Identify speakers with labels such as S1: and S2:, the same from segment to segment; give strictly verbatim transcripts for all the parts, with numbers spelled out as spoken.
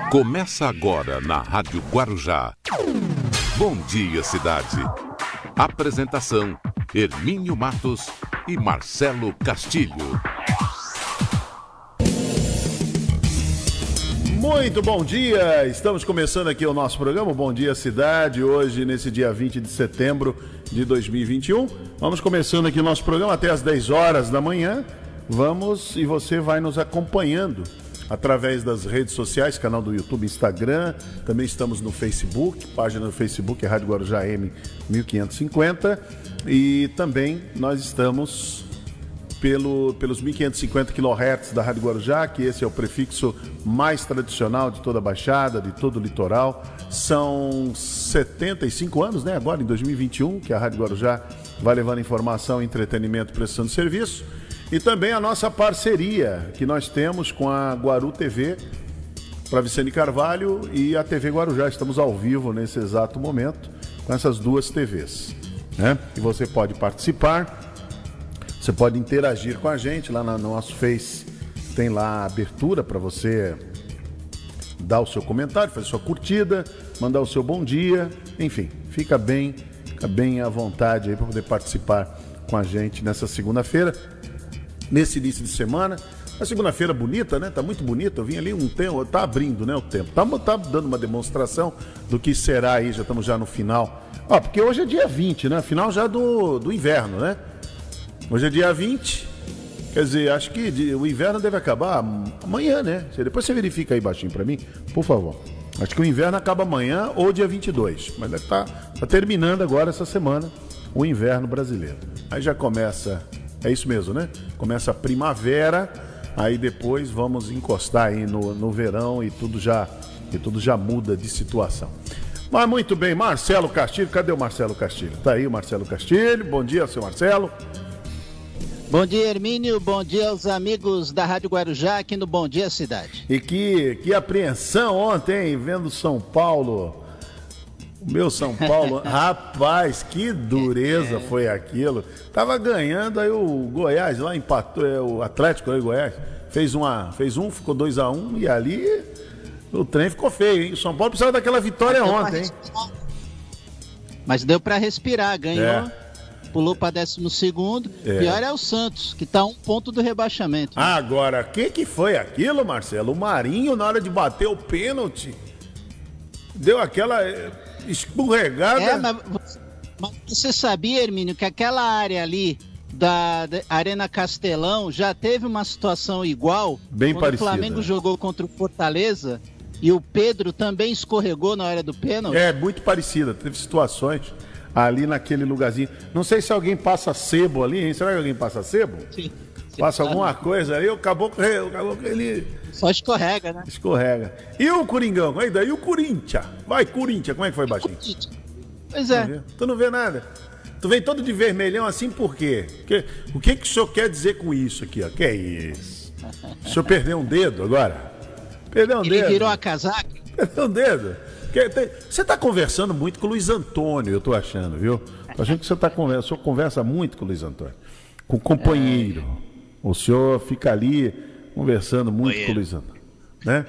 S1: Começa agora na Rádio Guarujá. Bom dia, cidade. Apresentação: Hermínio Matos e Marcelo Castilho.
S2: Muito bom dia, estamos começando aqui o nosso programa Bom Dia Cidade, hoje nesse dia vinte de setembro de dois mil e vinte e um. Vamos começando aqui o nosso programa até às dez horas da manhã. Vamos e você vai nos acompanhando através das redes sociais, canal do YouTube, Instagram, também estamos no Facebook, página do Facebook é Rádio Guarujá M mil quinhentos e cinquenta, e também nós estamos pelo, pelos mil quinhentos e cinquenta quilohertz da Rádio Guarujá, que esse é o prefixo mais tradicional de toda a Baixada, de todo o litoral. São setenta e cinco anos, né, agora em dois mil e vinte e um, que a Rádio Guarujá vai levando informação, entretenimento, prestando serviço. E também a nossa parceria que nós temos com a Guaru T V, para Vicente Carvalho e a T V Guarujá. Estamos ao vivo nesse exato momento com essas duas T Vs, né? E você pode participar, você pode interagir com a gente lá no nosso Face. Tem lá a abertura para você dar o seu comentário, fazer sua curtida, mandar o seu bom dia, enfim, fica bem, fica bem à vontade aí para poder participar com a gente nessa segunda-feira. Nesse início de semana, a segunda-feira bonita, né? Tá muito bonita. Eu vim ali um tempo, tá abrindo, né, o tempo. Tá, tá dando uma demonstração do que será aí, já estamos já no final. Ó, porque hoje é dia vinte, né? Final já do, do inverno, né? Hoje é dia vinte. Quer dizer, acho que o inverno deve acabar amanhã, né? Depois você verifica aí baixinho pra mim, por favor. Acho que o inverno acaba amanhã ou dia vinte e dois. Mas deve tá, tá terminando agora essa semana o inverno brasileiro. Aí já começa... É isso mesmo, né? Começa a primavera, aí depois vamos encostar aí no, no verão e tudo, já, e tudo já muda de situação. Mas muito bem, Marcelo Castilho, cadê o Marcelo Castilho? Tá aí o Marcelo Castilho, bom dia, seu Marcelo.
S3: Bom dia, Hermínio, bom dia aos amigos da Rádio Guarujá aqui no Bom Dia Cidade.
S2: E que, que apreensão ontem, hein, vendo São Paulo... O meu São Paulo, rapaz, que dureza foi aquilo. Tava ganhando, aí o Goiás lá empatou, é, o Atlético aí, Goiás, fez, uma, fez um, ficou dois a um, e ali o trem ficou feio, hein? O São Paulo precisava daquela vitória ontem, hein?
S3: Mas deu para respirar, ganhou, é. Pulou para décimo segundo. É. Pior é o Santos, que tá a um ponto do rebaixamento. Né?
S2: Agora, o que, que foi aquilo, Marcelo? O Marinho, na hora de bater o pênalti, deu aquela... escorregada.
S3: É, mas, mas você sabia, Hermínio, que aquela área ali da, da Arena Castelão já teve uma situação igual?
S2: Bem
S3: quando
S2: parecida.
S3: O Flamengo jogou contra o Fortaleza e o Pedro também escorregou na hora do pênalti.
S2: É, muito parecida. Teve situações ali naquele lugarzinho. Não sei se alguém passa sebo ali, hein? Será que alguém passa sebo?
S3: Sim.
S2: Passa alguma coisa ali, o caboclo, o caboclo ele...
S3: Só escorrega, né?
S2: Escorrega. E o Coringão? Aí daí o Corinthians. Vai, Corinthians, como é que foi, baixinho?
S3: Pois é.
S2: Tu não vê nada. Tu vem todo de vermelhão assim por quê? Que, o que, que o senhor quer dizer com isso aqui, ó? Que é isso? O senhor perdeu um dedo agora? Perdeu um
S3: Ele
S2: dedo.
S3: Ele virou a casaca?
S2: Perdeu um dedo. Que, tem... Você tá conversando muito com o Luiz Antônio, eu tô achando, viu? Tô achando que você tá conversando. O senhor conversa muito com o Luiz Antônio. Com o companheiro. É. O senhor fica ali conversando muito Oi, com o Luiz Antônio, né?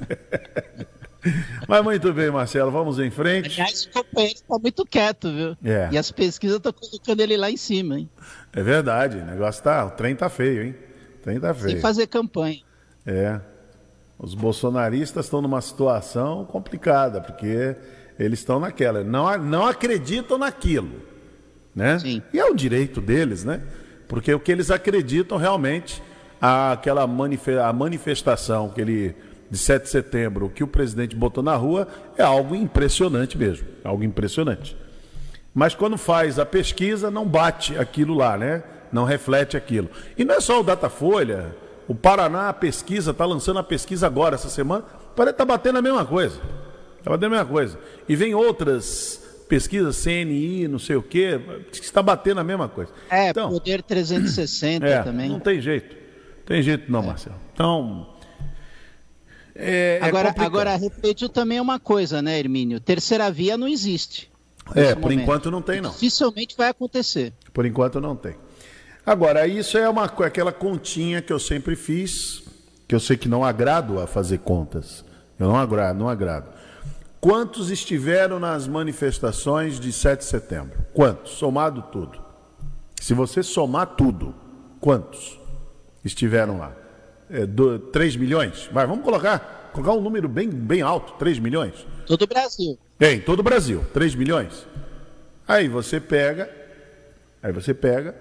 S2: Mas muito bem, Marcelo, vamos em frente.
S3: Aliás, o companheiro está muito quieto, viu?
S2: É.
S3: E as pesquisas estão colocando ele lá em cima, hein?
S2: É verdade, o negócio tá, o trem tá feio, hein? O trem tá feio.
S3: Sem fazer campanha.
S2: É. Os bolsonaristas estão numa situação complicada, porque eles estão naquela, não, não acreditam naquilo, né?
S3: Sim.
S2: E é o direito deles, né? Porque o que eles acreditam realmente, aquela manife- a manifestação que ele, de sete de setembro, que o presidente botou na rua, é algo impressionante mesmo, algo impressionante. Mas quando faz a pesquisa, não bate aquilo lá, né? Não reflete aquilo. E não é só o Datafolha, o Paraná, a pesquisa, está lançando a pesquisa agora, essa semana, parece que está batendo a mesma coisa. Está batendo a mesma coisa. E vem outras... pesquisa C N I, não sei o quê, está batendo a mesma coisa.
S3: É,
S2: então,
S3: Poder trezentos e sessenta
S2: é,
S3: também.
S2: Não tem jeito. Tem jeito não, é. Marcelo. Então,
S3: é, agora, é agora, repito também uma coisa, né, Hermínio? Terceira via não existe.
S2: É, por momento. enquanto não tem, não.
S3: Dificilmente vai acontecer.
S2: Por enquanto não tem. Agora, isso é uma, aquela continha que eu sempre fiz, que eu sei que não agrado a fazer contas. Eu não agrado, não agrado. Quantos estiveram nas manifestações de sete de setembro? Quantos? Somado tudo. Se você somar tudo, quantos estiveram lá? É, do, três milhões? Vai, vamos colocar, colocar um número bem, bem alto, três milhões.
S3: Todo o Brasil.
S2: É, em todo o Brasil, três milhões. Aí você pega, aí você pega,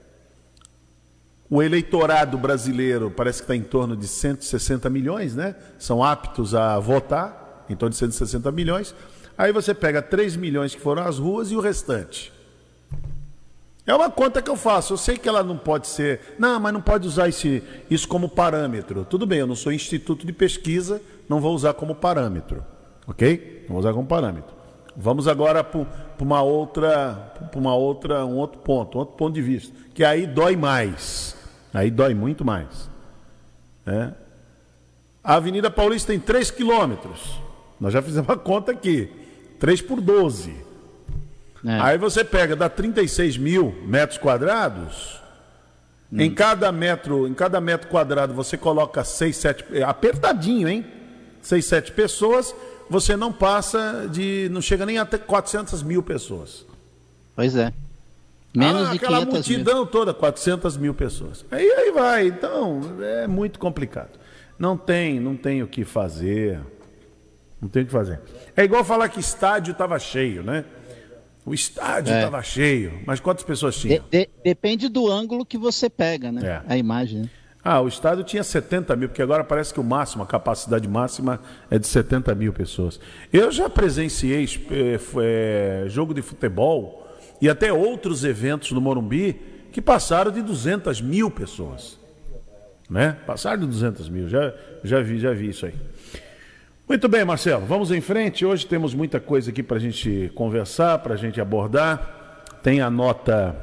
S2: o eleitorado brasileiro parece que está em torno de cento e sessenta milhões, né? São aptos a votar, em torno de cento e sessenta milhões. Aí você pega três milhões que foram às ruas e o restante. É uma conta que eu faço. Eu sei que ela não pode ser... Não, mas não pode usar esse, isso como parâmetro. Tudo bem, eu não sou instituto de pesquisa, não vou usar como parâmetro. Ok? Não vou usar como parâmetro. Vamos agora para uma outra, para uma outra, um outro ponto, um outro ponto de vista. Que aí dói mais. Aí dói muito mais. É. A Avenida Paulista tem três quilômetros. Nós já fizemos a conta aqui. três por doze. É. Aí você pega, dá trinta e seis mil metros quadrados. Hum. Em cada metro, em cada metro quadrado você coloca seis, sete, apertadinho, hein? seis, sete pessoas, você não passa de, não chega nem até quatrocentas mil pessoas.
S3: Pois é. Menos
S2: ah,
S3: de
S2: aquela
S3: quinhentas
S2: multidão
S3: mil.
S2: toda, quatrocentas mil pessoas. Aí, aí vai, então é muito complicado. Não tem, não tem o que fazer. Não tem o que fazer. É igual falar que estádio estava cheio, né? O estádio estava é. cheio, mas quantas pessoas tinham?
S3: De, de, depende do ângulo que você pega, né? É. A imagem. Né?
S2: Ah, o estádio tinha setenta mil, porque agora parece que o máximo, a capacidade máxima é de setenta mil pessoas. Eu já presenciei é, é, jogo de futebol e até outros eventos no Morumbi que passaram de duzentas mil pessoas. Né? Passaram de duzentas mil, já, já, vi, já vi isso aí. Muito bem, Marcelo, vamos em frente. Hoje temos muita coisa aqui para a gente conversar, para a gente abordar. Tem a nota,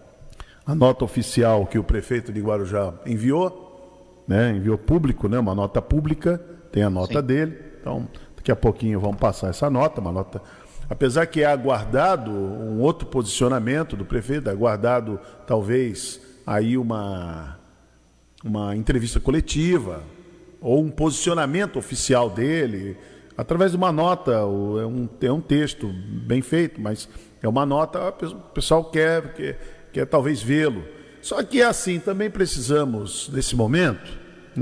S2: a nota oficial que o prefeito de Guarujá enviou, né? Enviou público, né? Uma nota pública, tem a nota Sim. dele. Então, daqui a pouquinho vamos passar essa nota, uma nota. Apesar que é aguardado um outro posicionamento do prefeito, é aguardado talvez aí uma, uma entrevista coletiva, ou um posicionamento oficial dele, através de uma nota, é um, é um texto bem feito, mas é uma nota, o pessoal quer, quer, quer talvez vê-lo. Só que é assim, também precisamos, nesse momento,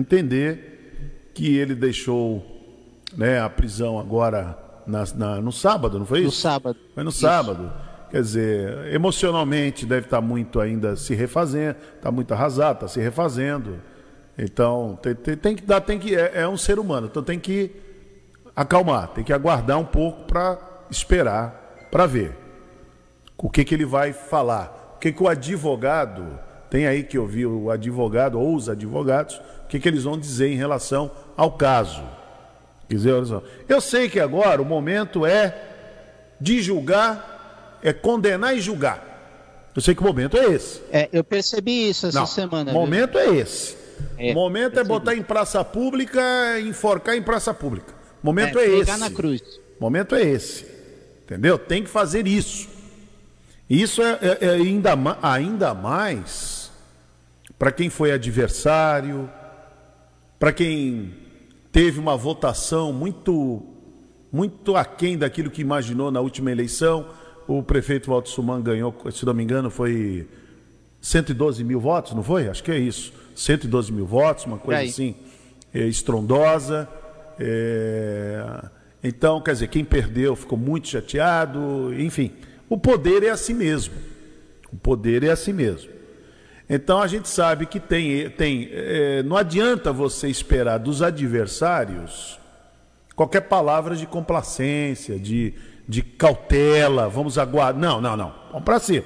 S2: entender que ele deixou, né, a prisão agora na, na, no sábado, não foi isso?
S3: No sábado.
S2: Foi no
S3: isso.
S2: sábado. Quer dizer, emocionalmente deve estar muito ainda se refazendo, está muito arrasado, está se refazendo. Então, tem, tem, tem que dar, tem que, é, é um ser humano, então tem que acalmar, tem que aguardar um pouco para esperar, para ver o que, que ele vai falar, o que, que o advogado, tem aí que ouvir o advogado ou os advogados, o que, que eles vão dizer em relação ao caso. Quer dizer, eu sei que agora o momento é de julgar, é condenar e julgar. Eu sei que o momento é esse.
S3: É, eu percebi isso essa
S2: Não,
S3: semana.
S2: O momento viu? é esse.
S3: É,
S2: o momento percebi. é botar em praça pública, enforcar em praça pública. O momento é, é esse.
S3: Na cruz.
S2: O momento é esse. Entendeu? Tem que fazer isso. Isso é, é, é ainda, ainda mais para quem foi adversário, para quem teve uma votação muito, muito aquém daquilo que imaginou na última eleição. O prefeito Walter Suman ganhou, se não me engano, foi cento e doze mil votos, não foi? Acho que é isso. cento e doze mil votos, uma coisa assim, é, estrondosa. É... Então, quer dizer, quem perdeu ficou muito chateado, enfim. O poder é assim mesmo. O poder é assim mesmo. Então, a gente sabe que tem... tem é, não adianta você esperar dos adversários qualquer palavra de complacência, de, de cautela, vamos aguardar. Não, não, não. Vamos para cima.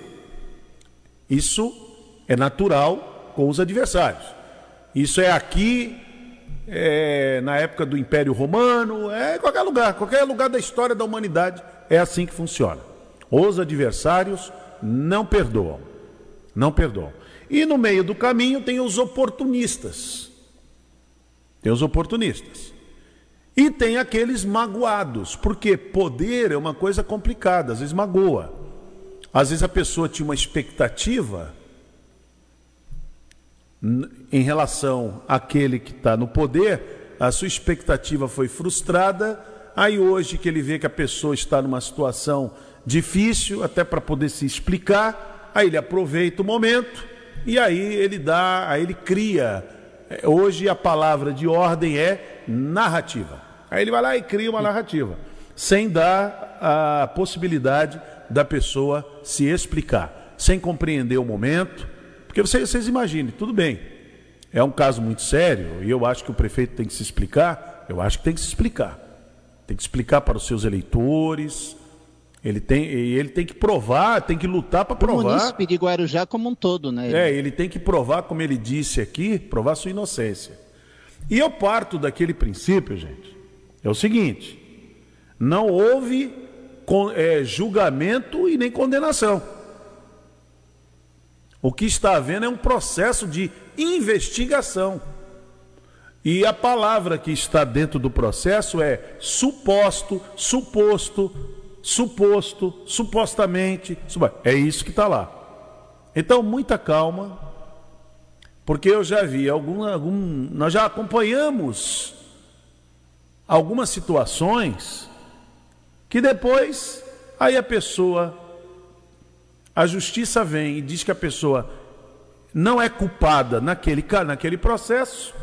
S2: Isso é natural com os adversários. Isso é aqui, é, na época do Império Romano, é em qualquer lugar, qualquer lugar da história da humanidade, é assim que funciona. Os adversários não perdoam, não perdoam. E no meio do caminho tem os oportunistas. Tem os oportunistas. E tem aqueles magoados, porque poder é uma coisa complicada, às vezes magoa. Às vezes a pessoa tinha uma expectativa em relação àquele que está no poder, a sua expectativa foi frustrada, aí hoje que ele vê que a pessoa está numa situação difícil, até para poder se explicar, aí ele aproveita o momento e aí ele dá, aí ele cria. Hoje a palavra de ordem é narrativa. Aí ele vai lá e cria uma narrativa, sem dar a possibilidade da pessoa se explicar, sem compreender o momento, porque vocês, vocês imaginem, tudo bem, é um caso muito sério e eu acho que o prefeito tem que se explicar, eu acho que tem que se explicar, tem que explicar para os seus eleitores. Ele tem, ele tem que provar, tem que lutar para provar. O
S3: munícipe de Guarujá como um todo, né?
S2: É, ele tem que provar, como ele disse aqui, provar sua inocência. E eu parto daquele princípio, gente, é o seguinte, não houve é, julgamento e nem condenação. O que está havendo é um processo de investigação. E a palavra que está dentro do processo é suposto, suposto, suposto, supostamente, é isso que está lá. Então, muita calma, porque eu já vi algum, algum, nós já acompanhamos algumas situações que depois, aí a pessoa, a justiça vem e diz que a pessoa não é culpada naquele, naquele processo,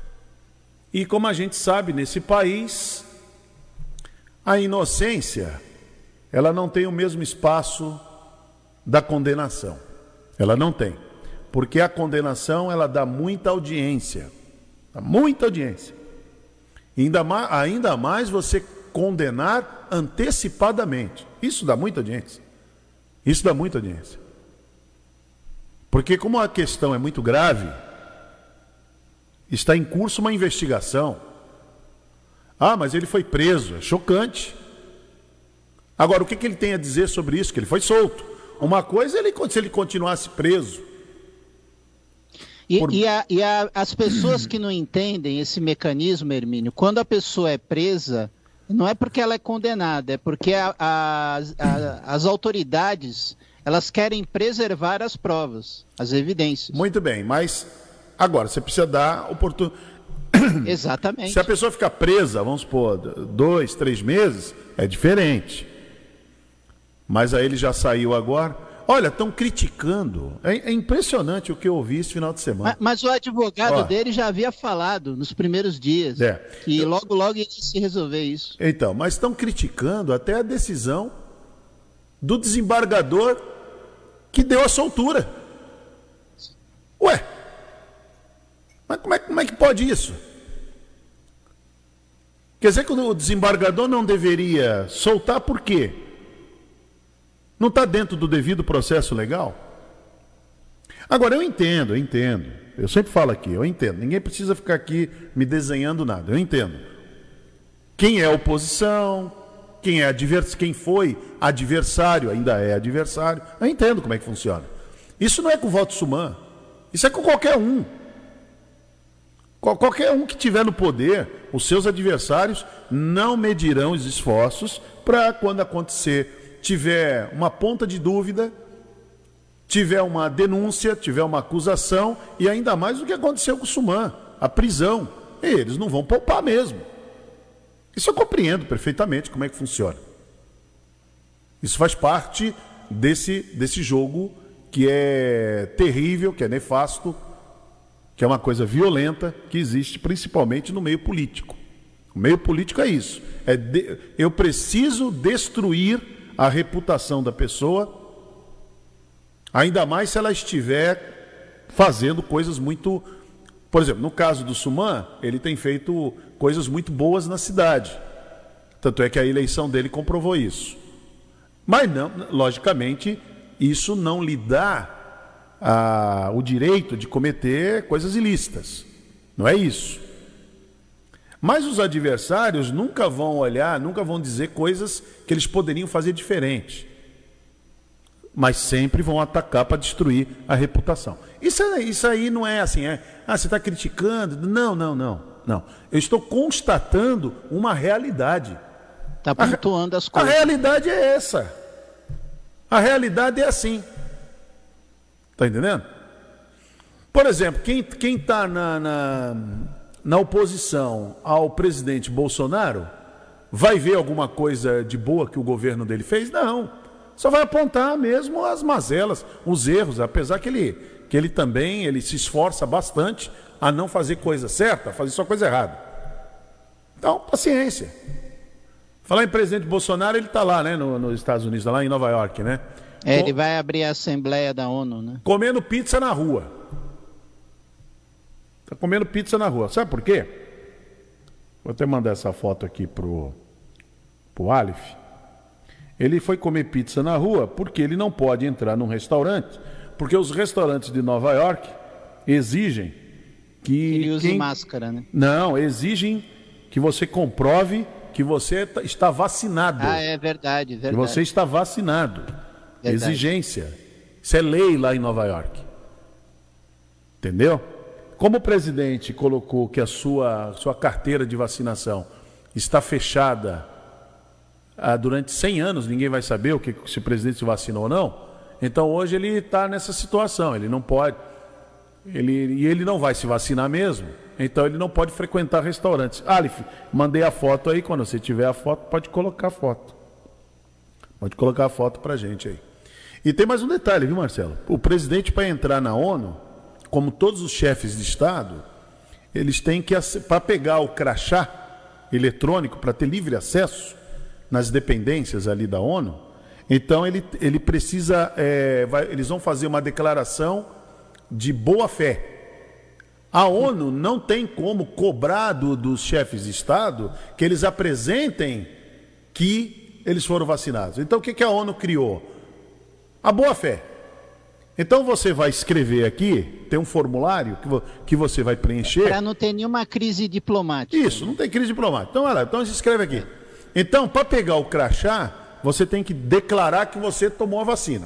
S2: e como a gente sabe, nesse país, a inocência, ela não tem o mesmo espaço da condenação. Ela não tem. Porque a condenação, ela dá muita audiência. Dá muita audiência. E ainda mais, ainda mais você condenar antecipadamente. Isso dá muita audiência. Isso dá muita audiência. Porque como a questão é muito grave, está em curso uma investigação. Ah, mas ele foi preso. É chocante. Agora, o que, que ele tem a dizer sobre isso? Que ele foi solto. Uma coisa é ele, se ele continuasse preso.
S3: E, por... e, a, e a, as pessoas que não entendem esse mecanismo, Hermínio, quando a pessoa é presa, não é porque ela é condenada, é porque a, a, a, as autoridades, elas querem preservar as provas, as evidências.
S2: Muito bem, mas agora, você precisa dar oportunidade.
S3: Exatamente.
S2: Se a pessoa ficar presa, vamos supor, dois, três meses, é diferente. Mas aí ele já saiu agora. Olha, estão criticando. É, é impressionante o que eu ouvi esse final de semana.
S3: Mas, mas o advogado Ó, dele já havia falado nos primeiros dias
S2: é,
S3: que
S2: eu...
S3: logo, logo ia se resolver isso.
S2: Então, mas estão criticando até a decisão do desembargador que deu a soltura. Ué, mas como é, como é que pode isso? Quer dizer que o desembargador não deveria soltar por quê? Não está dentro do devido processo legal? Agora, eu entendo, eu entendo. Eu sempre falo aqui, eu entendo. Ninguém precisa ficar aqui me desenhando nada. Eu entendo. Quem é oposição, quem, é advers... quem foi adversário, ainda é adversário. Eu entendo como é que funciona. Isso não é com o voto sumã. Isso é com qualquer um. Qualquer um que tiver no poder, os seus adversários não medirão os esforços para, quando acontecer, tiver uma ponta de dúvida, tiver uma denúncia, tiver uma acusação, e ainda mais o que aconteceu com o Sumã, a prisão. Eles não vão poupar mesmo. Isso eu compreendo perfeitamente como é que funciona. Isso faz parte desse, desse jogo que é terrível, que é nefasto, que é uma coisa violenta, que existe principalmente no meio político. O meio político é isso. É de... Eu preciso destruir a reputação da pessoa, ainda mais se ela estiver fazendo coisas muito... Por exemplo, no caso do Sumã, ele tem feito coisas muito boas na cidade. Tanto é que a eleição dele comprovou isso. Mas, não, logicamente, isso não lhe dá a, o direito de cometer coisas ilícitas. Não é isso. Mas os adversários nunca vão olhar, nunca vão dizer coisas que eles poderiam fazer diferente. Mas sempre vão atacar para destruir a reputação. Isso, isso aí não é assim, é, ah, você está criticando? Não, não, não, não. Eu estou constatando uma realidade.
S3: Está pontuando as coisas.
S2: A realidade é essa. A realidade é assim. Está entendendo? Por exemplo, quem quem está na, na... na oposição ao presidente Bolsonaro, vai ver alguma coisa de boa que o governo dele fez? Não. Só vai apontar mesmo as mazelas, os erros, apesar que ele, que ele também ele se esforça bastante a não fazer coisa certa, a fazer só coisa errada. Então, paciência. Falar em presidente Bolsonaro, ele está lá, né, no, nos Estados Unidos, lá em Nova York, né?
S3: É, ele vai abrir a Assembleia da ONU, né?
S2: Comendo pizza na rua. Está comendo pizza na rua. Sabe por quê? Vou até mandar essa foto aqui pro, pro Aleph. Ele foi comer pizza na rua porque ele não pode entrar num restaurante, porque os restaurantes de Nova York exigem que...
S3: Ele use
S2: quem...
S3: máscara, né?
S2: Não, exigem que você comprove que você está vacinado.
S3: Ah, é verdade, verdade.
S2: Que você está vacinado.
S3: Verdade.
S2: Exigência. Isso é lei lá em Nova York. Entendeu? Como o presidente colocou que a sua, sua carteira de vacinação está fechada ah, durante cem anos, ninguém vai saber o que, se o presidente se vacinou ou não, então hoje ele está nessa situação, ele não pode, ele, e ele não vai se vacinar mesmo, então ele não pode frequentar restaurantes. Aleph, mandei a foto aí, quando você tiver a foto, pode colocar a foto. Pode colocar a foto pra gente aí. E tem mais um detalhe, viu, Marcelo? O presidente, para entrar na ONU, como todos os chefes de Estado, eles têm que, para pegar o crachá eletrônico, para ter livre acesso nas dependências ali da ONU, então ele, ele precisa, é, vai, eles vão fazer uma declaração de boa-fé. A ONU não tem como cobrar do, dos chefes de Estado que eles apresentem que eles foram vacinados. Então o que, que a ONU criou? A boa-fé. Então você vai escrever aqui, tem um formulário que, vo, que você vai preencher.
S3: Para não ter nenhuma crise diplomática.
S2: Isso, não tem crise diplomática. Então, olha lá, então você escreve aqui. Então, para pegar o crachá, você tem que declarar que você tomou a vacina.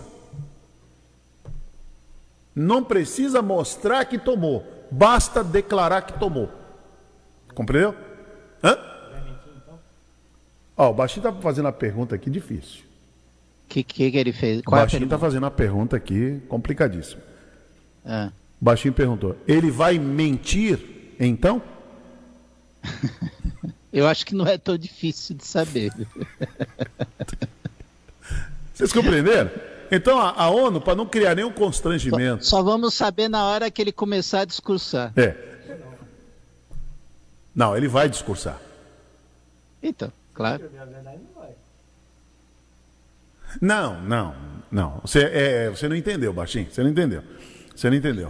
S2: Não precisa mostrar que tomou, basta declarar que tomou. Compreendeu? Hã? Ó, o Baixinho está fazendo a pergunta aqui difícil.
S3: O que, que, que ele fez?
S2: Qual o Baixinho está fazendo uma pergunta aqui complicadíssima.
S3: Ah.
S2: O Baixinho perguntou, ele vai mentir, então?
S3: Eu acho que não é tão difícil de saber.
S2: Vocês compreenderam? Então a, a ONU, para não criar nenhum constrangimento...
S3: Só, só vamos saber na hora que ele começar a discursar.
S2: É. Não, ele vai discursar.
S3: Então, claro.
S2: Não, não, não. Você, é, você não entendeu, Baixinho. Você não entendeu. Você não entendeu.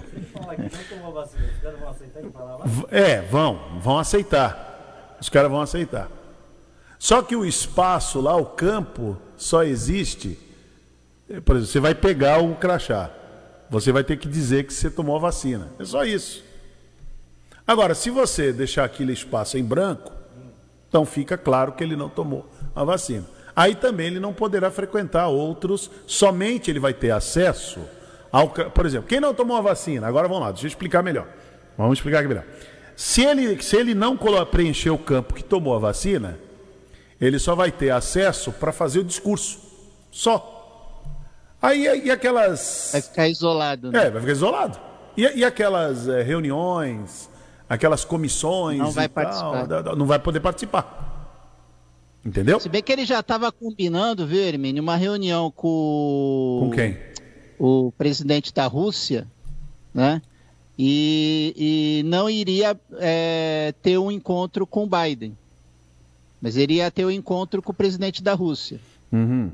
S2: É, vão, vão aceitar. Os caras vão aceitar. Só que o espaço lá, o campo, só existe... Por exemplo, você vai pegar o crachá. Você vai ter que dizer que você tomou a vacina. É só isso. Agora, se você deixar aquele espaço em branco, então fica claro que ele não tomou a vacina. Aí também ele não poderá frequentar outros, somente ele vai ter acesso ao... Por exemplo, quem não tomou a vacina, agora vamos lá, deixa eu explicar melhor. Vamos explicar aqui melhor. Se ele, se ele não preencher o campo que tomou a vacina, ele só vai ter acesso para fazer o discurso. Só. Aí e aquelas...
S3: Vai ficar isolado, né?
S2: É, vai ficar isolado. E, e aquelas é, reuniões, aquelas comissões...
S3: Não vai
S2: e tal,
S3: participar.
S2: Não vai poder participar. Entendeu?
S3: Se bem que ele já estava combinando, viu, Hermínio, uma reunião com...
S2: Com quem?
S3: O presidente da Rússia, né? E, e não iria é, ter um encontro com o Biden. Mas iria ter um encontro com o presidente da Rússia.
S2: Uhum.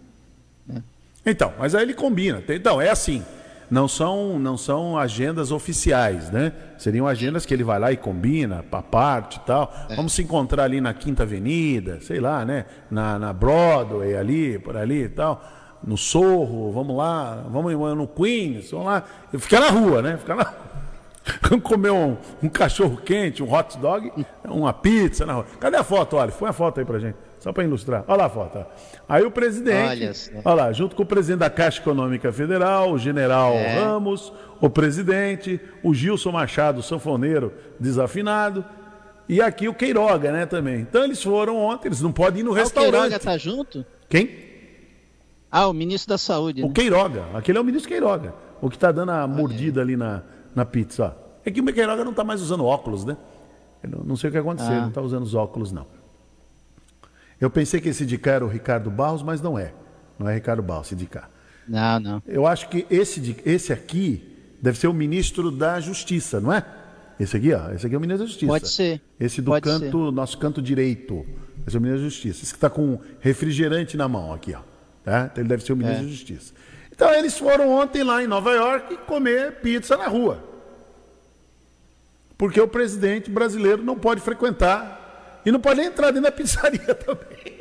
S2: É. Então, mas aí ele combina. Então, é assim, não são, não são agendas oficiais, né? Seriam agendas que ele vai lá e combina, para parte e tal. É. Vamos se encontrar ali na Quinta Avenida, sei lá, né? Na, na Broadway, ali, por ali e tal. No Sorro, vamos lá, vamos no Queens, vamos lá. Ficar na rua, né? Ficar na rua. Comer um, um cachorro quente, um hot dog, uma pizza na rua. Cadê a foto? Olha, põe a foto aí pra gente, só para ilustrar. Olha lá a foto. Ó. Aí o presidente, olha, olha lá, junto com o presidente da Caixa Econômica Federal, o general é. Ramos, o presidente, o Gilson Machado, sanfoneiro desafinado, e aqui o Queiroga, né, também. Então eles foram ontem, eles não podem ir no ah, restaurante. O
S3: Queiroga tá junto?
S2: Quem?
S3: Ah, o ministro da Saúde.
S2: O
S3: né?
S2: Queiroga, aquele é o ministro Queiroga, o que está dando a mordida ali na, na pizza. Ó. É que o Queiroga não está mais usando óculos, né? Eu não sei o que aconteceu,
S3: Ah.
S2: ele não está usando os óculos, não. Eu pensei que esse de cá era o Ricardo Barros, mas não é. Não é Ricardo Barros, esse de cá.
S3: Não, não.
S2: Eu acho que esse, de, esse aqui deve ser o ministro da Justiça, não é? Esse aqui, ó. Esse aqui é o ministro da Justiça.
S3: Pode ser.
S2: Esse do
S3: Pode
S2: canto, nosso canto direito. Esse é o ministro da Justiça. Esse que está com refrigerante na mão aqui, ó. Tá? Então ele deve ser o ministro
S3: É.
S2: da Justiça. Então eles foram ontem lá em Nova York comer pizza na rua. Porque o presidente brasileiro não pode frequentar e não pode nem entrar dentro da pizzaria também.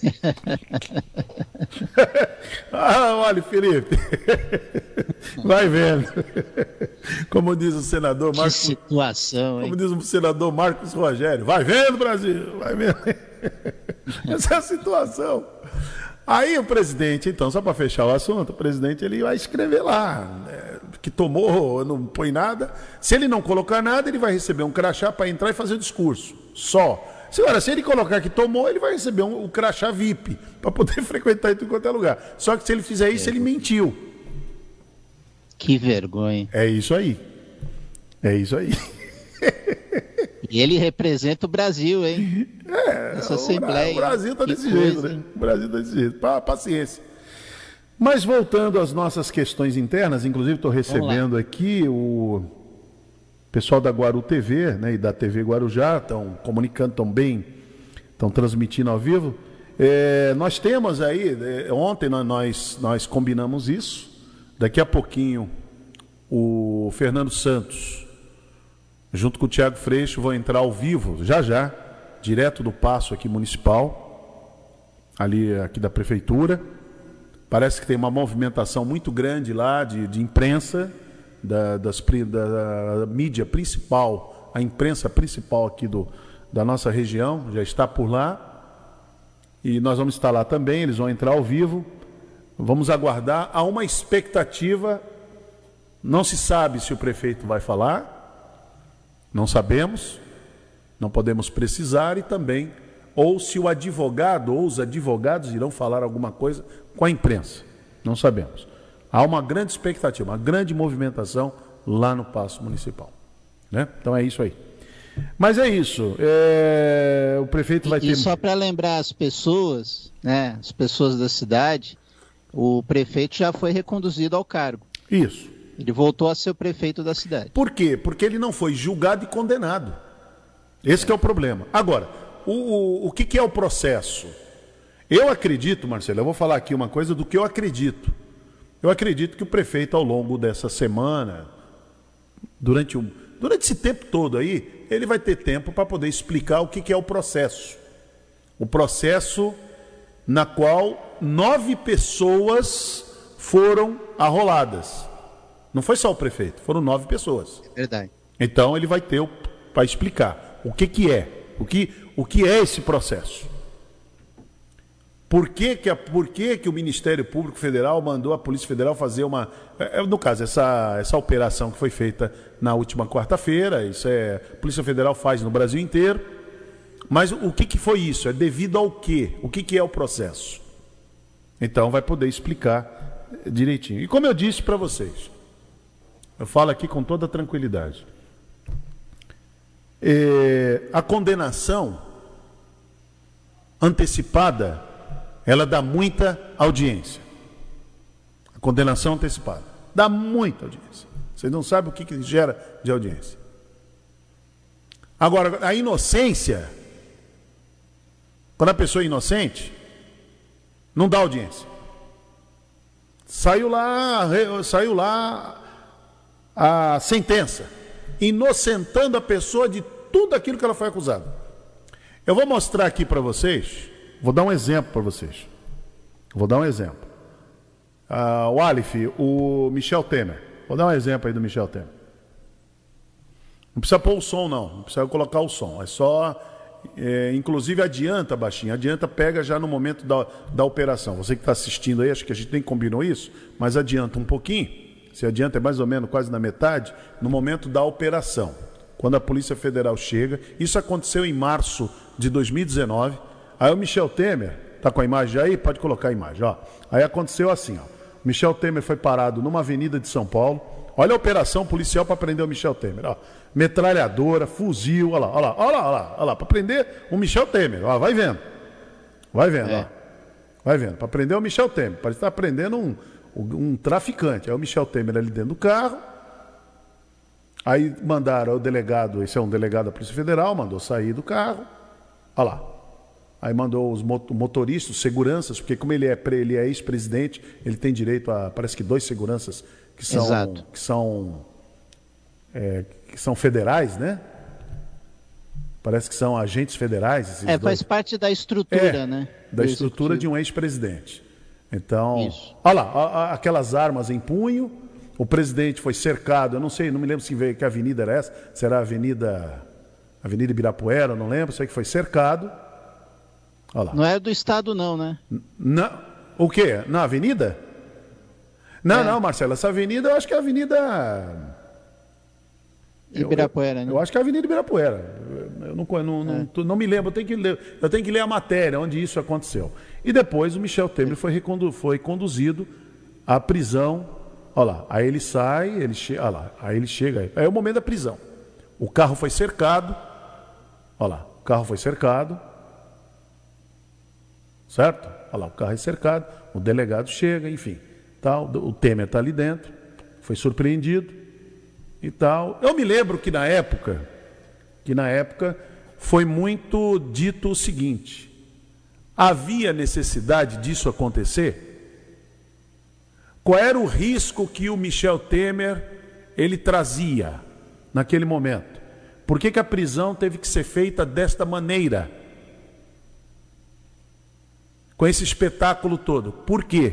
S2: Ah, olha, Felipe. Vai vendo. Como diz o senador
S3: Que
S2: Marcos.
S3: situação, hein?
S2: Como diz o senador Marcos Rogério. Vai vendo, Brasil. Vai vendo. Essa é a situação. Aí o presidente, então, só para fechar o assunto, o presidente ele vai escrever lá, né, que tomou, não põe nada. Se ele não colocar nada, ele vai receber um crachá para entrar e fazer o discurso. Só. Agora, se ele colocar que tomou, ele vai receber um, um crachá V I P para poder frequentar em tudo quanto é lugar. Só que se ele fizer isso, ele mentiu.
S3: Que vergonha.
S2: É isso aí. É isso aí.
S3: E ele representa o Brasil, hein?
S2: É,
S3: Essa
S2: o,
S3: Assembleia.
S2: o Brasil está
S3: Que
S2: desse
S3: coisa,
S2: jeito, né?
S3: hein?
S2: O Brasil está desse jeito. Pa- Paciência. Mas voltando às nossas questões internas, inclusive estou recebendo aqui o pessoal da Guaru T V, né, e da T V Guarujá, estão comunicando tão bem, estão transmitindo ao vivo. É, nós temos aí, é, ontem nós, nós, nós combinamos isso, daqui a pouquinho o Fernando Santos, junto com o Tiago Freixo, vão entrar ao vivo, já já, direto do Paço aqui municipal, ali aqui da prefeitura. Parece que tem uma movimentação muito grande lá de, de imprensa, da, das, da, da mídia principal, a imprensa principal aqui do, da nossa região, já está por lá. E nós vamos estar lá também, eles vão entrar ao vivo. Vamos aguardar. Há uma expectativa, não se sabe se o prefeito vai falar, não sabemos, não podemos precisar, e também, ou se o advogado ou os advogados irão falar alguma coisa com a imprensa, não sabemos. Há uma grande expectativa, uma grande movimentação lá no Paço Municipal, né? Então é isso aí. Mas é isso, é... o prefeito vai
S3: E
S2: ter...
S3: só para lembrar as pessoas, né, as pessoas da cidade, o prefeito já foi reconduzido ao cargo.
S2: Isso.
S3: Ele voltou a ser o prefeito da cidade.
S2: Por quê? Porque ele não foi julgado e condenado. Esse que é o problema. Agora, o, o, o que, que é o processo? Eu acredito, Marcelo, eu vou falar aqui uma coisa do que eu acredito. Eu acredito que o prefeito, ao longo dessa semana, durante, um, durante esse tempo todo aí, ele vai ter tempo para poder explicar o que, que é o processo. O processo na qual nove pessoas foram arroladas. Não foi só o prefeito, foram nove pessoas.
S3: É verdade.
S2: Então ele vai ter para explicar o que, que é, o que, o que é esse processo. Por que que, a, por que que o Ministério Público Federal mandou a Polícia Federal fazer uma... É, no caso, essa, essa operação que foi feita na última quarta-feira, isso é... A Polícia Federal faz no Brasil inteiro. Mas o que, que foi isso? É devido ao quê? O que, que é o processo? Então vai poder explicar direitinho. E como eu disse para vocês, eu falo aqui com toda tranquilidade. É, a condenação antecipada, ela dá muita audiência. A condenação antecipada dá muita audiência. Vocês não sabem o que, que gera de audiência. Agora, a inocência, quando a pessoa é inocente, não dá audiência. Saiu lá, saiu lá a sentença, inocentando a pessoa de tudo aquilo que ela foi acusada. Eu vou mostrar aqui para vocês, vou dar um exemplo para vocês. Vou dar um exemplo. Ah, o Aleph, o Michel Temer. Vou dar um exemplo aí do Michel Temer. Não precisa pôr o som, não. Não precisa colocar o som. É só... É, inclusive adianta, baixinho. Adianta, pega já no momento da, da operação. Você que está assistindo aí, acho que a gente nem combinou isso, mas adianta um pouquinho. Se adianta é mais ou menos quase na metade, no momento da operação. Quando a Polícia Federal chega. Isso aconteceu em março de dois mil e dezenove. Aí o Michel Temer, tá com a imagem aí? Pode colocar a imagem, ó. Aí aconteceu assim, ó. Michel Temer foi parado numa avenida de São Paulo, olha a operação policial para prender o Michel Temer. Ó, metralhadora, fuzil, olha lá, olha lá, olha lá, olha lá, olha lá para prender o Michel Temer. Ó, vai vendo. Vai vendo, é. ó. Vai vendo. Para prender o Michel Temer. Parece estar prendendo um, um, um traficante. Aí o Michel Temer ali dentro do carro. Aí mandaram o delegado, esse é um delegado da Polícia Federal, mandou sair do carro. Olha lá. Aí mandou os motoristas, os seguranças, porque como ele é, ele é ex-presidente, ele tem direito a, parece que dois seguranças que são,
S3: Exato.
S2: que são, é, que são federais, né? Parece que são agentes federais. Esses
S3: é,
S2: dois.
S3: Faz parte da estrutura, é, né?
S2: Da estrutura de um ex-presidente. Então,
S3: Isso.
S2: olha lá, aquelas armas em punho, o presidente foi cercado, eu não sei, não me lembro se veio, que avenida era essa, será a Avenida, Avenida Ibirapuera, não lembro, sei que foi cercado. Olha lá.
S3: Não é do Estado não, né?
S2: Não, o quê? Na avenida? Não,
S3: é.
S2: não, Marcelo, essa avenida eu acho que é a Avenida...
S3: Ibirapuera,
S2: eu,
S3: né?
S2: Eu acho que é a Avenida Ibirapuera. Eu não, não, não, é. não me lembro, eu tenho, que ler, eu tenho que ler a matéria onde isso aconteceu. E depois o Michel Temer foi, recondu, foi conduzido à prisão. Olha lá, aí ele sai, ele chega, olha lá, aí ele chega, aí é o momento da prisão. O carro foi cercado, olha lá, o carro foi cercado, certo? Olha lá, o carro é cercado, o delegado chega, enfim, tal, o Temer está ali dentro, foi surpreendido e tal. Eu me lembro que na época, que na época foi muito dito o seguinte: havia necessidade disso acontecer? Qual era o risco que o Michel Temer ele trazia naquele momento? Por que que a prisão teve que ser feita desta maneira? Com esse espetáculo todo. Por quê?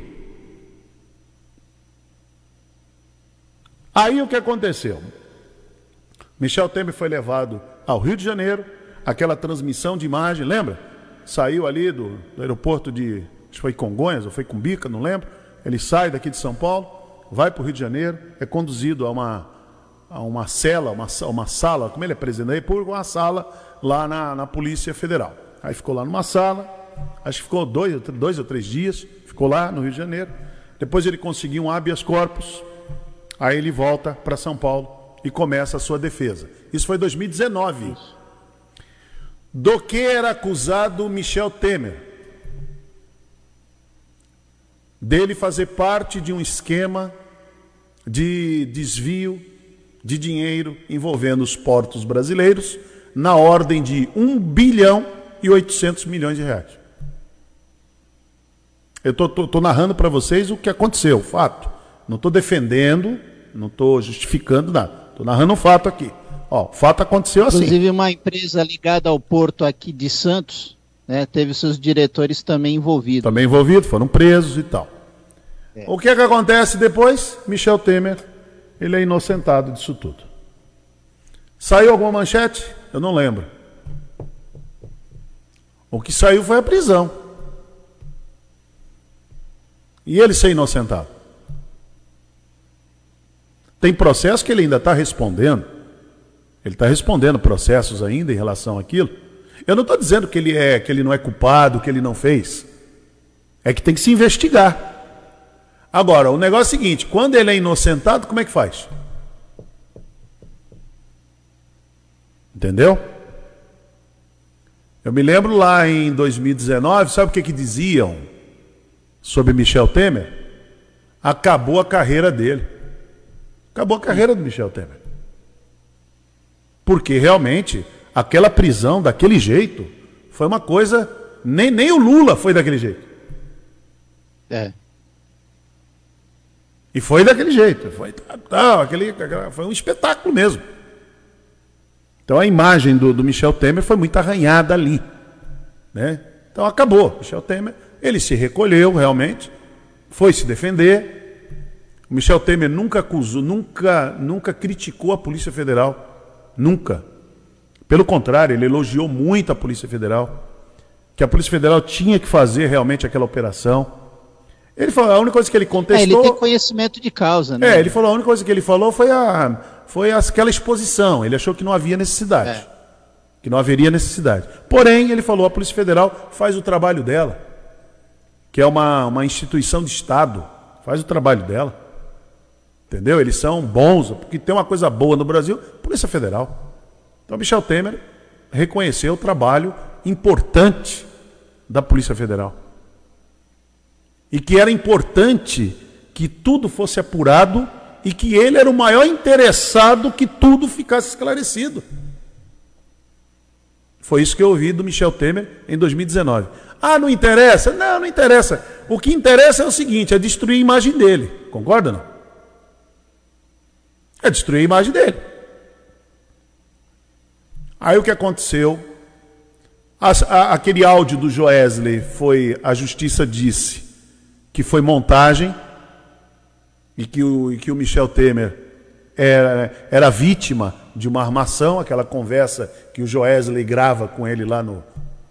S2: Aí o que aconteceu? Michel Temer foi levado ao Rio de Janeiro, aquela transmissão de imagem, lembra? Saiu ali do, do aeroporto de, acho que foi Congonhas ou foi Cumbica, não lembro. Ele sai daqui de São Paulo, vai para o Rio de Janeiro, é conduzido a uma, a uma cela, uma, uma sala, como ele é presidente da República, uma sala lá na, na Polícia Federal. Aí ficou lá numa sala, acho que ficou dois, dois ou três dias, ficou lá no Rio de Janeiro. Depois ele conseguiu um habeas corpus, aí ele volta para São Paulo e começa a sua defesa. Isso foi em dois mil e dezenove. Do que era acusado Michel Temer? Dele fazer parte de um esquema de desvio de dinheiro envolvendo os portos brasileiros na ordem de um bilhão e oitocentos milhões de reais. Eu estou narrando para vocês o que aconteceu, o fato. Não estou defendendo, não estou justificando nada. Estou narrando um fato aqui. Ó, o fato aconteceu assim.
S3: Inclusive uma empresa ligada ao porto aqui de Santos, né, teve seus diretores também envolvidos.
S2: Também envolvidos, foram presos e tal. É. O que é que acontece depois? Michel Temer, ele é inocentado disso tudo. Saiu alguma manchete? Eu não lembro. O que saiu foi a prisão. E ele ser inocentado. Tem processo que ele ainda está respondendo. Ele está respondendo processos ainda em relação àquilo. Eu não estou dizendo que ele, é, que ele não é culpado, que ele não fez. É que tem que se investigar. Agora, o negócio é o seguinte: quando ele é inocentado, como é que faz? Entendeu? Eu me lembro lá em dois mil e dezenove, sabe o que, que diziam sobre Michel Temer? Acabou a carreira dele. Acabou a carreira do Michel Temer. Porque realmente aquela prisão daquele jeito foi uma coisa... Nem, nem o Lula foi daquele jeito.
S3: É.
S2: E foi daquele jeito. Foi, tá, aquele, foi um espetáculo mesmo. Então a imagem do, do Michel Temer foi muito arranhada ali. Né? Então acabou. Michel Temer, ele se recolheu realmente, foi se defender. O Michel Temer nunca acusou, nunca, nunca criticou a Polícia Federal. Nunca. Pelo contrário, ele elogiou muito a Polícia Federal. Que a Polícia Federal tinha que fazer realmente aquela operação. Ele falou, a única coisa que ele contestou...
S3: É, ele tem conhecimento de causa, né?
S2: É, ele falou, a única coisa que ele falou foi, a, foi aquela exposição. Ele achou que não havia necessidade. É. Que não haveria necessidade. Porém, ele falou, a Polícia Federal faz o trabalho dela. Que é uma, uma instituição de Estado. Faz o trabalho dela. Entendeu? Eles são bons, porque tem uma coisa boa no Brasil, Polícia Federal. Então, Michel Temer reconheceu o trabalho importante da Polícia Federal. E que era importante que tudo fosse apurado e que ele era o maior interessado que tudo ficasse esclarecido. Foi isso que eu ouvi do Michel Temer em dois mil e dezenove. Ah, não interessa? Não, não interessa. O que interessa é o seguinte, é destruir a imagem dele. Concorda, não? É destruir a imagem dele. Aí o que aconteceu? A, a, aquele áudio do Joesley foi, a justiça disse que foi montagem e que o, e que o Michel Temer era, era vítima de uma armação, aquela conversa que o Joesley grava com ele lá no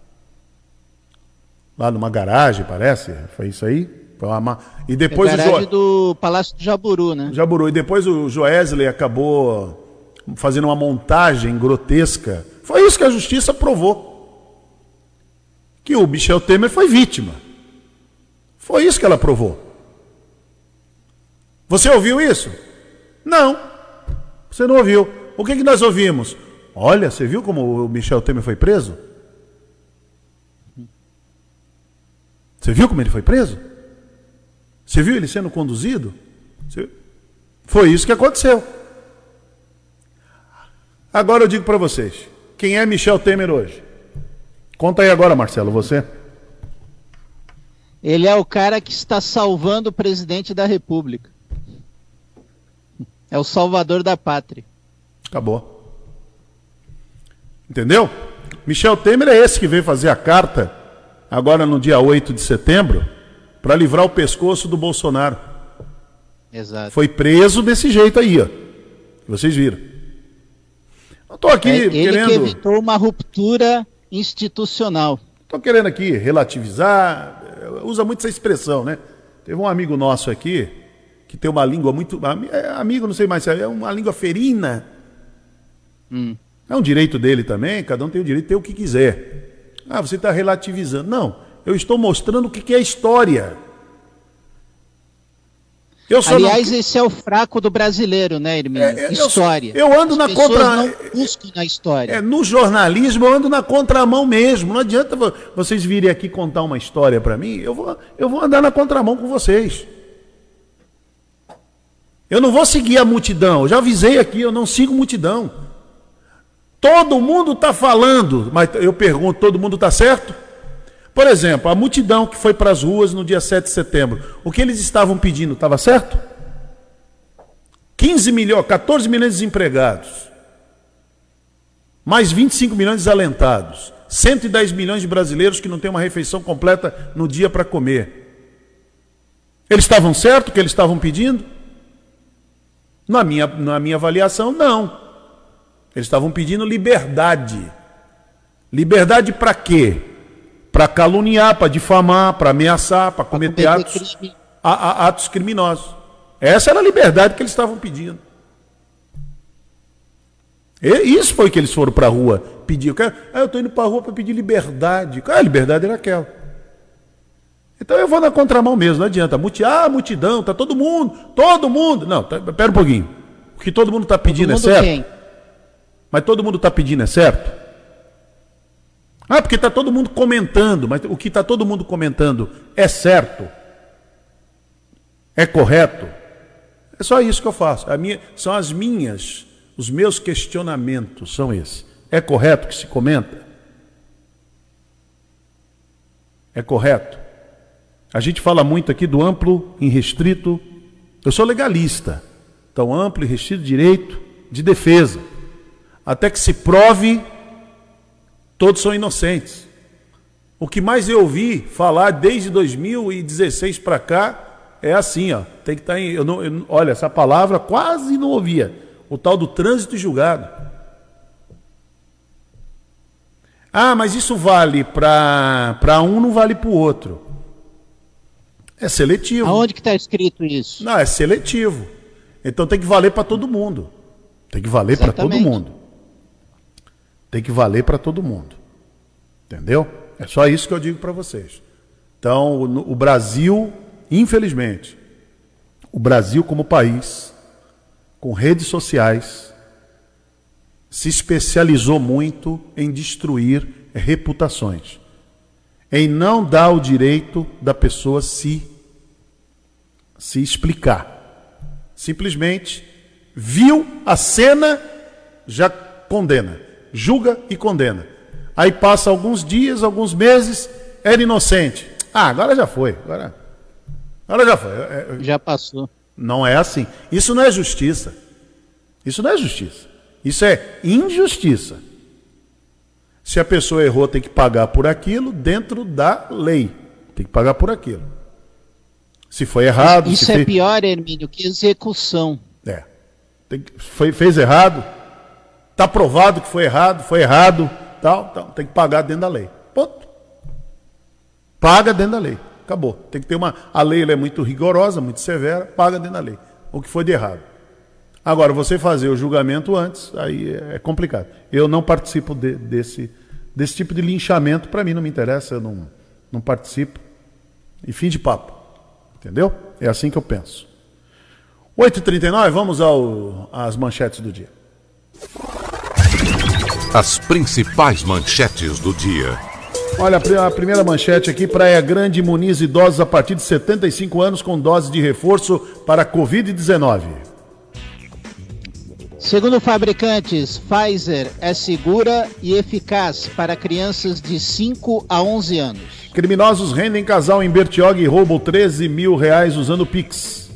S2: lá numa garagem, parece, foi isso aí? Foi uma, e depois
S3: a garagem
S2: o Jo...
S3: do Palácio do Jaburu, né?
S2: Jaburu, e depois o Joesley acabou fazendo uma montagem grotesca. Foi isso que a justiça provou. Que o Michel Temer foi vítima. Foi isso que ela provou. Você ouviu isso? Não. Você não ouviu. O que, que nós ouvimos? Olha, você viu como o Michel Temer foi preso? Você viu como ele foi preso? Você viu ele sendo conduzido? Você... Foi isso que aconteceu. Agora eu digo para vocês, quem é Michel Temer hoje? Conta aí agora, Marcelo, você.
S3: Ele é o cara que está salvando o presidente da República. É o salvador da pátria.
S2: Acabou. Entendeu? Michel Temer é esse que veio fazer a carta, agora no dia oito de setembro, para livrar o pescoço do Bolsonaro.
S3: Exato.
S2: Foi preso desse jeito aí, ó. Vocês viram. Eu tô aqui
S3: é, ele
S2: querendo...
S3: que evitou uma ruptura institucional.
S2: Estou querendo aqui relativizar, usa muito essa expressão, né? Teve um amigo nosso aqui, que tem uma língua muito... Amigo, não sei mais se é uma língua ferina.
S3: Hum.
S2: É um direito dele também, cada um tem o direito de ter o que quiser. Ah, você está relativizando. Não, eu estou mostrando o que é história. Eu só
S3: Aliás,
S2: não...
S3: esse é o fraco do brasileiro, né, Hermínio?
S2: É, é,
S3: história.
S2: Eu, eu ando
S3: As
S2: na
S3: pessoas
S2: contra...
S3: não buscam na história.
S2: É, no jornalismo eu ando na contramão mesmo. Não adianta vocês virem aqui contar uma história para mim, eu vou, eu vou andar na contramão com vocês. Eu não vou seguir a multidão. Eu já avisei aqui, eu não sigo multidão. Todo mundo está falando, mas eu pergunto, todo mundo está certo? Por exemplo, a multidão que foi para as ruas no dia sete de setembro, o que eles estavam pedindo estava certo? quinze milhões, quatorze milhões de desempregados, mais vinte e cinco milhões de desalentados, cento e dez milhões de brasileiros que não têm uma refeição completa no dia para comer. Eles estavam certos o que eles estavam pedindo? Na minha, na minha avaliação, não. Eles estavam pedindo liberdade. Liberdade para quê? Para caluniar, para difamar, para ameaçar, para cometer atos, a, a, atos criminosos. Essa era a liberdade que eles estavam pedindo. E isso foi que eles foram para a rua pedir. Eu, quero, ah, eu estou indo para a rua para pedir liberdade. Ah, a liberdade era aquela. Então eu vou na contramão mesmo, não adianta. Multi, ah, multidão, está todo mundo, todo mundo. Não, tá, pera um pouquinho. O que todo mundo está pedindo é certo? Quem? Mas todo mundo está pedindo é certo? Ah, porque está todo mundo comentando, mas o que está todo mundo comentando é certo? É correto? É só isso que eu faço. A minha, são as minhas, os meus questionamentos são esses. É correto que se comenta? É correto? A gente fala muito aqui do amplo e restrito. Eu sou legalista. Então, amplo e restrito direito de defesa. Até que se prove, todos são inocentes. O que mais eu ouvi falar desde dois mil e dezesseis para cá é assim, ó. Tem que estar em. Eu não, eu, olha, essa palavra quase não ouvia. O tal do trânsito julgado. Ah, mas isso vale para um, não vale para o outro. É seletivo.
S3: Aonde que está escrito isso?
S2: Não, é seletivo. Então tem que valer para todo mundo. Tem que valer para todo mundo. Tem que valer para todo mundo. Entendeu? É só isso que eu digo para vocês. Então, o, o Brasil, infelizmente, o Brasil como país, com redes sociais, se especializou muito em destruir reputações, em não dar o direito da pessoa se, se explicar. Simplesmente viu a cena, já condena, julga e condena. Aí passa alguns dias, alguns meses, era inocente. Ah, agora já foi, agora, agora já foi. É,
S3: já passou.
S2: Não é assim. Isso não é justiça. Isso não é justiça. Isso é injustiça. Se a pessoa errou, tem que pagar por aquilo dentro da lei. Tem que pagar por aquilo. Se foi errado...
S3: Isso
S2: se
S3: é
S2: fez...
S3: pior, Hermínio, que execução.
S2: É. Tem que... foi... Fez errado, está provado que foi errado, foi errado, tal, tal, tem que pagar dentro da lei. Ponto. Paga dentro da lei. Acabou. Tem que ter uma... A lei ela é muito rigorosa, muito severa, paga dentro da lei. O que foi de errado. Agora, você fazer o julgamento antes, aí é complicado. Eu não participo de, desse, desse tipo de linchamento, para mim não me interessa, eu não, não participo. E fim de papo. Entendeu? É assim que eu penso. oito e trinta e nove, vamos ao, às manchetes do dia.
S1: As principais manchetes do dia.
S2: Olha, a primeira manchete aqui: Praia Grande imuniza idosos a partir de setenta e cinco anos com dose de reforço para a covid dezenove.
S3: Segundo fabricantes, Pfizer é segura e eficaz para crianças de cinco a onze anos.
S2: Criminosos rendem casal em Bertioga e roubam treze mil reais usando Pix.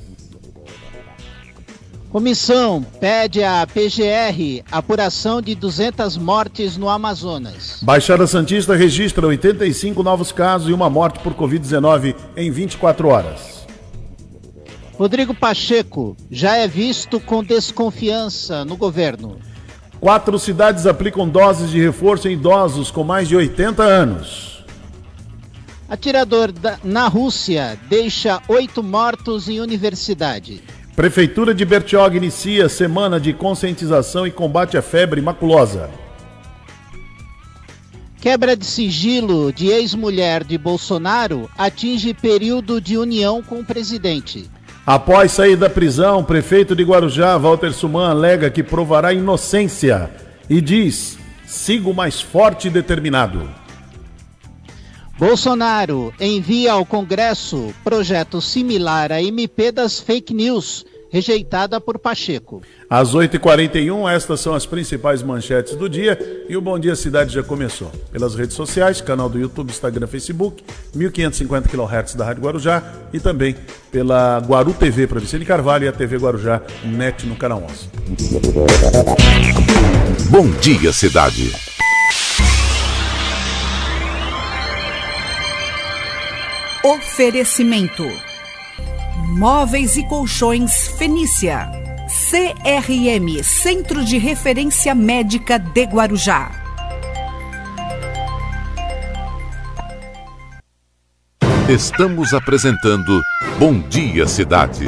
S3: Comissão pede à P G R apuração de duzentas mortes no Amazonas.
S2: Baixada Santista registra oitenta e cinco novos casos e uma morte por covid dezenove em vinte e quatro horas.
S3: Rodrigo Pacheco já é visto com desconfiança no governo.
S2: Quatro cidades aplicam doses de reforço em idosos com mais de oitenta anos.
S3: Atirador da, na Rússia deixa oito mortos em universidade.
S2: Prefeitura de Bertioga inicia semana de conscientização e combate à febre maculosa.
S3: Quebra de sigilo de ex-mulher de Bolsonaro atinge período de união com o presidente.
S2: Após sair da prisão, prefeito de Guarujá, Walter Suman, alega que provará inocência e diz: sigo mais forte e determinado.
S3: Bolsonaro envia ao Congresso projeto similar à M P das fake news, rejeitada por Pacheco.
S2: Às oito e quarenta e um, estas são as principais manchetes do dia e o Bom Dia Cidade já começou. Pelas redes sociais, canal do YouTube, Instagram, Facebook, mil quinhentos e cinquenta quilohertz da Rádio Guarujá e também pela Guaru T V para Vicente Carvalho e a T V Guarujá Net no canal onze.
S1: Bom Dia Cidade.
S4: Oferecimento: Móveis e Colchões Fenícia. C R M, Centro de Referência Médica de Guarujá.
S1: Estamos apresentando Bom Dia Cidade.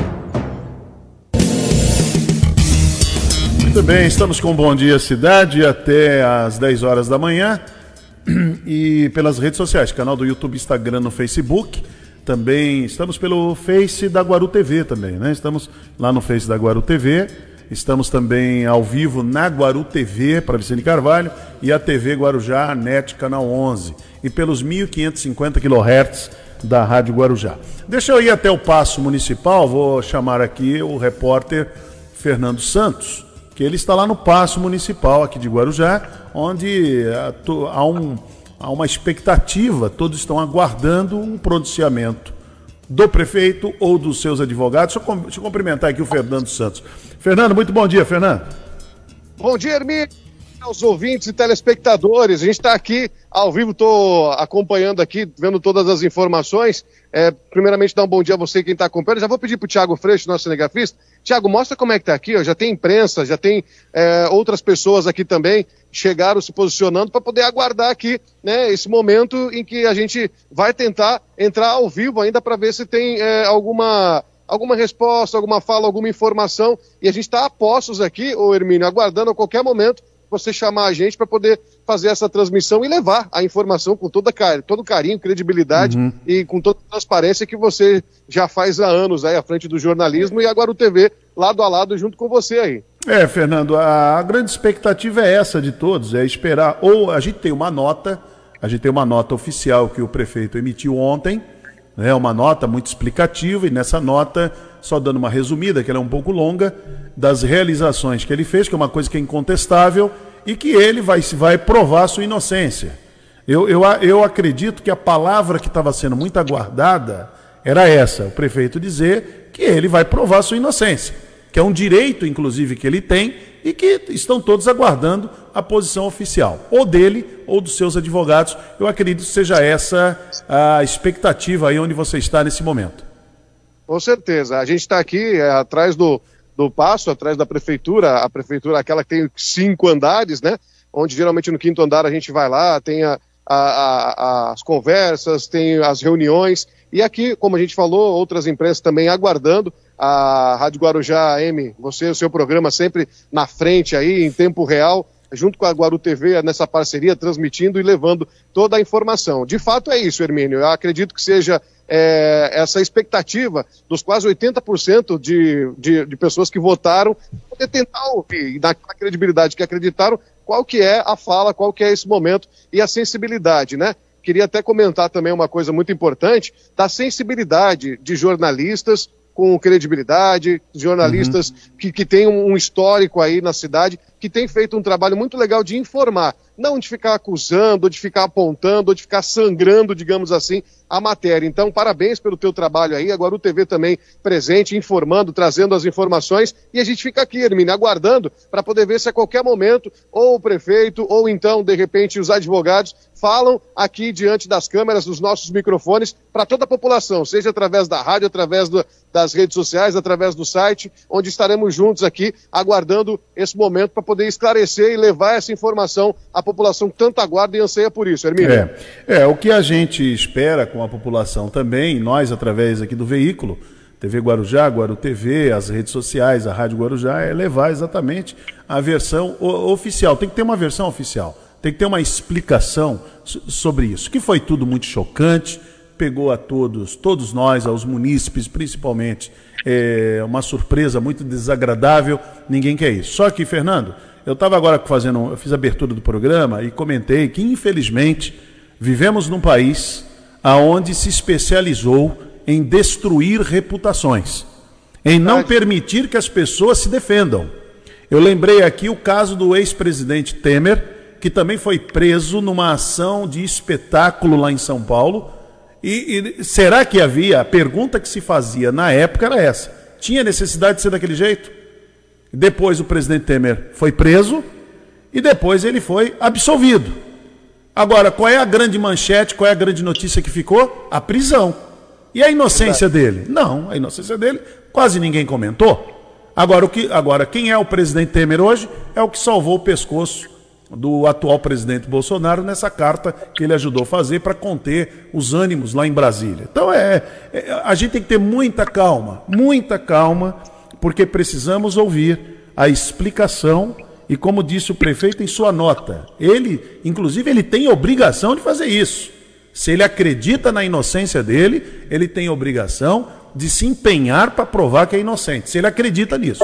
S2: Muito bem, estamos com Bom Dia Cidade até às dez horas da manhã e pelas redes sociais, canal do YouTube, Instagram, no Facebook. Também estamos pelo Face da Guaru T V também, né? Estamos lá no Face da Guaru T V, estamos também ao vivo na Guaru T V para Vicente Carvalho e a T V Guarujá Net canal onze e pelos mil quinhentos e cinquenta quilohertz da Rádio Guarujá. Deixa eu ir até o Paço Municipal, vou chamar aqui o repórter Fernando Santos, que ele está lá no Paço Municipal aqui de Guarujá, onde há um... Há uma expectativa, todos estão aguardando um pronunciamento do prefeito ou dos seus advogados. Deixa eu, deixa eu cumprimentar aqui o Fernando Santos. Fernando, muito bom dia, Fernando.
S5: Bom dia, Hermínio, aos ouvintes e telespectadores. A gente está aqui ao vivo, estou acompanhando aqui, vendo todas as informações. É, primeiramente, dar um bom dia a você quem está acompanhando. Já vou pedir para o Thiago Freixo, nosso cinegrafista. Thiago, mostra como é que está aqui, ó. Já tem imprensa, já tem é, outras pessoas aqui também chegaram se posicionando para poder aguardar aqui, né, esse momento em que a gente vai tentar entrar ao vivo ainda para ver se tem é, alguma, alguma resposta, alguma fala, alguma informação. E a gente está a postos aqui, ô Hermínio, aguardando a qualquer momento você chamar a gente para poder fazer essa transmissão e levar a informação com toda, todo carinho, credibilidade uhum. e com toda a transparência que você já faz há anos aí à frente do jornalismo e agora o T V lado a lado junto com você aí.
S2: É, Fernando, a, a grande expectativa é essa de todos, é esperar, ou a gente tem uma nota, a gente tem uma nota oficial que o prefeito emitiu ontem, né, uma nota muito explicativa, e nessa nota, só dando uma resumida, que ela é um pouco longa, das realizações que ele fez, que é uma coisa que é incontestável, e que ele vai, vai provar a sua inocência. Eu, eu, eu acredito que a palavra que estava sendo muito aguardada era essa, o prefeito dizer que ele vai provar a sua inocência, que é um direito, inclusive, que ele tem e que estão todos aguardando a posição oficial, ou dele ou dos seus advogados. Eu acredito que seja essa a expectativa aí onde você está nesse momento.
S5: Com certeza. A gente está aqui é, atrás do, do paço, atrás da prefeitura, a prefeitura aquela que tem cinco andares, né? Onde geralmente no quinto andar a gente vai lá, tem a, a, a, as conversas, tem as reuniões, e aqui, como a gente falou, outras empresas também aguardando. A Rádio Guarujá A M, você e o seu programa sempre na frente aí, em tempo real, junto com a Guaru T V, nessa parceria, transmitindo e levando toda a informação. De fato é isso, Hermínio. Eu acredito que seja é, essa expectativa dos quase oitenta por cento de, de, de pessoas que votaram, poder tentar ouvir, na credibilidade que acreditaram, qual que é a fala, qual que é esse momento e a sensibilidade, né? Queria até comentar também uma coisa muito importante, da sensibilidade de jornalistas com credibilidade, jornalistas uhum. que, que têm um histórico aí na cidade, que têm feito um trabalho muito legal de informar, não de ficar acusando, ou de ficar apontando, ou de ficar sangrando, digamos assim, a matéria. Então, parabéns pelo teu trabalho aí, agora o T V também presente, informando, trazendo as informações, e a gente fica aqui, Hermínio, aguardando para poder ver se a qualquer momento, ou o prefeito, ou então, de repente, os advogados falam aqui diante das câmeras, dos nossos microfones, para toda a população, seja através da rádio, através do, das redes sociais, através do site, onde estaremos juntos aqui, aguardando esse momento para poder esclarecer e levar essa informação à população que tanto aguarda e anseia por isso, Hermínio.
S2: É, é, o que a gente espera com a população também, nós através aqui do veículo, T V Guarujá, Guaru T V, as redes sociais, a Rádio Guarujá, é levar exatamente a versão oficial. Tem que ter uma versão oficial, tem que ter uma explicação sobre isso, que foi tudo muito chocante, pegou a todos, todos nós, aos munícipes principalmente, é, uma surpresa muito desagradável, ninguém quer isso. Só que, Fernando, eu estava agora fazendo, eu fiz a abertura do programa e comentei que, infelizmente, vivemos num país aonde se especializou em destruir reputações, em não permitir que as pessoas se defendam. Eu lembrei aqui o caso do ex-presidente Temer, que também foi preso numa ação de espetáculo lá em São Paulo. E, e será que havia, a pergunta que se fazia na época era essa, tinha necessidade de ser daquele jeito? Depois o presidente Temer foi preso e depois ele foi absolvido. Agora, qual é a grande manchete, qual é a grande notícia que ficou? A prisão. E a inocência dele? Não, a inocência dele quase ninguém comentou. Agora, o que, agora, quem é o presidente Temer hoje é o que salvou o pescoço do atual presidente Bolsonaro nessa carta que ele ajudou a fazer para conter os ânimos lá em Brasília. Então, é, é, a gente tem que ter muita calma, muita calma, porque precisamos ouvir a explicação e, como disse o prefeito em sua nota, ele, inclusive, ele tem obrigação de fazer isso. Se ele acredita na inocência dele, ele tem obrigação de se empenhar para provar que é inocente, se ele acredita nisso.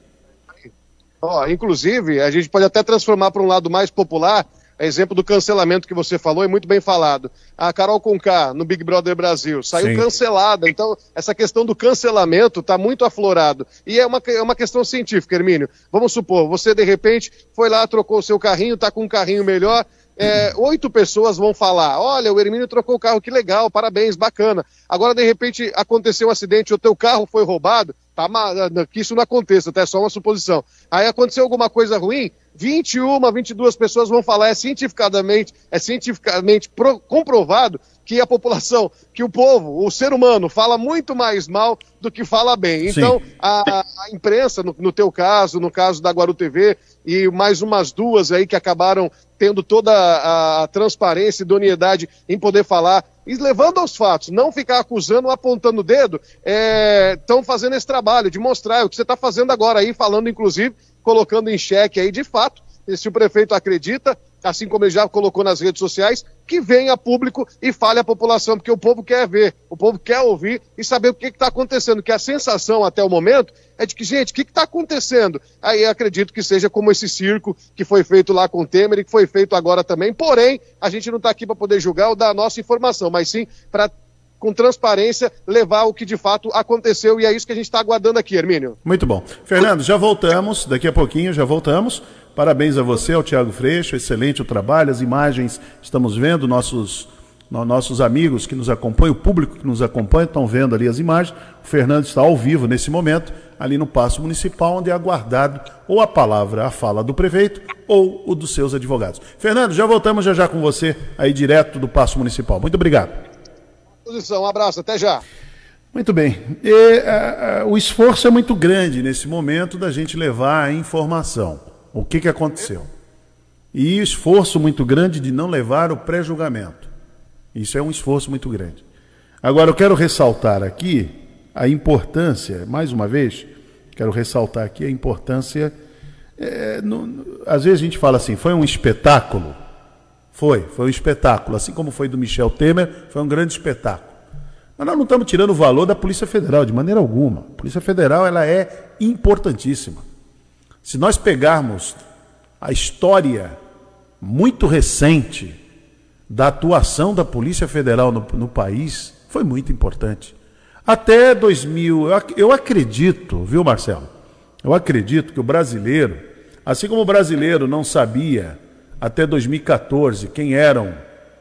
S5: Oh, inclusive, a gente pode até transformar para um lado mais popular, exemplo do cancelamento que você falou, é muito bem falado. A Carol Conká, no Big Brother Brasil, saiu Sim. cancelada. Então, essa questão do cancelamento está muito aflorado. E é uma, é uma questão científica, Hermínio. Vamos supor, você de repente foi lá, trocou o seu carrinho, está com um carrinho melhor, é, oito pessoas vão falar, olha, o Hermínio trocou o carro, que legal, parabéns, bacana. Agora, de repente, aconteceu um acidente, o teu carro foi roubado, tá, que isso não aconteça, tá, é só uma suposição. Aí aconteceu alguma coisa ruim, vinte e uma, vinte e duas pessoas vão falar, é cientificamente, é cientificamente pro, comprovado que a população, que o povo, o ser humano, fala muito mais mal do que fala bem. Então, a, a imprensa, no, no teu caso, no caso da Guaru T V, e mais umas duas aí que acabaram tendo toda a, a transparência e idoneidade em poder falar, e levando aos fatos, não ficar acusando, apontando o dedo, estão é, fazendo esse trabalho de mostrar o que você está fazendo agora aí, falando inclusive, colocando em xeque aí de fato, se o prefeito acredita, assim como ele já colocou nas redes sociais, que venha a público e fale à população, porque o povo quer ver, o povo quer ouvir e saber o que está acontecendo, que a sensação até o momento é de que, gente, o que está acontecendo? Aí eu acredito que seja como esse circo que foi feito lá com o Temer e que foi feito agora também, porém, a gente não está aqui para poder julgar ou dar a nossa informação, mas sim para, com transparência, levar o que de fato aconteceu, e é isso que a gente está aguardando aqui, Hermínio.
S2: Muito bom. Fernando, já voltamos, daqui a pouquinho já voltamos. Parabéns a você, ao Tiago Freixo, excelente o trabalho, as imagens estamos vendo, nossos, nossos amigos que nos acompanham, o público que nos acompanha, estão vendo ali as imagens. O Fernando está ao vivo nesse momento, ali no Paço Municipal, onde é aguardado ou a palavra, a fala do prefeito ou o dos seus advogados. Fernando, já voltamos já já com você aí direto do Paço Municipal. Muito obrigado.
S5: Um abraço, até já.
S2: Muito bem. E, uh, uh, o esforço é muito grande nesse momento da gente levar a informação. O que, que aconteceu? E esforço muito grande de não levar o pré-julgamento. Isso é um esforço muito grande. Agora, eu quero ressaltar aqui a importância, mais uma vez, quero ressaltar aqui a importância. É, no, no, às vezes a gente fala assim, foi um espetáculo. Foi, foi um espetáculo. Assim como foi do Michel Temer, foi um grande espetáculo. Mas nós não estamos tirando o valor da Polícia Federal, de maneira alguma. A Polícia Federal ela é importantíssima. Se nós pegarmos a história muito recente da atuação da Polícia Federal no, no país, foi muito importante. Até dois mil, eu, eu acredito, viu, Marcelo? Eu acredito que o brasileiro, assim como o brasileiro não sabia até dois mil e quatorze quem eram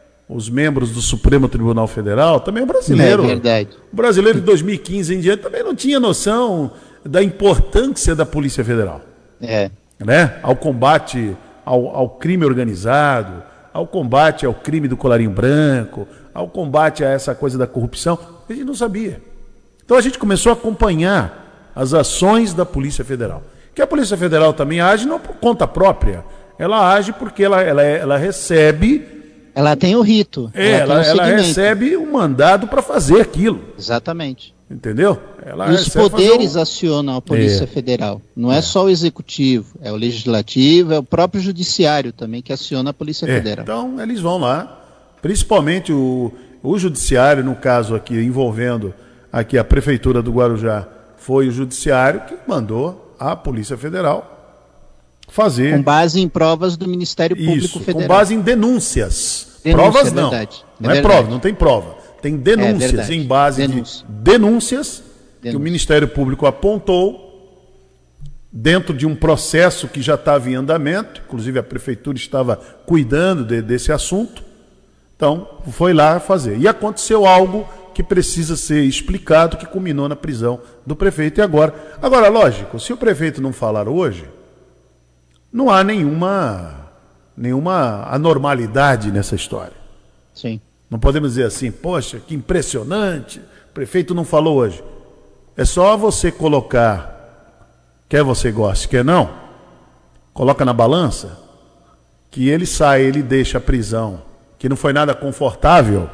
S2: os membros do Supremo Tribunal Federal, também o brasileiro.
S3: É verdade.
S2: O brasileiro de dois mil e quinze em diante também não tinha noção da importância da Polícia Federal.
S3: É.
S2: Né? Ao combate ao, ao crime organizado, ao combate ao crime do colarinho branco, ao combate a essa coisa da corrupção, a gente não sabia. Então a gente começou a acompanhar as ações da Polícia Federal. Que a Polícia Federal também age não por conta própria, ela age porque ela, ela, ela recebe...
S3: Ela tem o rito.
S2: É, ela, ela, ela recebe um mandado para fazer aquilo.
S3: Exatamente.
S2: Entendeu? Ela
S3: e os poderes um... acionam a Polícia
S2: é.
S3: Federal. Não é.
S2: é
S3: só o Executivo, é o Legislativo, é o próprio Judiciário também que aciona a Polícia
S2: é.
S3: Federal.
S2: Então, eles vão lá, principalmente o, o Judiciário, no caso aqui, envolvendo aqui a Prefeitura do Guarujá, foi o Judiciário que mandou a Polícia Federal fazer...
S3: Com base em provas do Ministério Público
S2: Isso,
S3: Federal.
S2: com base em denúncias.
S3: Denúncia,
S2: Provas não.
S3: É verdade.
S2: Não
S3: é,
S2: é prova, não tem prova. Tem denúncias
S3: é
S2: em base
S3: denúncia.
S2: de denúncias
S3: denúncia.
S2: que o Ministério Público apontou dentro de um processo que já estava em andamento, inclusive a Prefeitura estava cuidando de, desse assunto. Então, foi lá fazer. E aconteceu algo que precisa ser explicado, que culminou na prisão do prefeito. E agora? Agora, lógico, se o prefeito não falar hoje, não há nenhuma, nenhuma anormalidade nessa história.
S3: Sim.
S2: Não podemos dizer assim, poxa, que impressionante, o prefeito não falou hoje. É só você colocar, quer você goste, quer não, coloca na balança, que ele sai, ele deixa a prisão, que não foi nada confortável,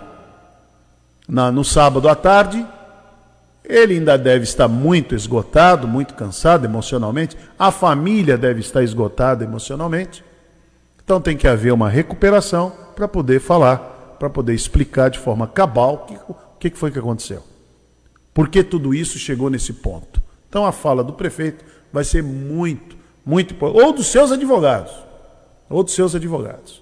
S2: na, no sábado à tarde, ele ainda deve estar muito esgotado, muito cansado emocionalmente, a família deve estar esgotada emocionalmente, então tem que haver uma recuperação para poder falar, para poder explicar de forma cabal o que, que foi que aconteceu. Por que tudo isso chegou nesse ponto? Então a fala do prefeito vai ser muito, muito importante. Ou dos seus advogados. Ou dos seus advogados.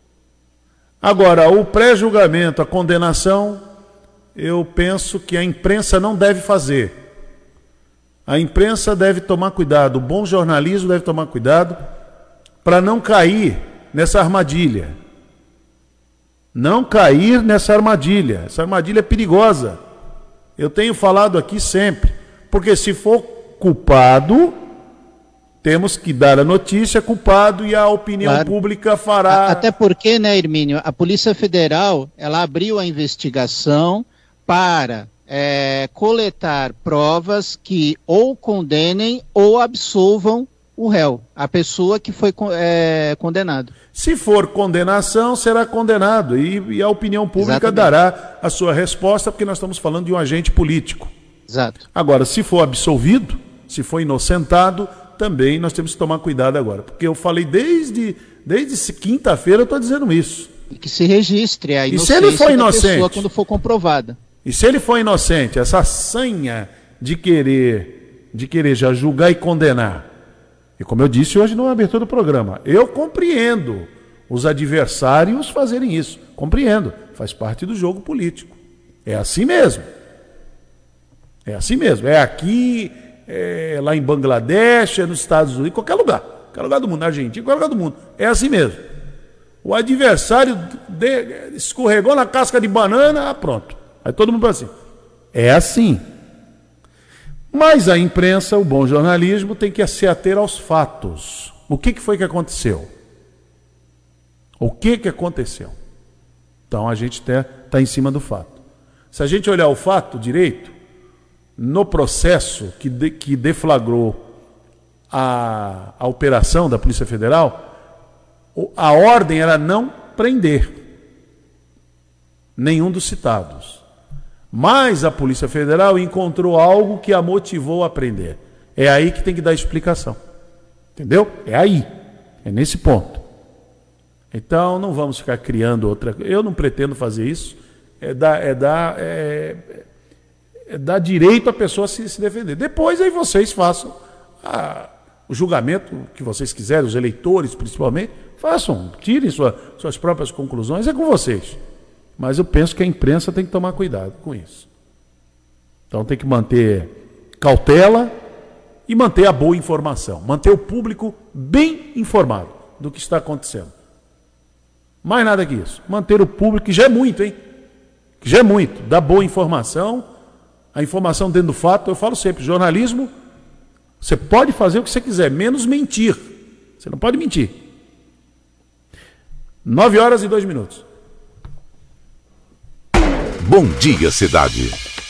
S2: Agora, o pré-julgamento, a condenação, eu penso que a imprensa não deve fazer. A imprensa deve tomar cuidado, o bom jornalismo deve tomar cuidado para não cair nessa armadilha. Não cair nessa armadilha. Essa armadilha é perigosa. Eu tenho falado aqui sempre. Porque se for culpado, temos que dar a notícia culpado e a opinião claro. Pública fará...
S3: Até porque, né, Hermínio, a Polícia Federal, ela abriu a investigação para é, coletar provas que ou condenem ou absolvam o réu, a pessoa que foi é, condenado.
S2: Se for condenação, será condenado e, e a opinião pública Exatamente. Dará a sua resposta, porque nós estamos falando de um agente político.
S3: Exato.
S2: Agora, se for absolvido, se for inocentado, também nós temos que tomar cuidado agora. Porque eu falei desde, desde quinta-feira, eu estou dizendo isso.
S3: E que se registre a
S2: inocência da pessoa
S3: quando for comprovada.
S2: E se ele for inocente, essa sanha de querer, de querer já julgar e condenar. E como eu disse hoje na abertura do programa, eu compreendo os adversários fazerem isso. Compreendo. Faz parte do jogo político. É assim mesmo. É assim mesmo. É aqui, é lá em Bangladesh, é nos Estados Unidos, qualquer lugar. Qualquer lugar do mundo, na Argentina, qualquer lugar do mundo. É assim mesmo. O adversário de, escorregou na casca de banana, ah, pronto. Aí todo mundo fala assim. É assim. Mas a imprensa, o bom jornalismo, tem que se ater aos fatos. O que, que foi que aconteceu? O que, que aconteceu? Então a gente está em cima do fato. Se a gente olhar o fato direito, no processo que, de, que deflagrou a, a operação da Polícia Federal, a ordem era não prender nenhum dos citados. Mas a Polícia Federal encontrou algo que a motivou a prender. É aí que tem que dar explicação. Entendeu? É aí. É nesse ponto. Então não vamos ficar criando outra coisa. Eu não pretendo fazer isso. É dar, é dar, é, é dar direito à pessoa a se, se defender. Depois aí vocês façam a, o julgamento que vocês quiserem, os eleitores principalmente, façam, tirem sua, suas próprias conclusões, é com vocês. Mas eu penso que a imprensa tem que tomar cuidado com isso. Então tem que manter cautela e manter a boa informação. Manter o público bem informado do que está acontecendo. Mais nada que isso. Manter o público, que já é muito, hein? Que já é muito. Dar boa informação, a informação dentro do fato. Eu falo sempre, jornalismo, você pode fazer o que você quiser, menos mentir. Você não pode mentir. Nove horas e dois minutos.
S1: Bom dia, cidade.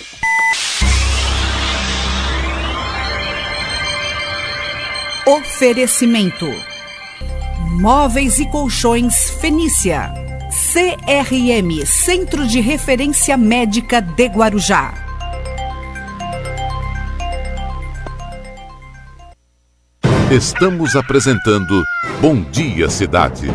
S4: Oferecimento: Móveis e Colchões Fenícia. C R M, Centro de Referência Médica de Guarujá.
S1: Estamos apresentando Bom Dia, Cidade.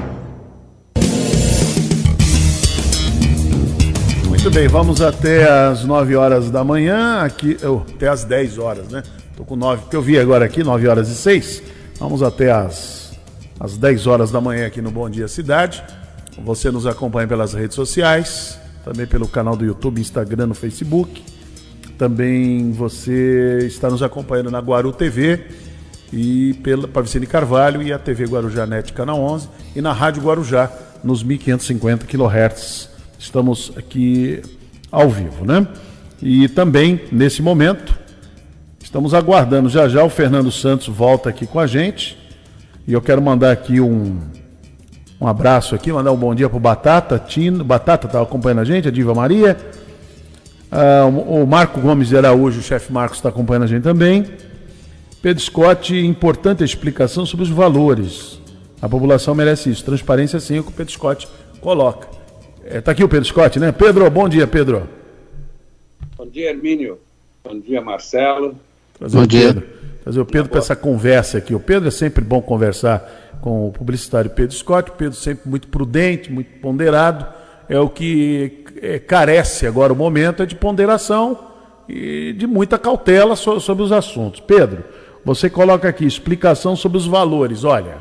S2: Muito bem, vamos até às nove horas da manhã, aqui, oh, até às dez horas, né? Estou com nove, porque eu vi agora aqui, nove horas e seis. Vamos até às, às dez horas da manhã aqui no Bom Dia Cidade. Você nos acompanha pelas redes sociais, também pelo canal do YouTube, Instagram, no Facebook. Também você está nos acompanhando na Guaru T V e pela Pavicini Carvalho e a T V Guarujá Net Canal onze e na Rádio Guarujá nos mil quinhentos e cinquenta quilohertz. Estamos aqui ao vivo, né? E também, nesse momento, estamos aguardando. Já já o Fernando Santos volta aqui com a gente. E eu quero mandar aqui um, um abraço aqui, mandar um bom dia pro Batata. Tino, Batata estava acompanhando a gente, a Diva Maria. Ah, o Marco Gomes de Araújo, o chefe Marcos, está acompanhando a gente também. Pedro Scott, importante a explicação sobre os valores. A população merece isso. Transparência, sim, é o que o Pedro Scott coloca. Está é, aqui o Pedro Scott, né? Pedro, bom dia, Pedro.
S6: Bom dia, Hermínio. Bom dia, Marcelo.
S2: Trazer bom dia. Pedro, trazer o Pedro para essa conversa aqui. O Pedro é sempre bom conversar com o publicitário Pedro Scott. O Pedro sempre muito prudente, muito ponderado. É o que é, carece agora o momento, é de ponderação e de muita cautela so, sobre os assuntos. Pedro, você coloca aqui explicação sobre os valores. Olha,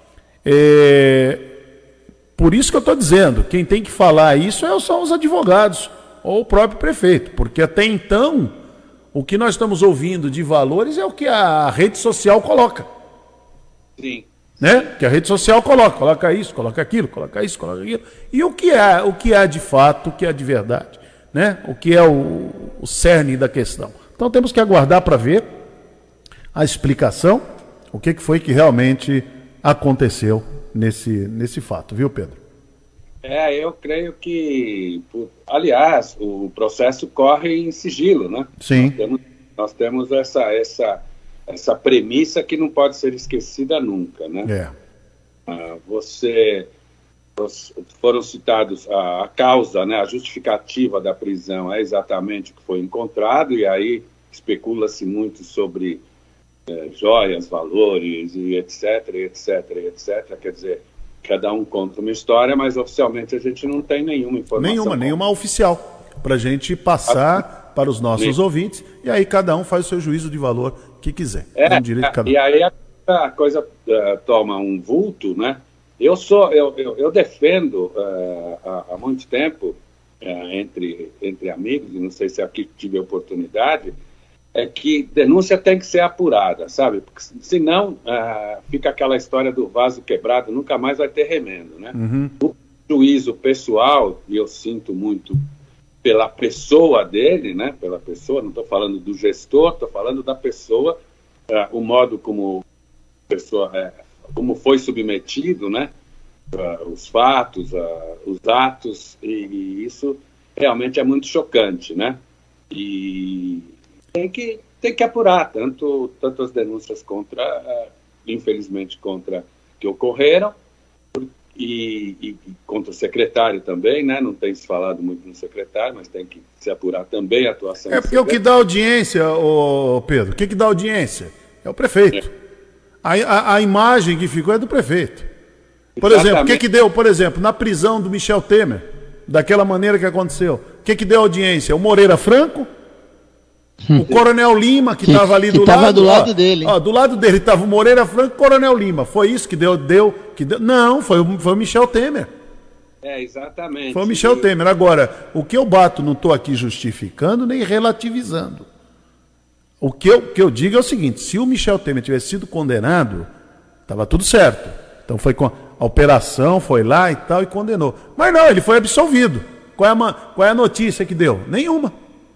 S2: é... por isso que eu estou dizendo, quem tem que falar isso são os advogados ou o próprio prefeito, porque até então o que nós estamos ouvindo de valores é o que a rede social coloca.
S6: Sim.
S2: Né? Que a rede social coloca, coloca isso, coloca aquilo, coloca isso, coloca aquilo. E o que é, o que é de fato, o que é de verdade, né? O que é o, o cerne da questão. Então temos que aguardar para ver a explicação, o que foi que realmente aconteceu nesse, nesse fato, viu, Pedro?
S6: É, eu creio que, aliás, o processo corre em sigilo, né?
S2: Sim.
S6: Nós temos, nós temos essa, essa, essa premissa que não pode ser esquecida nunca, né?
S2: É.
S6: Ah, você, foram citados a, a causa, né, a justificativa da prisão é exatamente o que foi encontrado, e aí especula-se muito sobre é, joias, valores, e etc, etc, etcétera. Quer dizer, cada um conta uma história, mas oficialmente a gente não tem nenhuma informação.
S2: Nenhuma, nenhuma oficial, para a gente passar para os nossos Sim. ouvintes, e aí cada um faz o seu juízo de valor que quiser.
S6: É, é um direito de cada um. E aí a, a coisa uh, toma um vulto, né? Eu sou, eu, eu, eu defendo uh, há, há muito tempo, uh, entre, entre amigos, e não sei se aqui tive a oportunidade, é que denúncia tem que ser apurada, sabe? Porque senão uh, fica aquela história do vaso quebrado, nunca mais vai ter remendo, né? Uhum. O juízo pessoal, e eu sinto muito pela pessoa dele, né? Pela pessoa, não estou falando do gestor, estou falando da pessoa, uh, o modo como a pessoa, uh, como foi submetido, né? Uh, os fatos, uh, os atos, e, e isso realmente é muito chocante, né? E tem que, tem que apurar tanto, tanto as denúncias contra, uh, infelizmente, contra que ocorreram, E, e, e contra o secretário também, né? Não tem se falado muito no secretário, mas tem que se apurar também a atuação
S2: É porque o que dá audiência, ô Pedro, o que, que dá audiência? É o prefeito. É. A, a, a imagem que ficou é do prefeito. Por Exatamente. exemplo, o que, que deu, por exemplo, na prisão do Michel Temer, daquela maneira que aconteceu? O que, que deu audiência? O Moreira Franco, o Coronel Lima, que estava ali do
S3: que
S2: lado,
S3: do lado
S2: ó,
S3: dele.
S2: Ó, do lado dele estava o Moreira Franco e o Coronel Lima. Foi isso que deu, deu, que deu? Não, foi, foi o Michel Temer.
S6: É, exatamente.
S2: Foi o Michel e... Temer. Agora, o que eu bato, não estou aqui justificando nem relativizando. O que eu, que eu digo é o seguinte, se o Michel Temer tivesse sido condenado, estava tudo certo. Então foi com a operação, foi lá e tal, e condenou. Mas não, ele foi absolvido. Qual é a, qual é a notícia que deu? Nenhuma.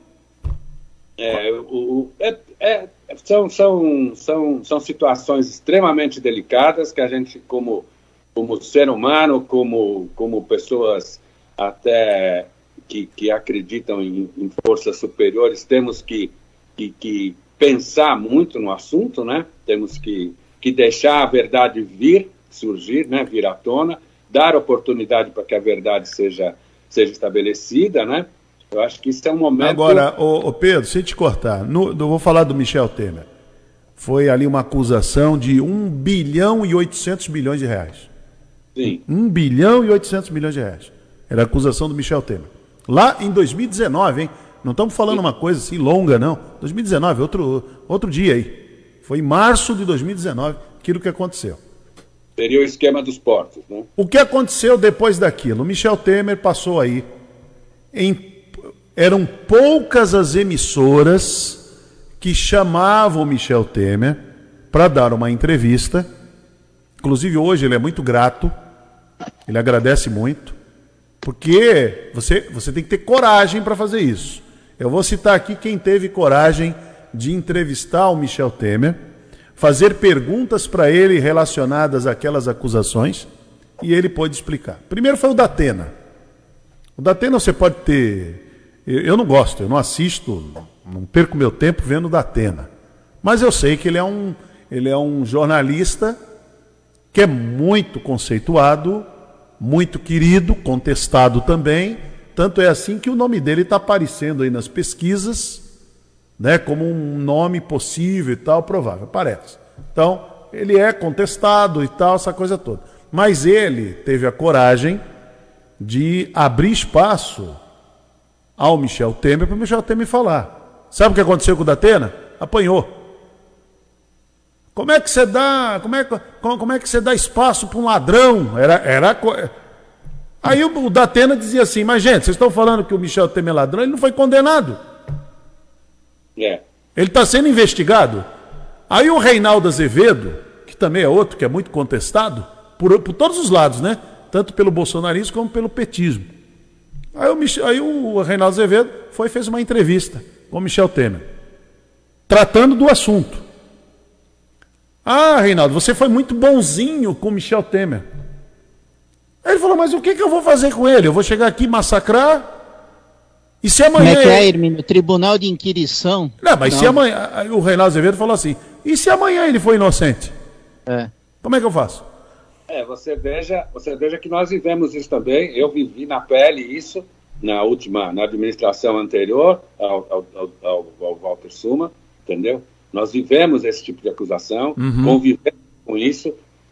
S6: É, o, o, é, é, são, são, são, são situações extremamente delicadas que a gente, como, como ser humano, como, como pessoas até que, que acreditam em, em forças superiores, temos que, que, que pensar muito no assunto, né? Temos que, que deixar a verdade vir, surgir, né? Vir à tona, dar oportunidade para que a verdade seja, seja estabelecida, né? Eu acho que isso é um momento...
S2: Agora, ô, ô Pedro, sem te cortar, no, eu vou falar do Michel Temer. Foi ali uma acusação de um bilhão e oitocentos milhões de reais.
S6: Sim.
S2: um bilhão e oitocentos milhões de reais. Era a acusação do Michel Temer. Lá em dois mil e dezenove, hein? Não estamos falando Sim. uma coisa assim longa, não. dois mil e dezenove, outro, outro dia aí. Foi em março de dois mil e dezenove aquilo que aconteceu.
S6: Seria o esquema dos portos, né?
S2: O que aconteceu depois daquilo? O Michel Temer passou aí em... Eram poucas as emissoras que chamavam o Michel Temer para dar uma entrevista. Inclusive hoje ele é muito grato, ele agradece muito, porque você, você tem que ter coragem para fazer isso. Eu vou citar aqui quem teve coragem de entrevistar o Michel Temer, fazer perguntas para ele relacionadas àquelas acusações, e ele pôde explicar. Primeiro foi o Datena. O Datena você pode ter... Eu não gosto, eu não assisto, não perco meu tempo vendo o Datena. Mas eu sei que ele é um, ele é um jornalista que é muito conceituado, muito querido, contestado também. Tanto é assim que o nome dele está aparecendo aí nas pesquisas, né, como um nome possível e tal, provável, parece. Então, ele é contestado e tal, essa coisa toda. Mas ele teve a coragem de abrir espaço ao Michel Temer, para o Michel Temer falar. Sabe o que aconteceu com o Datena? Apanhou. Como é que você dá, como é, como, como é que você dá espaço para um ladrão? Era, era... Aí o, o Datena dizia assim, mas gente, vocês estão falando que o Michel Temer é ladrão, ele não foi condenado.
S6: Yeah.
S2: Ele está sendo investigado. Aí o Reinaldo Azevedo, que também é outro que é muito contestado, por, por todos os lados, né? Tanto pelo bolsonarismo como pelo petismo. Aí o, Michel, aí o Reinaldo Azevedo foi e fez uma entrevista com o Michel Temer, tratando do assunto. Ah, Reinaldo, você foi muito bonzinho com o Michel Temer. Aí ele falou, mas o que, que eu vou fazer com ele? Eu vou chegar aqui e massacrar? E se amanhã...
S3: Como é que é, Hermínio? Tribunal de Inquirição?
S2: Não, mas
S3: Não.
S2: se amanhã... O Reinaldo Azevedo falou assim, e se amanhã ele for inocente?
S3: É.
S2: Como é que eu faço?
S6: É, você veja, você veja que nós vivemos isso também. Eu vivi na pele isso na última, na administração anterior ao, ao, ao, ao Walter Suma, entendeu? Nós vivemos esse tipo de acusação,
S2: Uhum.
S6: convivemos com isso,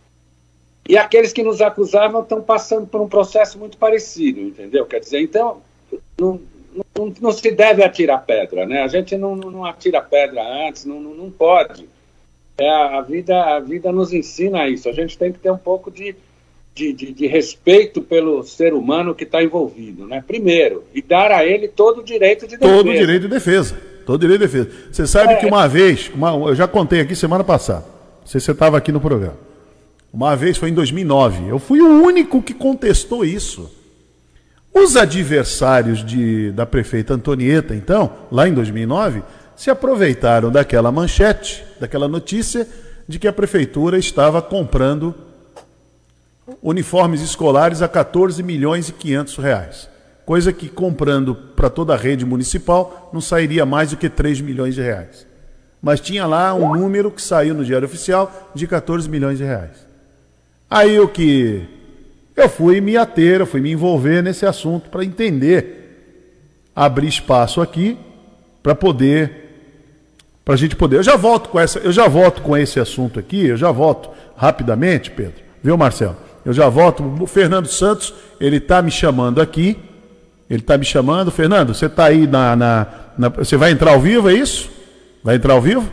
S6: e aqueles que nos acusavam estão passando por um processo muito parecido, entendeu? Quer dizer, então, não, não, não se deve atirar pedra, né? A gente não, não atira pedra antes, não, não, não pode. É, a, vida, a vida nos ensina isso. A gente tem que ter um pouco de, de, de, de respeito pelo ser humano que está envolvido, né? Primeiro, e dar a ele todo o direito de defesa.
S2: Todo o direito de defesa. Todo o direito de defesa. Você sabe
S6: É.
S2: que uma vez, uma, eu já contei aqui semana passada, não sei se você estava aqui no programa, uma vez foi em dois mil e nove, eu fui o único que contestou isso. Os adversários de, da prefeita Antonieta, então, lá em dois mil e nove, se aproveitaram daquela manchete, daquela notícia, de que a prefeitura estava comprando uniformes escolares a quatorze milhões e quinhentos reais. Coisa que, comprando para toda a rede municipal, não sairia mais do que três milhões de reais. Mas tinha lá um número que saiu no Diário Oficial de quatorze milhões de reais. Aí o que... Eu fui me ater, eu fui me envolver nesse assunto para entender, abrir espaço aqui para poder... Para a gente poder. Eu já volto com essa, eu já volto com esse assunto aqui, eu já volto rapidamente, Pedro. Viu, Marcelo? Eu já volto. O Fernando Santos, ele está me chamando aqui. Ele está me chamando. Fernando, você está aí na, na, na. Você vai entrar ao vivo, é isso? Vai entrar ao vivo?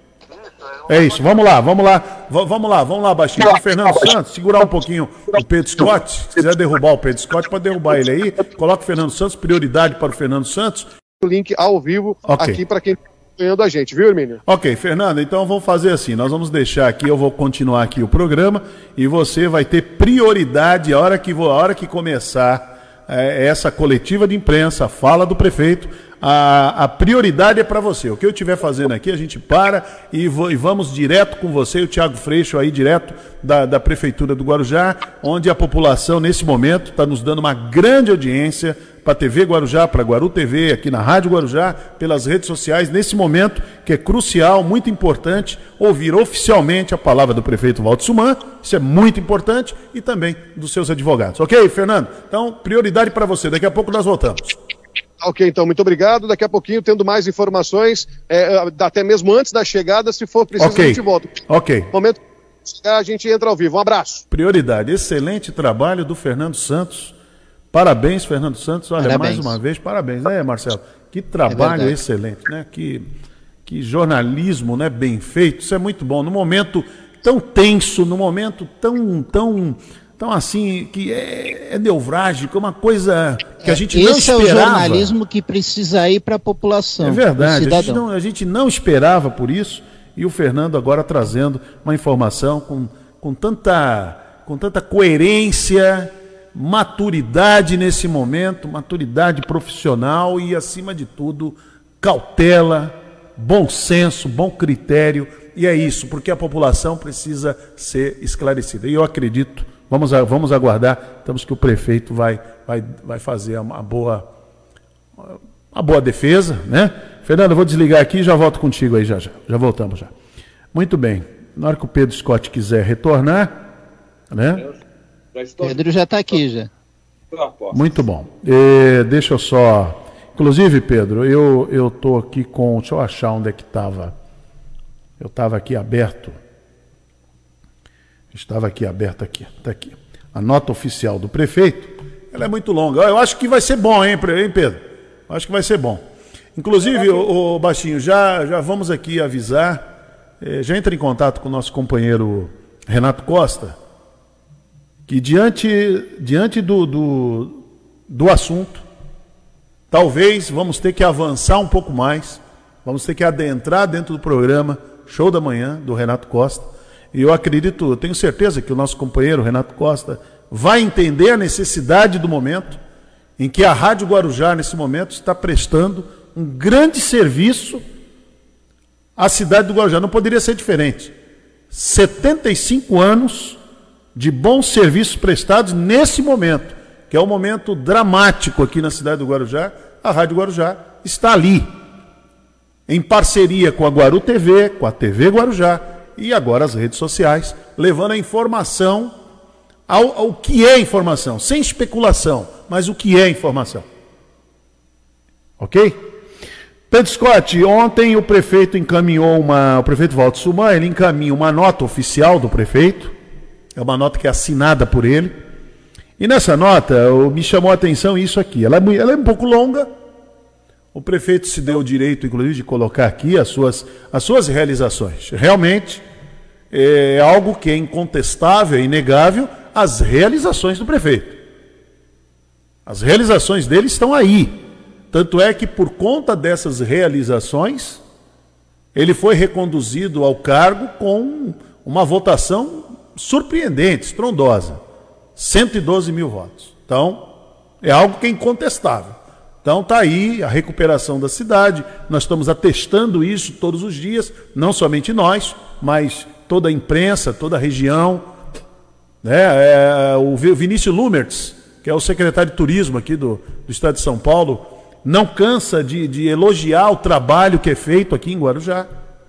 S2: É isso, vamos lá, vamos lá. V vamos lá, vamos lá, baixinho. O Fernando Santos, segurar um pouquinho o Pedro Scott. Se quiser derrubar o Pedro Scott, pode derrubar ele aí. Coloca o Fernando Santos, prioridade para o Fernando Santos.
S5: O link ao vivo
S2: Ok.
S5: aqui para quem está acompanhando a gente, viu, Hermínio?
S2: Ok, Fernando, então vamos fazer assim, nós vamos deixar aqui, eu vou continuar aqui o programa e você vai ter prioridade a hora que, a hora que começar é, essa coletiva de imprensa, a fala do prefeito, a, a prioridade é para você. O que eu estiver fazendo aqui, a gente para e, vo, e vamos direto com você, o Thiago Freixo aí, direto da, da Prefeitura do Guarujá, onde a população, nesse momento, está nos dando uma grande audiência para a T V Guarujá, para a Guaru T V, aqui na Rádio Guarujá, pelas redes sociais, nesse momento que é crucial, muito importante, ouvir oficialmente a palavra do prefeito Valdo Suman, isso é muito importante, e também dos seus advogados. Ok, Fernando? Então, prioridade para você, daqui a pouco nós voltamos.
S5: Ok, então, muito obrigado. Daqui a pouquinho, tendo mais informações, é, até mesmo antes da chegada, se for preciso,
S2: Ok.
S5: a gente volta.
S2: Ok.
S5: No momento que chegar, a gente entra ao vivo. Um abraço.
S2: Prioridade, excelente trabalho do Fernando Santos. Parabéns, Fernando Santos. Olha,
S3: Parabéns.
S2: mais uma vez, parabéns, né, Marcelo? Que trabalho
S3: verdade.
S2: excelente, né? Que, que jornalismo, né, bem feito. Isso é muito bom. No momento tão tenso, no momento tão, tão, tão assim, que é, é nevrálgico, uma coisa que a gente não
S3: Esse é
S2: esperava.
S3: o jornalismo que precisa ir para a população.
S2: É verdade,
S3: pro
S2: a gente,
S3: cidadão.
S2: não, a gente não esperava por isso, e o Fernando agora trazendo uma informação com, com, tanta, com tanta coerência, maturidade nesse momento, maturidade profissional e, acima de tudo, cautela, bom senso, bom critério, e é isso, porque a população precisa ser esclarecida. E eu acredito, vamos, a- vamos aguardar, estamos que o prefeito vai, vai, vai fazer uma boa... uma boa defesa, né? Fernando, eu vou desligar aqui e já volto contigo aí já, já. Já voltamos já. Muito bem. Na hora que o Pedro Scott quiser retornar, né?
S6: Já estou...
S3: Pedro já está aqui, já.
S6: estou a posto.
S2: Muito bom. Eh, deixa eu só... Inclusive, Pedro, eu eu tô aqui com... Deixa eu achar onde é que estava. Eu estava aqui aberto. Estava aqui aberto aqui. Está aqui. A nota oficial do prefeito, ela é muito longa. Eu acho que vai ser bom, hein, Pre- hein Pedro? Eu acho que vai ser bom. Inclusive, o, Baixinho, já, já vamos aqui avisar, eh, já entra em contato com o nosso companheiro Renato Costa, que diante, diante do, do, do assunto, talvez vamos ter que avançar um pouco mais, vamos ter que adentrar dentro do programa Show da Manhã, do Renato Costa, e eu acredito, eu tenho certeza que o nosso companheiro Renato Costa vai entender a necessidade do momento, em que a Rádio Guarujá, nesse momento, está prestando um grande serviço à cidade do Guarujá. Não poderia ser diferente. setenta e cinco anos de bons serviços prestados nesse momento, que é um momento dramático aqui na cidade do Guarujá. A Rádio Guarujá está ali, em parceria com a Guaru T V, com a T V Guarujá e agora as redes sociais, levando a informação ao, ao que é informação, sem especulação, mas o que é informação. Ok? Pedro Scott, ontem o prefeito encaminhou uma, o prefeito Walter Suman, ele encaminha uma nota oficial do prefeito, é uma nota que é assinada por ele, e nessa nota me chamou a atenção isso aqui, ela é, ela é um pouco longa, o prefeito se deu o direito, inclusive, de colocar aqui as suas, as suas realizações. Realmente é algo que é incontestável, é inegável, as realizações do prefeito. As realizações dele estão aí. Tanto é que, por conta dessas realizações, ele foi reconduzido ao cargo com uma votação surpreendente, estrondosa. cento e doze mil votos. Então, é algo que é incontestável. Então está aí a recuperação da cidade, nós estamos atestando isso todos os dias, não somente nós, mas toda a imprensa, toda a região. Né? É, o Vinícius Lumertz, que é o secretário de turismo aqui do, do estado de São Paulo, não cansa de, de elogiar o trabalho que é feito aqui em Guarujá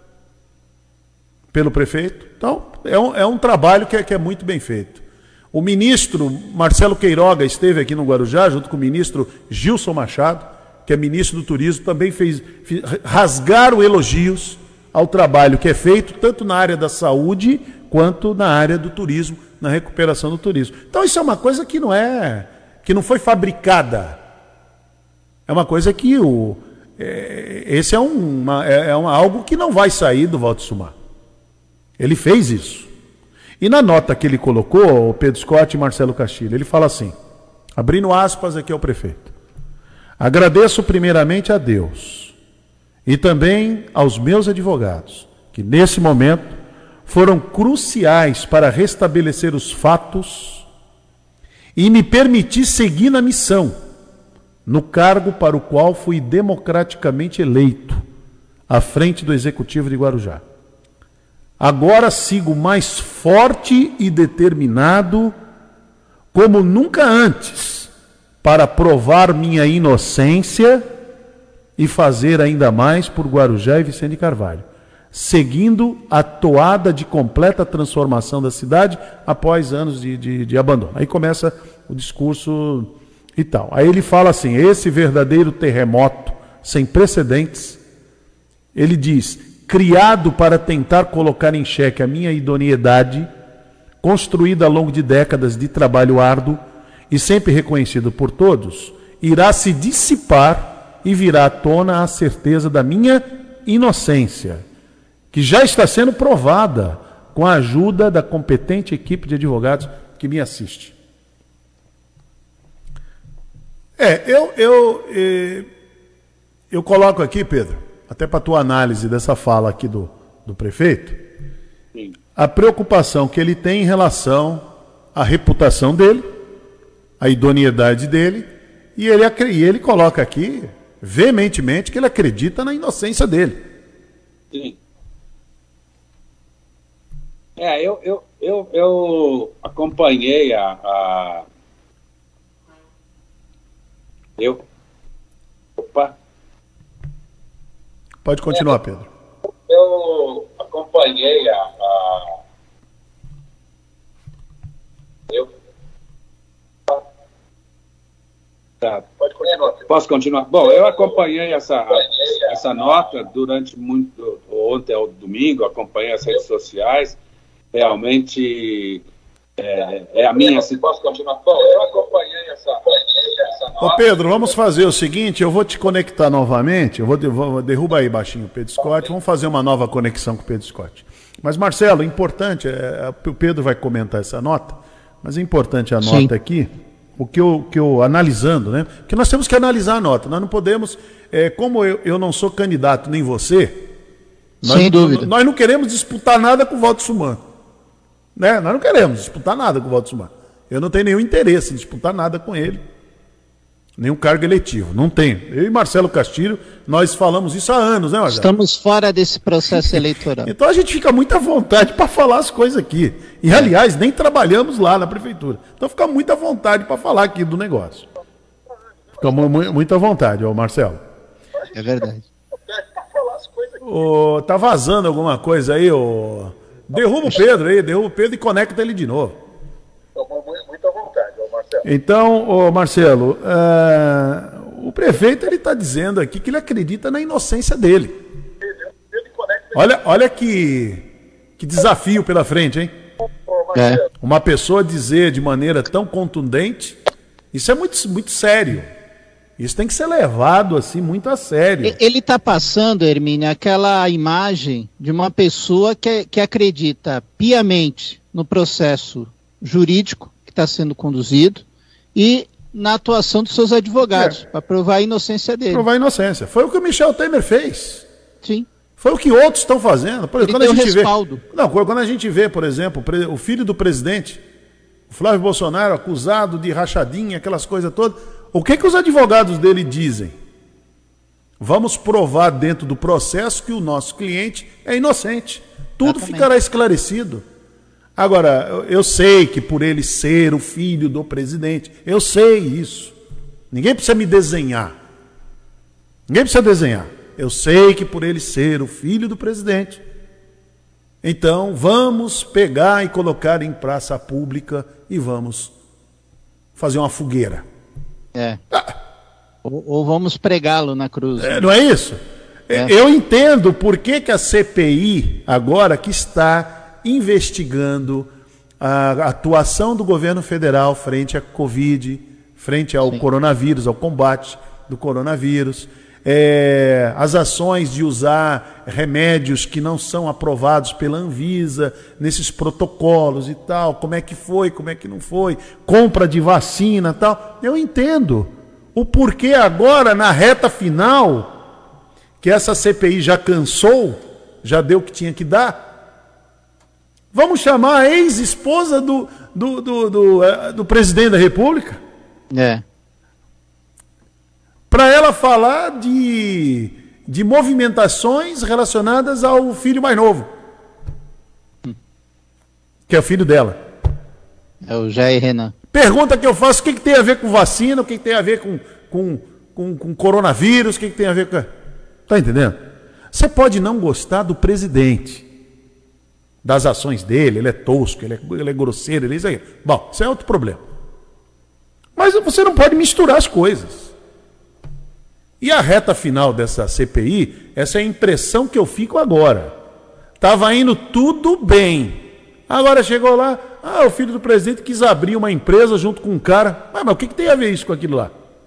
S2: pelo prefeito. Então é um, é um trabalho que é, que é muito bem feito. O ministro Marcelo Queiroga esteve aqui no Guarujá, junto com o ministro Gilson Machado, que é ministro do Turismo, também fez, fez rasgaram elogios ao trabalho que é feito, tanto na área da saúde, quanto na área do turismo, na recuperação do turismo. Então isso é uma coisa que não é, que não foi fabricada. É uma coisa que o, é, esse é, uma, é, é uma, algo que não vai sair do Walter Suman. Ele fez isso. E na nota que ele colocou, o Pedro Scott e Marcelo Castilho, ele fala assim, abrindo aspas aqui ao prefeito: agradeço primeiramente a Deus e também aos meus advogados, que nesse momento foram cruciais para restabelecer os fatos e me permitir seguir na missão, no cargo para o qual fui democraticamente eleito, à frente do Executivo de Guarujá. Agora sigo mais forte e determinado, como nunca antes, para provar minha inocência e fazer ainda mais por Guarujá e Vicente Carvalho, seguindo a toada de completa transformação da cidade após anos de, de, de abandono. Aí começa o discurso e tal. Aí ele fala assim, esse verdadeiro terremoto sem precedentes, ele diz, criado para tentar colocar em xeque a minha idoneidade, construída ao longo de décadas de trabalho árduo e sempre reconhecido por todos, irá se dissipar e virá à tona a certeza da minha inocência, que já está sendo provada com a ajuda da competente equipe de advogados que me assiste. É, eu, eu, eu, eu coloco aqui, Pedro, até para a tua análise dessa fala aqui do, do prefeito, sim, a preocupação que ele tem em relação à reputação dele, à idoneidade dele, e ele, e ele coloca aqui, veementemente, que ele acredita na inocência dele.
S6: Sim. É, eu, eu, eu, eu acompanhei a... a... Eu... Opa...
S2: Pode continuar, Pedro.
S6: Eu acompanhei a... a... Eu... Tá. Pode continuar, Pedro. Posso continuar? Bom, eu acompanhei essa, essa nota durante muito... Ontem ao domingo, acompanhei as redes sociais. Realmente... É, é a minha... Se posso continuar? Bom, eu acompanhei essa, essa nota...
S2: Ô Pedro, vamos fazer o seguinte, eu vou te conectar novamente, eu vou, vou derruba aí baixinho o Pedro Scott, vamos fazer uma nova conexão com o Pedro Scott. Mas Marcelo, importante, é, o Pedro vai comentar essa nota, mas é importante a Sim. nota aqui, o que eu, que eu analisando, né? Porque nós temos que analisar a nota, nós não podemos, é, como eu, eu não sou candidato nem você, nós,
S3: Sem dúvida.
S2: nós não queremos disputar nada com o Walter Suman. Né? Nós não queremos disputar nada com o Walter Suman. Eu não tenho nenhum interesse em disputar nada com ele. Nenhum cargo eletivo. Não tenho. Eu e Marcelo Castilho, nós falamos isso há anos, né, Marcelo?
S3: Estamos fora desse processo eleitoral.
S2: Então a gente fica muito à vontade para falar as coisas aqui. E, aliás, nem trabalhamos lá na prefeitura. Então fica muito à vontade para falar aqui do negócio. Fica mu muito à vontade, ó, Marcelo.
S3: É verdade.
S2: Ô, tá vazando alguma coisa aí, ô... Derruba o Pedro aí, derruba o Pedro e conecta ele de novo.
S6: Muito à vontade, ó, Marcelo.
S2: Então, ô Marcelo, uh, o prefeito ele está dizendo aqui que ele acredita na inocência dele. Olha, olha que, que desafio pela frente, hein?
S3: É.
S2: Uma pessoa dizer de maneira tão contundente, isso é muito, muito sério. Isso tem que ser levado assim muito a sério.
S3: Ele está passando, Hermínio, aquela imagem de uma pessoa que, que acredita piamente no processo jurídico que está sendo conduzido e na atuação dos seus advogados, é. para provar a inocência dele.
S2: Provar a inocência. Foi o que o Michel Temer fez.
S3: Sim.
S2: Foi o que outros estão fazendo. Por exemplo,
S3: Ele
S2: quando
S3: deu
S2: a gente
S3: respaldo.
S2: vê, não, quando a gente vê, por exemplo, o filho do presidente, o Flávio Bolsonaro, acusado de rachadinha, aquelas coisas todas, o que que os advogados dele dizem? Vamos provar dentro do processo que o nosso cliente é inocente. Tudo Exatamente. Ficará esclarecido. Agora, eu sei que por ele ser o filho do presidente, eu sei isso. Ninguém precisa me desenhar. Ninguém precisa desenhar. Eu sei que por ele ser o filho do presidente, então vamos pegar e colocar em praça pública e vamos fazer uma fogueira.
S3: É. Ah. Ou, ou vamos pregá-lo na cruz.
S2: É, não é isso? É. Eu entendo por que, que a C P I, agora que está investigando a atuação do governo federal frente à Covid, frente ao Sim. coronavírus, ao combate do coronavírus, é, as ações de usar remédios que não são aprovados pela Anvisa, nesses protocolos e tal, como é que foi, como é que não foi, compra de vacina e tal. Eu entendo o porquê agora, na reta final, que essa C P I já cansou, já deu o que tinha que dar. Vamos chamar a ex-esposa do, do, do, do, uh, do presidente da República?
S3: É.
S2: Para ela falar de, de movimentações relacionadas ao filho mais novo, que é o filho dela.
S3: É o Jair Renan.
S2: Pergunta que eu faço, o que, que tem a ver com vacina, o que, que tem a ver com, com, com, com coronavírus, o que, que tem a ver com... Tá entendendo? Você pode não gostar do presidente, das ações dele, ele é tosco, ele é, ele é grosseiro, ele é isso aí. Bom, isso é outro problema. Mas você não pode misturar as coisas. E a reta final dessa C P I, essa é a impressão que eu fico agora. Estava indo tudo bem. Agora chegou lá, ah, o filho do presidente quis abrir uma empresa junto com um cara. Mas, mas o que, que tem a ver isso com aquilo lá?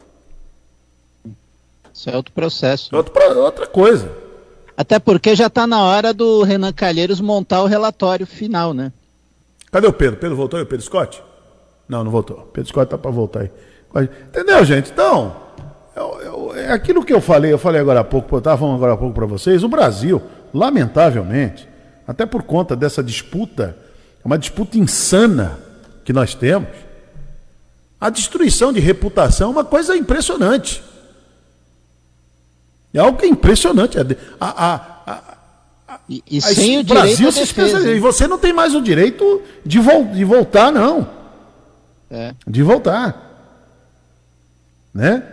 S3: Isso é outro processo.
S2: Outro, outra coisa.
S3: Até porque já está na hora do Renan Calheiros montar o relatório final, né?
S2: Cadê o Pedro? Pedro voltou aí, o Pedro Scott? Não, não voltou. O Pedro Scott está para voltar aí. Entendeu, gente? Então, eu, eu, é aquilo que eu falei, eu falei agora há pouco, eu estava falando agora há pouco para vocês, o Brasil, lamentavelmente, até por conta dessa disputa, uma disputa insana que nós temos, a destruição de reputação é uma coisa impressionante. É algo que é impressionante. A, a, a, a,
S3: e e sem o direito
S2: Brasil se especializa. E você não tem mais o direito de, vo, de voltar, não.
S3: É.
S2: De voltar. Né?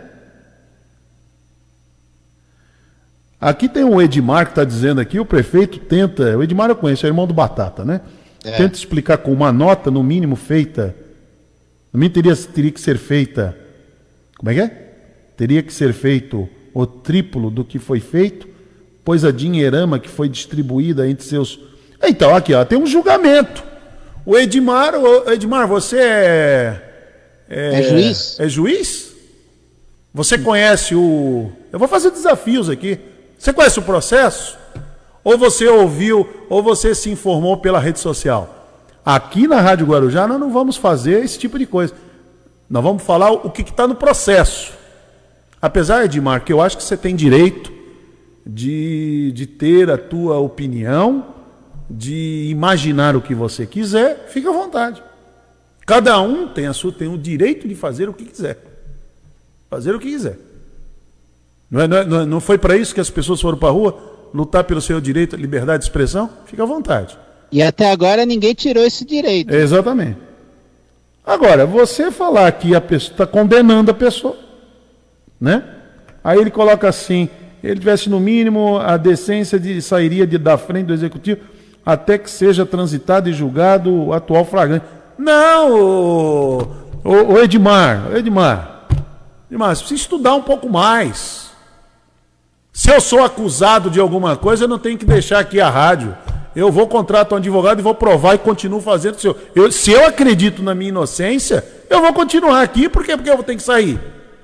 S2: Aqui tem o Edmar que está dizendo aqui, o prefeito tenta... O Edmar eu conheço, é irmão do Batata, né? É. Tenta explicar com uma nota, no mínimo, feita... No mínimo teria, teria que ser feita... Como é que é? Teria que ser feito... o triplo do que foi feito, pois a dinheirama que foi distribuída entre seus... Então, aqui, ó, tem um julgamento. O Edmar, o Edmar, você é...
S3: É, é juiz?
S2: É juiz? Você conhece o... Eu vou fazer desafios aqui. Você conhece o processo? Ou você ouviu, ou você se informou pela rede social? Aqui na Rádio Guarujá nós não vamos fazer esse tipo de coisa. Nós vamos falar o que está no processo. Apesar, Edmar, que eu acho que você tem direito de, de ter a tua opinião, de imaginar o que você quiser, fica à vontade. Cada um tem, a sua, tem o direito de fazer o que quiser. Fazer o que quiser. Não, é, não, é, não foi para isso que as pessoas foram para a rua? Lutar pelo seu direito à liberdade de expressão? Fica à vontade.
S3: E até agora ninguém tirou esse direito.
S2: Exatamente. Agora, você falar que a pessoa está condenando a pessoa... Né? Aí ele coloca assim, ele tivesse no mínimo a decência de sairia de, da frente do executivo até que seja transitado e julgado o atual flagrante. Não, o, o, o Edmar, Edmar, Mas precisa estudar um pouco mais. Se eu sou acusado de alguma coisa, eu não tenho que deixar aqui a rádio. Eu vou contratar um advogado e vou provar e continuo fazendo. Se eu, eu, se eu acredito na minha inocência, eu vou continuar aqui. Por quê? Porque eu vou ter que sair.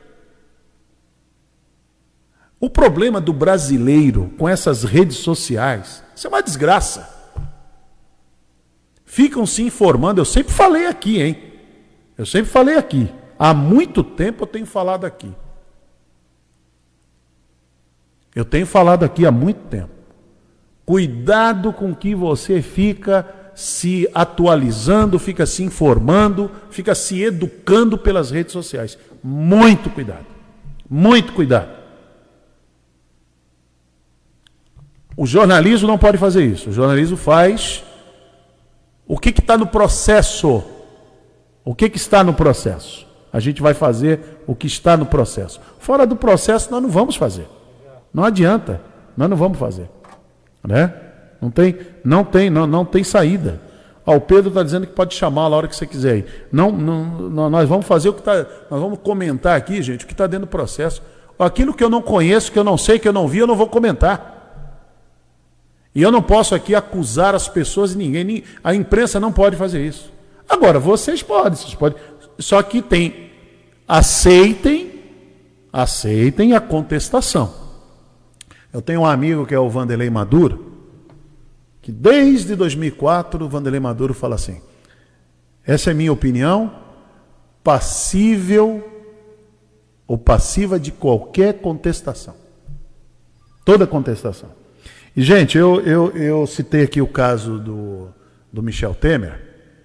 S2: O problema do brasileiro com essas redes sociais, isso é uma desgraça. Ficam se informando. Eu sempre falei aqui, hein? Eu sempre falei aqui. Há muito tempo eu tenho falado aqui. Eu tenho falado aqui há muito tempo. Cuidado com que você fica se atualizando, fica se informando, fica se educando pelas redes sociais. Muito cuidado. Muito cuidado. O jornalismo não pode fazer isso. O jornalismo faz o que está no processo. O que, que está no processo? A gente vai fazer o que está no processo. Fora do processo, nós não vamos fazer. Não adianta. Nós não vamos fazer. Né? Não tem, não tem, não, não tem saída. Ó, o Pedro está dizendo que pode chamar a hora que você quiser ir. Não, não, nós vamos fazer o que está. Nós vamos comentar aqui, gente, o que está dentro do processo. Aquilo que eu não conheço, que eu não sei, que eu não vi, eu não vou comentar. E eu não posso aqui acusar as pessoas e ninguém. A imprensa não pode fazer isso. Agora, vocês podem, vocês podem. Só que tem. Aceitem, aceitem a contestação. Eu tenho um amigo que é o Vanderlei Maduro, que desde dois mil e quatro o Vanderlei Maduro fala assim: essa é minha opinião, passível ou passiva de qualquer contestação. Toda contestação. E, gente, eu, eu, eu citei aqui o caso do, do Michel Temer,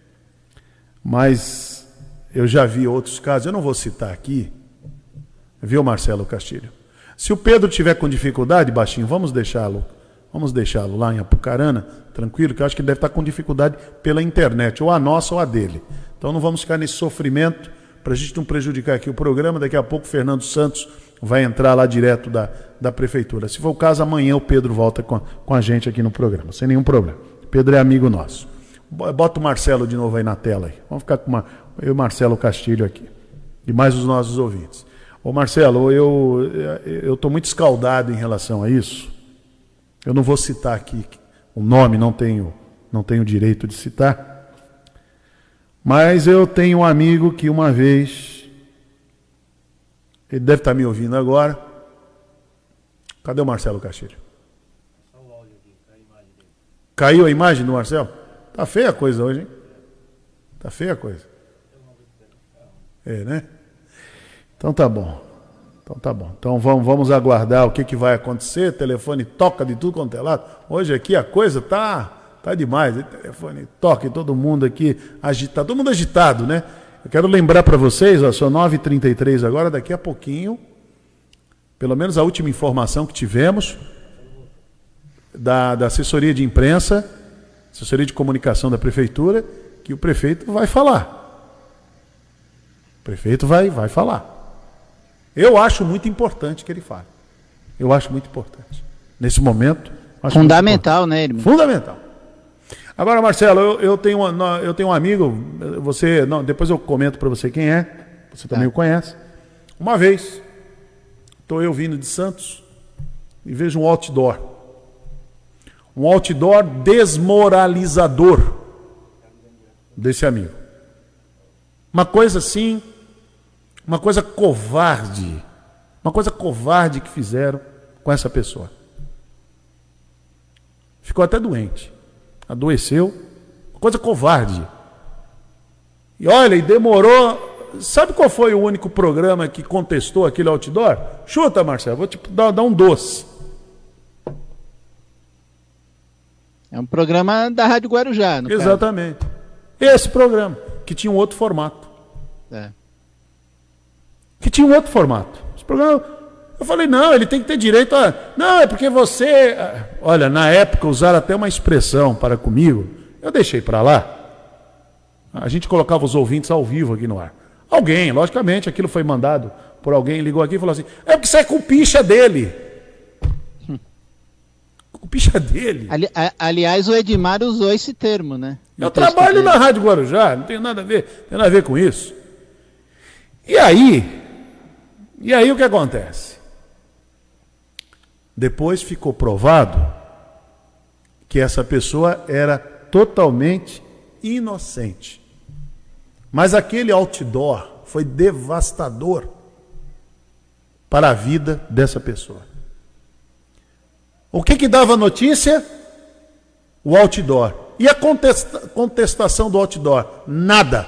S2: mas eu já vi outros casos, eu não vou citar aqui, viu, Marcelo Castilho? Se o Pedro tiver com dificuldade, baixinho, vamos deixá-lo, vamos deixá-lo lá em Apucarana, tranquilo, que eu acho que ele deve estar com dificuldade pela internet, ou a nossa ou a dele. Então não vamos ficar nesse sofrimento, para a gente não prejudicar aqui o programa. Daqui a pouco o Fernando Santos vai entrar lá direto da, da prefeitura. Se for o caso, amanhã o Pedro volta com a, com a gente aqui no programa, sem nenhum problema. Pedro é amigo nosso. Bota o Marcelo de novo aí na tela. Aí. Vamos ficar com uma, eu e o Marcelo Castilho aqui. E mais os nossos ouvintes. Ô Marcelo, eu eu estou muito escaldado em relação a isso. Eu não vou citar aqui o nome, não tenho, não tenho direito de citar. Mas eu tenho um amigo que uma vez, ele deve estar me ouvindo agora. Cadê o Marcelo Castilho? Caiu a imagem do Marcelo? Tá feia a coisa hoje, hein? Tá feia a coisa. É, né? Então tá bom. Então tá bom. Então vamos, vamos aguardar o que, que vai acontecer. O telefone toca de tudo quanto é lado. Hoje aqui a coisa tá... Tá demais, o telefone toca e todo mundo aqui agitado, todo mundo agitado, né? Eu quero lembrar para vocês, ó, são nove e trinta e três agora, daqui a pouquinho, pelo menos a última informação que tivemos da, da assessoria de imprensa, assessoria de comunicação da prefeitura, que o prefeito vai falar. O prefeito vai, vai falar. Eu acho muito importante que ele fale. Eu acho muito importante. Nesse momento... Acho
S3: fundamental, né, irmão?
S2: Fundamental. Agora, Marcelo, eu, eu, tenho, uma, eu tenho um amigo, você, não, depois eu comento para você quem é, você também tá. O conhece. Uma vez, estou eu vindo de Santos e vejo um outdoor. Um outdoor desmoralizador desse amigo. Uma coisa assim, uma coisa covarde, uma coisa covarde que fizeram com essa pessoa. Ficou até doente. Adoeceu, coisa covarde. E olha, e demorou. Sabe qual foi o único programa que contestou aquele outdoor? Chuta, Marcelo, vou te dar, dar um doce.
S3: É um programa da Rádio Guarujá, no
S2: Exatamente. Caso. Esse programa, que tinha um outro formato.
S3: É.
S2: Que tinha um outro formato. Esse programa. Eu falei, não, ele tem que ter direito a... Não, é porque você... Olha, na época usaram até uma expressão para comigo. Eu deixei para lá. A gente colocava os ouvintes ao vivo aqui no ar. Alguém, logicamente, aquilo foi mandado por alguém, ligou aqui e falou assim, é porque você é cupicha dele. Cupicha dele.
S3: Ali, a, aliás, o Edmar usou esse termo, né?
S2: Eu trabalho dele. Na Rádio Guarujá, não tem nada a ver, tem nada a ver com isso. E aí... E aí o que acontece? Depois ficou provado que essa pessoa era totalmente inocente. Mas aquele outdoor foi devastador para a vida dessa pessoa. O que que dava notícia? O outdoor. E a contesta- contestação do outdoor? Nada.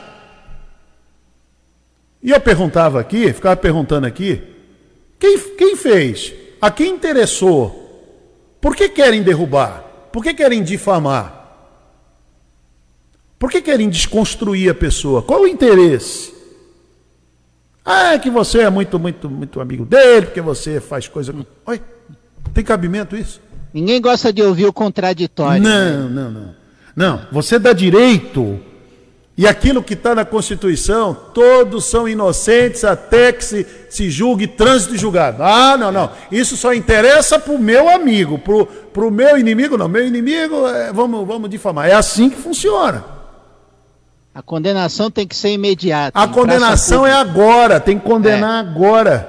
S2: E eu perguntava aqui, ficava perguntando aqui, quem, quem fez? A quem interessou? Por que querem derrubar? Por que querem difamar? Por que querem desconstruir a pessoa? Qual o interesse? Ah, é que você é muito, muito, muito amigo dele, porque você faz coisa... Oi, tem cabimento isso?
S3: Ninguém gosta de ouvir o contraditório.
S2: Não,
S3: né?
S2: não, não. Não, você dá direito, e aquilo que está na Constituição, todos são inocentes até que se, se julgue trânsito e julgado. Ah, não, não. Isso só interessa para o meu amigo, para o meu inimigo, não. Meu inimigo, é, vamos, vamos difamar. É assim que funciona.
S3: A condenação tem que ser imediata.
S2: A condenação é agora, tem que condenar é. agora.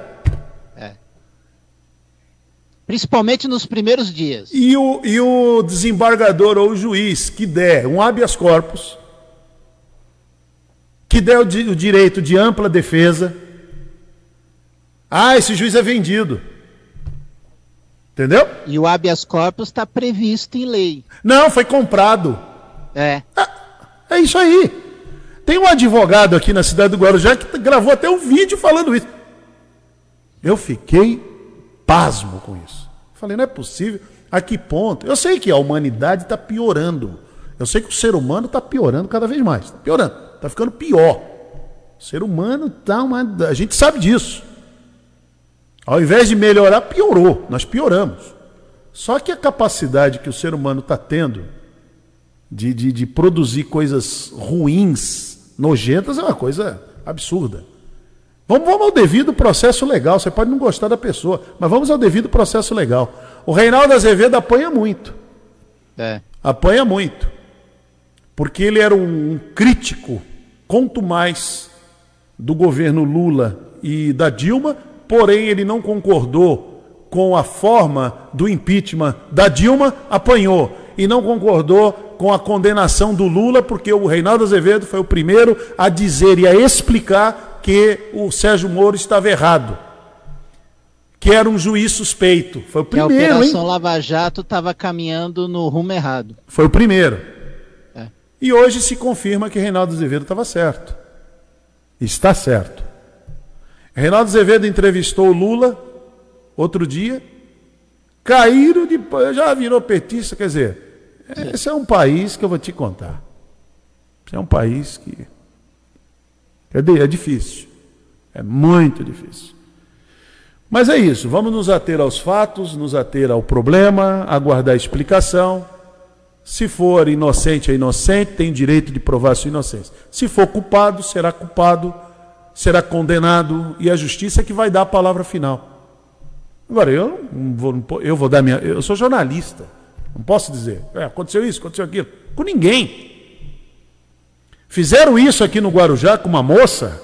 S3: Principalmente nos primeiros dias.
S2: E o, e o desembargador ou o juiz que der um habeas corpus, que der o, di, o direito de ampla defesa, ah, esse juiz é vendido. Entendeu?
S3: E o habeas corpus está previsto em lei.
S2: Não, foi comprado.
S3: É.
S2: É, é isso aí. Tem um advogado aqui na cidade do Guarujá que gravou até um vídeo falando isso. Eu fiquei pasmo com isso. Falei, não é possível. A que ponto? Eu sei que a humanidade está piorando. Eu sei que o ser humano está piorando cada vez mais. Está piorando. Está ficando pior. O ser humano está uma... A gente sabe disso. Ao invés de melhorar, piorou. Nós pioramos. Só que a capacidade que o ser humano está tendo de, de, de produzir coisas ruins, nojentas, é uma coisa absurda. Vamos, vamos ao devido processo legal. Você pode não gostar da pessoa, mas vamos ao devido processo legal. O Reinaldo Azevedo apanha muito.
S3: É.
S2: Apanha muito. Porque ele era um, um crítico, quanto mais, do governo Lula e da Dilma, porém ele não concordou com a forma do impeachment da Dilma, apanhou. E não concordou com a condenação do Lula, porque o Reinaldo Azevedo foi o primeiro a dizer e a explicar que o Sérgio Moro estava errado, que era um juiz suspeito. Foi o primeiro, hein?
S3: Que a Operação Lava Jato estava caminhando no rumo errado.
S2: Foi o primeiro.
S3: É.
S2: E hoje se confirma que Reinaldo Azevedo estava certo. Está certo. Reinaldo Azevedo entrevistou o Lula outro dia, caíram depois, já virou petista, quer dizer, esse é um país que eu vou te contar. Esse é um país que... É difícil, é muito difícil. Mas é isso, vamos nos ater aos fatos, nos ater ao problema, aguardar a explicação. Se for inocente, é inocente, tem direito de provar sua inocência. Se for culpado, será culpado, será condenado, e a justiça é que vai dar a palavra final. Agora, eu não vou, eu vou dar minha... Eu sou jornalista, não posso dizer, é, aconteceu isso, aconteceu aquilo, com ninguém. Fizeram isso aqui no Guarujá com uma moça,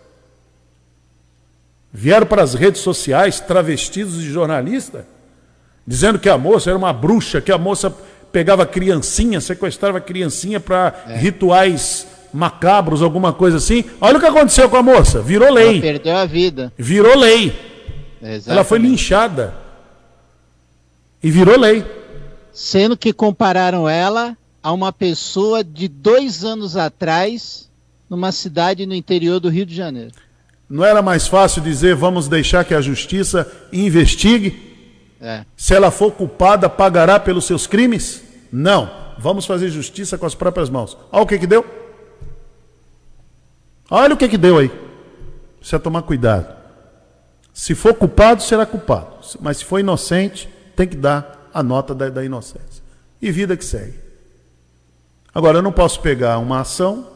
S2: vieram para as redes sociais travestidos de jornalista, dizendo que a moça era uma bruxa, que a moça pegava criancinha, sequestrava criancinha para é. rituais macabros, alguma coisa assim. Olha o que aconteceu com a moça, virou lei.
S3: Ela perdeu a vida.
S2: Virou lei.
S3: Exatamente.
S2: Ela foi linchada. E virou lei.
S3: Sendo que compararam ela a uma pessoa de dois anos atrás, numa cidade no interior do Rio de Janeiro.
S2: Não era mais fácil dizer, vamos deixar que a justiça investigue?
S3: É.
S2: Se ela for culpada, pagará pelos seus crimes? Não. Vamos fazer justiça com as próprias mãos. Olha o que que deu. Olha o que que deu aí. Precisa tomar cuidado. Se for culpado, será culpado. Mas se for inocente, tem que dar a nota da, da inocência. E vida que segue. Agora, eu não posso pegar uma ação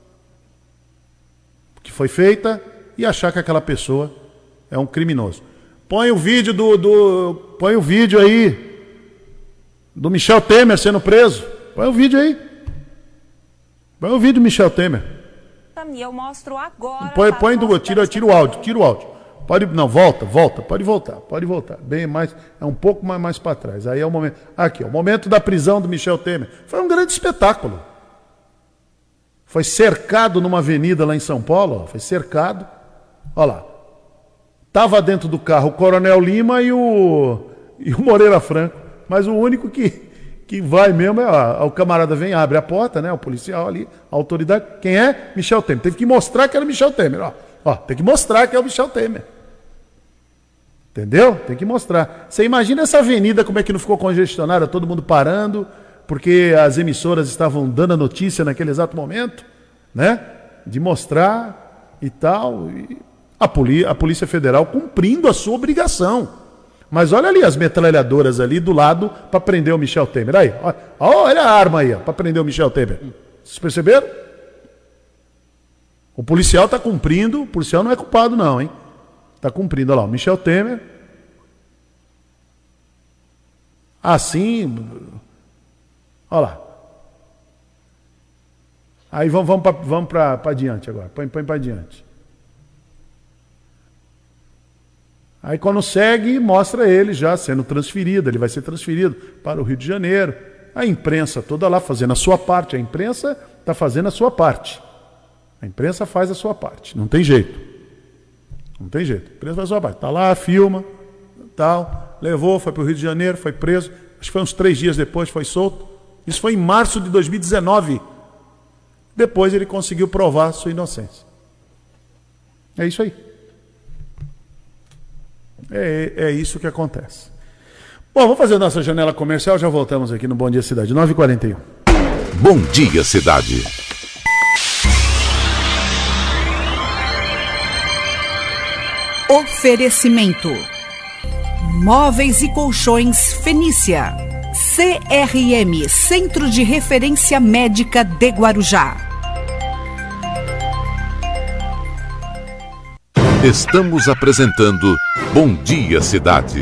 S2: que foi feita e achar que aquela pessoa é um criminoso. Põe o vídeo do, do põe o vídeo aí do Michel Temer sendo preso. Põe o vídeo aí. Põe o vídeo do Michel Temer.
S7: E eu mostro agora.
S2: Põe, põe do, tira, tira o áudio, tira o áudio. Pode, não, volta, volta, pode voltar, pode voltar. Bem mais, é um pouco mais, mais para trás. Aí é o momento. Aqui, ó, o momento da prisão do Michel Temer. Foi um grande espetáculo. Foi cercado numa avenida lá em São Paulo, ó, foi cercado. Olha lá. Tava dentro do carro o Coronel Lima e o, e o Moreira Franco. Mas o único que, que vai mesmo é ó, o camarada vem, abre a porta, né? O policial ali, a autoridade. Quem é? Michel Temer. Teve que mostrar que era Michel Temer, ó. Ó, tem que mostrar que é o Michel Temer. Entendeu? Tem que mostrar. Você imagina essa avenida como é que não ficou congestionada, todo mundo parando, porque as emissoras estavam dando a notícia naquele exato momento, né? De mostrar e tal. E a, Poli- a Polícia Federal cumprindo a sua obrigação. Mas olha ali as metralhadoras ali do lado para prender o Michel Temer. Aí, ó, olha a arma aí, para prender o Michel Temer. Vocês perceberam? O policial está cumprindo, o policial não é culpado não, hein? Está cumprindo, olha lá, o Michel Temer. Assim, olha lá. Aí vamos, vamos para vamos para diante agora, põe, põe para diante. Aí quando segue, mostra ele já sendo transferido, ele vai ser transferido para o Rio de Janeiro. A imprensa toda lá fazendo a sua parte, a imprensa está fazendo a sua parte. A imprensa faz a sua parte, não tem jeito. Não tem jeito, a imprensa faz a sua parte. Está lá, filma, tal, levou, foi para o Rio de Janeiro, foi preso. Acho que foi uns três dias depois, foi solto. Isso foi em março de dois mil e dezenove. Depois ele conseguiu provar sua inocência. É isso aí. É, é isso que acontece. Bom, vamos fazer a nossa janela comercial, já voltamos aqui no Bom Dia Cidade, nove e quarenta e um.
S1: Bom Dia Cidade.
S4: Oferecimento: Móveis e Colchões Fenícia. C R M, Centro de Referência Médica de Guarujá.
S1: Estamos apresentando Bom Dia Cidade.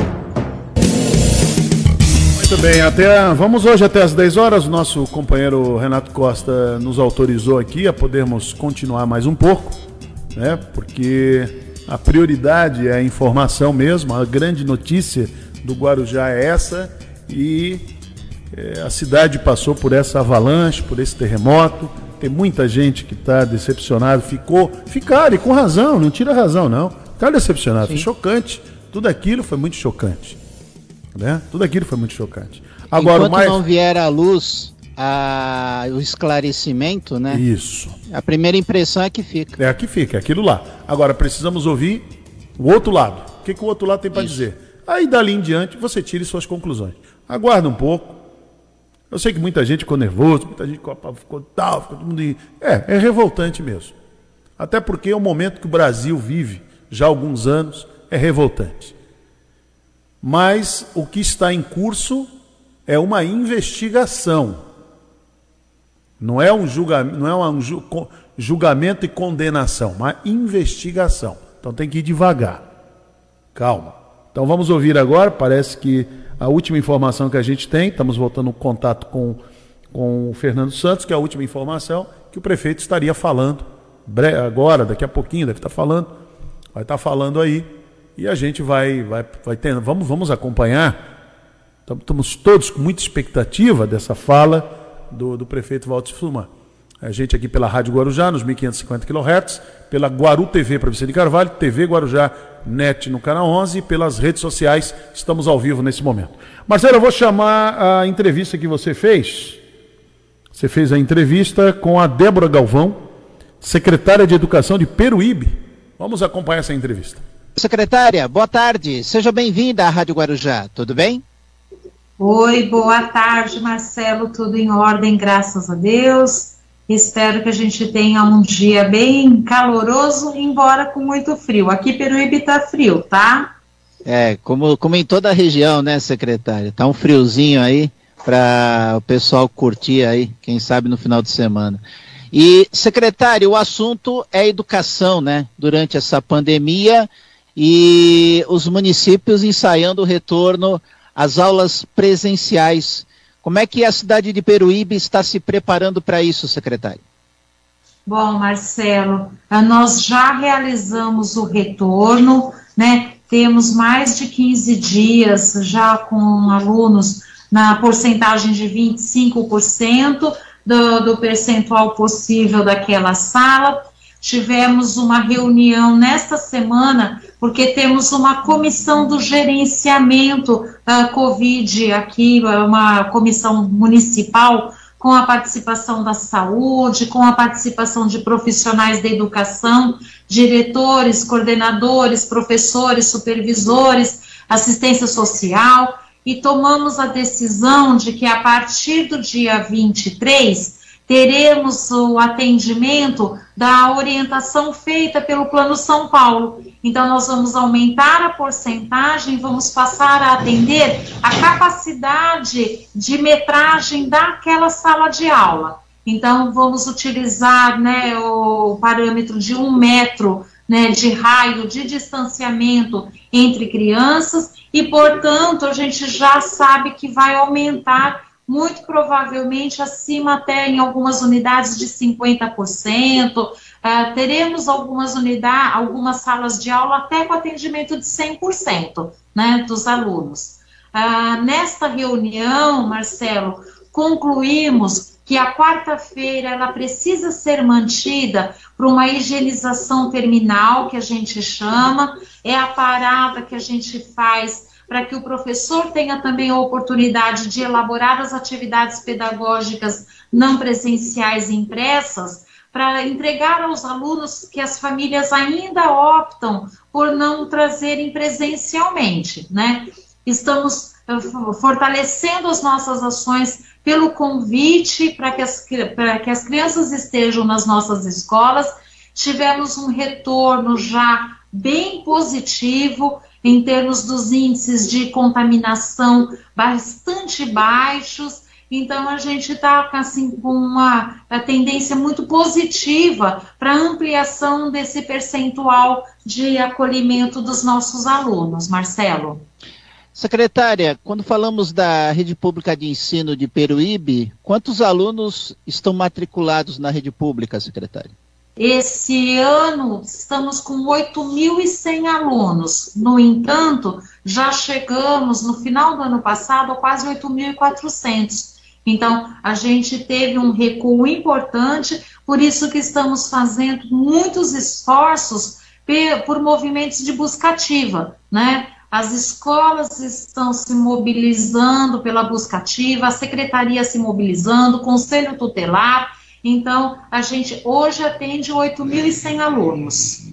S2: Muito bem, até, vamos hoje até às dez horas. O nosso companheiro Renato Costa nos autorizou aqui a podermos continuar mais um pouco, né? Porque a prioridade é a informação mesmo, a grande notícia do Guarujá é essa, e é, a cidade passou por essa avalanche, por esse terremoto. Tem muita gente que está decepcionada, ficou, ficaram, e com razão, não tira razão não, ficaram decepcionados, foi chocante, tudo aquilo foi muito chocante, né? Tudo aquilo foi muito chocante. Agora,
S3: enquanto
S2: mais...
S3: não vier à luz a... o esclarecimento, né?
S2: Isso.
S3: A primeira impressão é que fica.
S2: É a que fica, é aquilo lá. Agora, precisamos ouvir o outro lado. O que, que o outro lado tem para dizer? Aí, dali em diante, você tire suas conclusões. Aguarda um pouco. Eu sei que muita gente ficou nervoso, muita gente ficou, ficou tal, ficou todo mundo... É, é revoltante mesmo. Até porque é o momento que o Brasil vive, já há alguns anos, é revoltante. Mas o que está em curso é uma investigação. Não é um, julga, não é um ju, julgamento e condenação, uma investigação. Então tem que ir devagar. Calma. Então vamos ouvir agora, parece que a última informação que a gente tem, estamos voltando no contato com, com o Fernando Santos, que é a última informação, que o prefeito estaria falando, agora, daqui a pouquinho, deve estar falando, vai estar falando aí, e a gente vai, vai, vai tendo, vamos, vamos acompanhar, estamos todos com muita expectativa dessa fala do, do prefeito Walter Suman. A gente aqui pela Rádio Guarujá, nos mil quinhentos e cinquenta quilohertz, pela Guaru T V para Vicente Carvalho, T V Guarujá Net no canal onze, e pelas redes sociais, estamos ao vivo nesse momento. Marcelo, eu vou chamar a entrevista que você fez. Você fez a entrevista com a Débora Galvão, secretária de Educação de Peruíbe. Vamos acompanhar essa entrevista.
S3: Secretária, boa tarde. Seja bem-vinda à Rádio Guarujá. Tudo bem?
S7: Oi, boa tarde, Marcelo. Tudo em ordem, graças a Deus. Espero que a gente tenha um dia bem caloroso, embora com muito frio. Aqui Peruíbe está frio, tá?
S3: É, como, como em toda a região, né, secretária? Tá um friozinho aí para o pessoal curtir aí, quem sabe no final de semana. E, secretário, o assunto é educação, né? Durante essa pandemia e os municípios ensaiando o retorno às aulas presenciais. Como é que a cidade de Peruíbe está se preparando para isso, secretário?
S7: Bom, Marcelo, nós já realizamos o retorno, né? Temos mais de quinze dias já com alunos na porcentagem de vinte e cinco por cento do, do percentual possível daquela sala. Tivemos uma reunião nesta semana, porque temos uma comissão do gerenciamento da Covid aqui, uma comissão municipal, com a participação da saúde, com a participação de profissionais da educação, diretores, coordenadores, professores, supervisores, assistência social, e tomamos a decisão de que a partir do dia vinte e três, teremos o atendimento da orientação feita pelo Plano São Paulo. Então, nós vamos aumentar a porcentagem, vamos passar a atender a capacidade de metragem daquela sala de aula. Então, vamos utilizar, né, o parâmetro de um metro, né, de raio de distanciamento entre crianças e, portanto, a gente já sabe que vai aumentar muito provavelmente acima até em algumas unidades de cinquenta por cento, uh, teremos algumas unidades, algumas salas de aula até com atendimento de cem por cento, né, dos alunos. Uh, nesta reunião, Marcelo, concluímos que a quarta-feira ela precisa ser mantida para uma higienização terminal, que a gente chama, é a parada que a gente faz para que o professor tenha também a oportunidade de elaborar as atividades pedagógicas não presenciais impressas, para entregar aos alunos que as famílias ainda optam por não trazerem presencialmente, né? Estamos uh, fortalecendo as nossas ações pelo convite para que, as, para que as crianças estejam nas nossas escolas. Tivemos um retorno já bem positivo em termos dos índices de contaminação bastante baixos, então a gente está assim, com uma tendência muito positiva para ampliação desse percentual de acolhimento dos nossos alunos. Marcelo.
S3: Secretária, quando falamos da rede pública de ensino de Peruíbe, quantos alunos estão matriculados na rede pública, secretária?
S7: Esse ano estamos com oito mil e cem alunos. No entanto, já chegamos no final do ano passado a quase oito mil e quatrocentos. Então, a gente teve um recuo importante, por isso que estamos fazendo muitos esforços por movimentos de busca ativa, né? As escolas estão se mobilizando pela busca ativa, a secretaria se mobilizando, o conselho tutelar. Então, a gente hoje atende oito mil e cem alunos.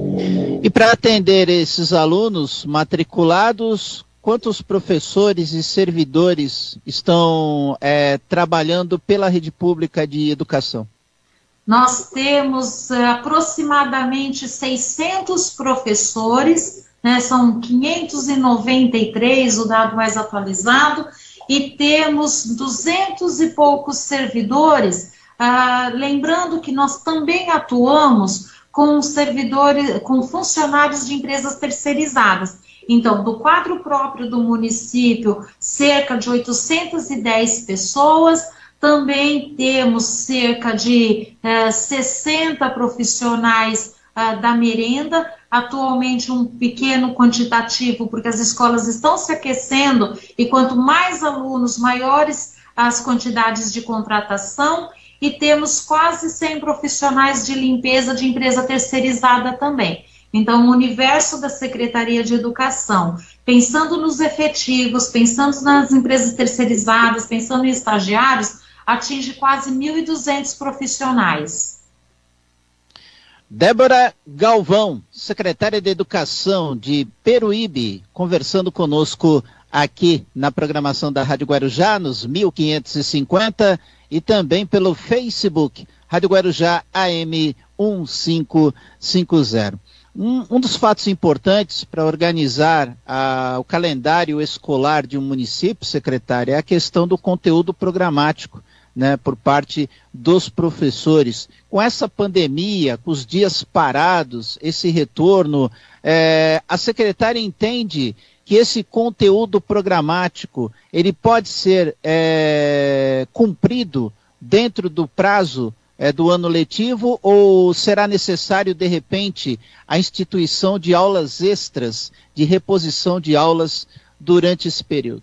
S3: E para atender esses alunos matriculados, quantos professores e servidores estão é, trabalhando pela rede pública de educação?
S7: Nós temos é, aproximadamente seiscentos professores, né, são quinhentos e noventa e três, o dado mais atualizado, e temos duzentos e poucos servidores. Ah, lembrando que nós também atuamos com servidores, com funcionários de empresas terceirizadas. Então, do quadro próprio do município, cerca de oitocentas e dez pessoas, também temos cerca de eh, sessenta profissionais ah, da merenda, atualmente um pequeno quantitativo, porque as escolas estão se aquecendo, e quanto mais alunos, maiores as quantidades de contratação. E temos quase cem profissionais de limpeza de empresa terceirizada também. Então, o universo da Secretaria de Educação, pensando nos efetivos, pensando nas empresas terceirizadas, pensando em estagiários, atinge quase mil e duzentos profissionais.
S3: Débora Galvão, secretária de Educação de Peruíbe, conversando conosco aqui na programação da Rádio Guarujá, nos mil quinhentos e cinquenta, e também pelo Facebook, Rádio Guarujá A M quinze cinquenta. Um, um dos fatos importantes para organizar a, o calendário escolar de um município, secretária, é a questão do conteúdo programático, né, por parte dos professores. Com essa pandemia, com os dias parados, esse retorno, é, a secretária entende que esse conteúdo programático ele pode ser é, cumprido dentro do prazo é, do ano letivo, ou será necessário, de repente, a instituição de aulas extras, de reposição de aulas durante esse período?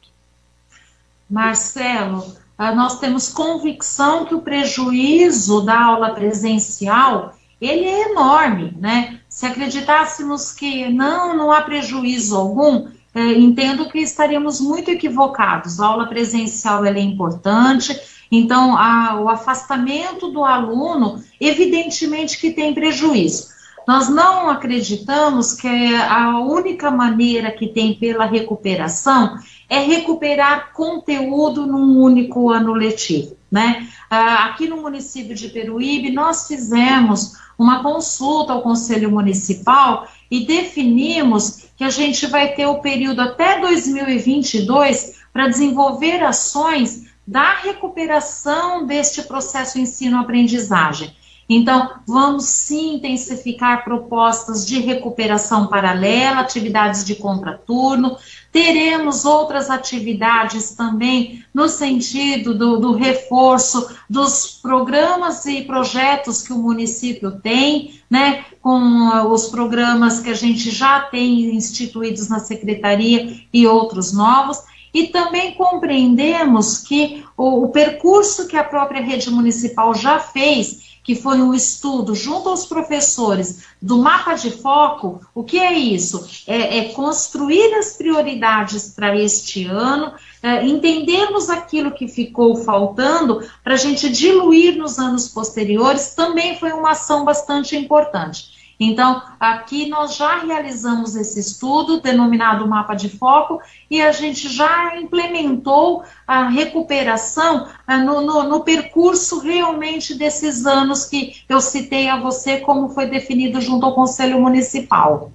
S7: Marcelo, nós temos convicção que o prejuízo da aula presencial, ele é enorme, né? Se acreditássemos que não, não há prejuízo algum, é, entendo que estaríamos muito equivocados. A aula presencial ela é importante, então a, o afastamento do aluno, evidentemente que tem prejuízo. Nós não acreditamos que a única maneira que tem pela recuperação é recuperar conteúdo num único ano letivo, né? Aqui no município de Peruíbe, nós fizemos uma consulta ao Conselho Municipal e definimos que a gente vai ter o período até dois mil e vinte e dois para desenvolver ações da recuperação deste processo ensino-aprendizagem. Então, vamos sim intensificar propostas de recuperação paralela, atividades de contraturno, teremos outras atividades também no sentido do, do reforço dos programas e projetos que o município tem, né, com uh, os programas que a gente já tem instituídos na secretaria e outros novos. E também compreendemos que o, o percurso que a própria rede municipal já fez, que foi um estudo junto aos professores do mapa de foco, o que é isso? É, é construir as prioridades para este ano, é, entendermos aquilo que ficou faltando para a gente diluir nos anos posteriores, também foi uma ação bastante importante. Então, aqui nós já realizamos esse estudo, denominado mapa de foco, e a gente já implementou a recuperação ah, no, no, no percurso realmente desses anos que eu citei a você, como foi definido junto ao Conselho Municipal.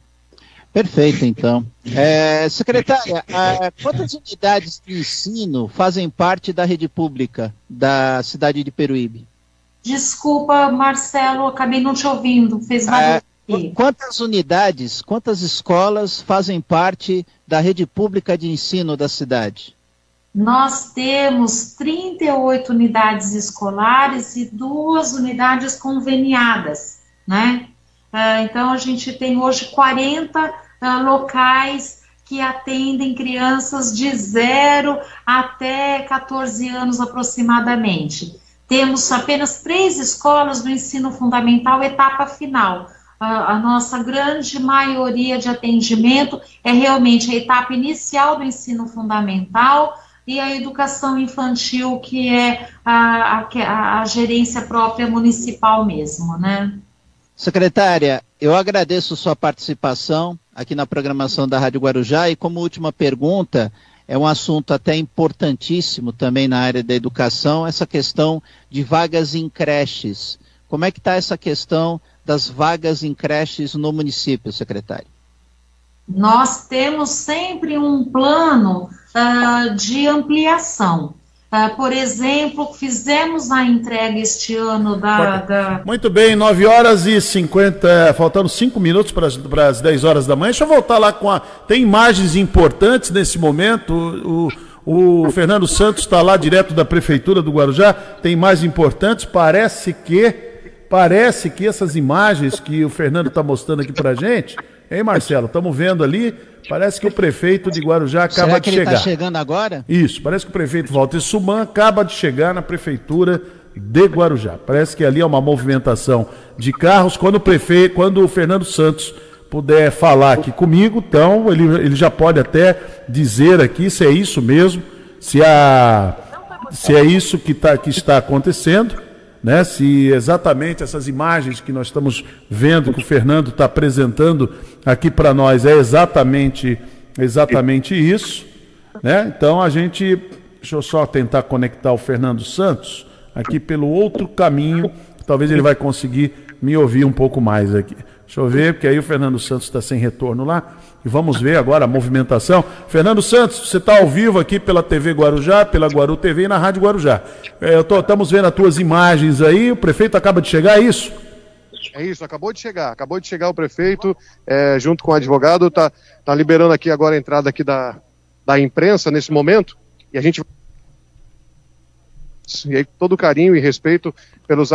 S3: Perfeito, então. É, secretária, ah, quantas unidades de ensino fazem parte da rede pública da cidade de Peruíbe?
S7: Desculpa, Marcelo, acabei não te ouvindo. Fez
S3: é, quantas unidades, quantas escolas fazem parte da rede pública de ensino da cidade?
S7: Nós temos trinta e oito unidades escolares e duas unidades conveniadas, né? Uh, então, a gente tem hoje quarenta uh, locais que atendem crianças de zero até quatorze anos aproximadamente. Temos apenas três escolas do ensino fundamental, etapa final. A, a nossa grande maioria de atendimento é realmente a etapa inicial do ensino fundamental e a educação infantil, que é a, a, a gerência própria municipal mesmo, né?
S3: Secretária, eu agradeço sua participação aqui na programação da Rádio Guarujá e, como última pergunta, é um assunto até importantíssimo também na área da educação, essa questão de vagas em creches. Como é que está essa questão das vagas em creches no município, secretário?
S7: Nós temos sempre um plano uh, de ampliação. Uh, por exemplo, fizemos a entrega este ano da... da...
S2: Muito bem, nove horas e cinquenta, faltando cinco minutos para as dez horas da manhã. Deixa eu voltar lá com a... Tem imagens importantes nesse momento. O, o, o Fernando Santos está lá direto da Prefeitura do Guarujá. Tem imagens importantes. Parece que, parece que essas imagens que o Fernando está mostrando aqui para a gente... Hein, Marcelo? Estamos vendo ali, parece que o prefeito de Guarujá acaba
S3: Será que
S2: de
S3: ele
S2: chegar.
S3: Está chegando agora?
S2: Isso, parece que o prefeito Walter Suman acaba de chegar na prefeitura de Guarujá. Parece que ali é uma movimentação de carros. Quando o prefeito, quando o Fernando Santos puder falar aqui comigo, então ele, ele já pode até dizer aqui se é isso mesmo, se, a, se é isso que, tá, que está acontecendo. Né, se exatamente essas imagens que nós estamos vendo, que o Fernando está apresentando aqui para nós, é exatamente, exatamente isso. Né? Então a gente, deixa eu só tentar conectar o Fernando Santos aqui pelo outro caminho, talvez ele vai conseguir me ouvir um pouco mais aqui. Deixa eu ver, porque aí o Fernando Santos está sem retorno lá. E vamos ver agora a movimentação. Fernando Santos, você está ao vivo aqui pela T V Guarujá, pela Guaru T V e na Rádio Guarujá. É, eu tô, estamos vendo as tuas imagens aí, o prefeito acaba de chegar, é isso?
S5: É isso, acabou de chegar. Acabou de chegar o prefeito, é, junto com o advogado, está tá liberando aqui agora a entrada aqui da, da imprensa nesse momento. E a gente... E aí, todo carinho e respeito pelos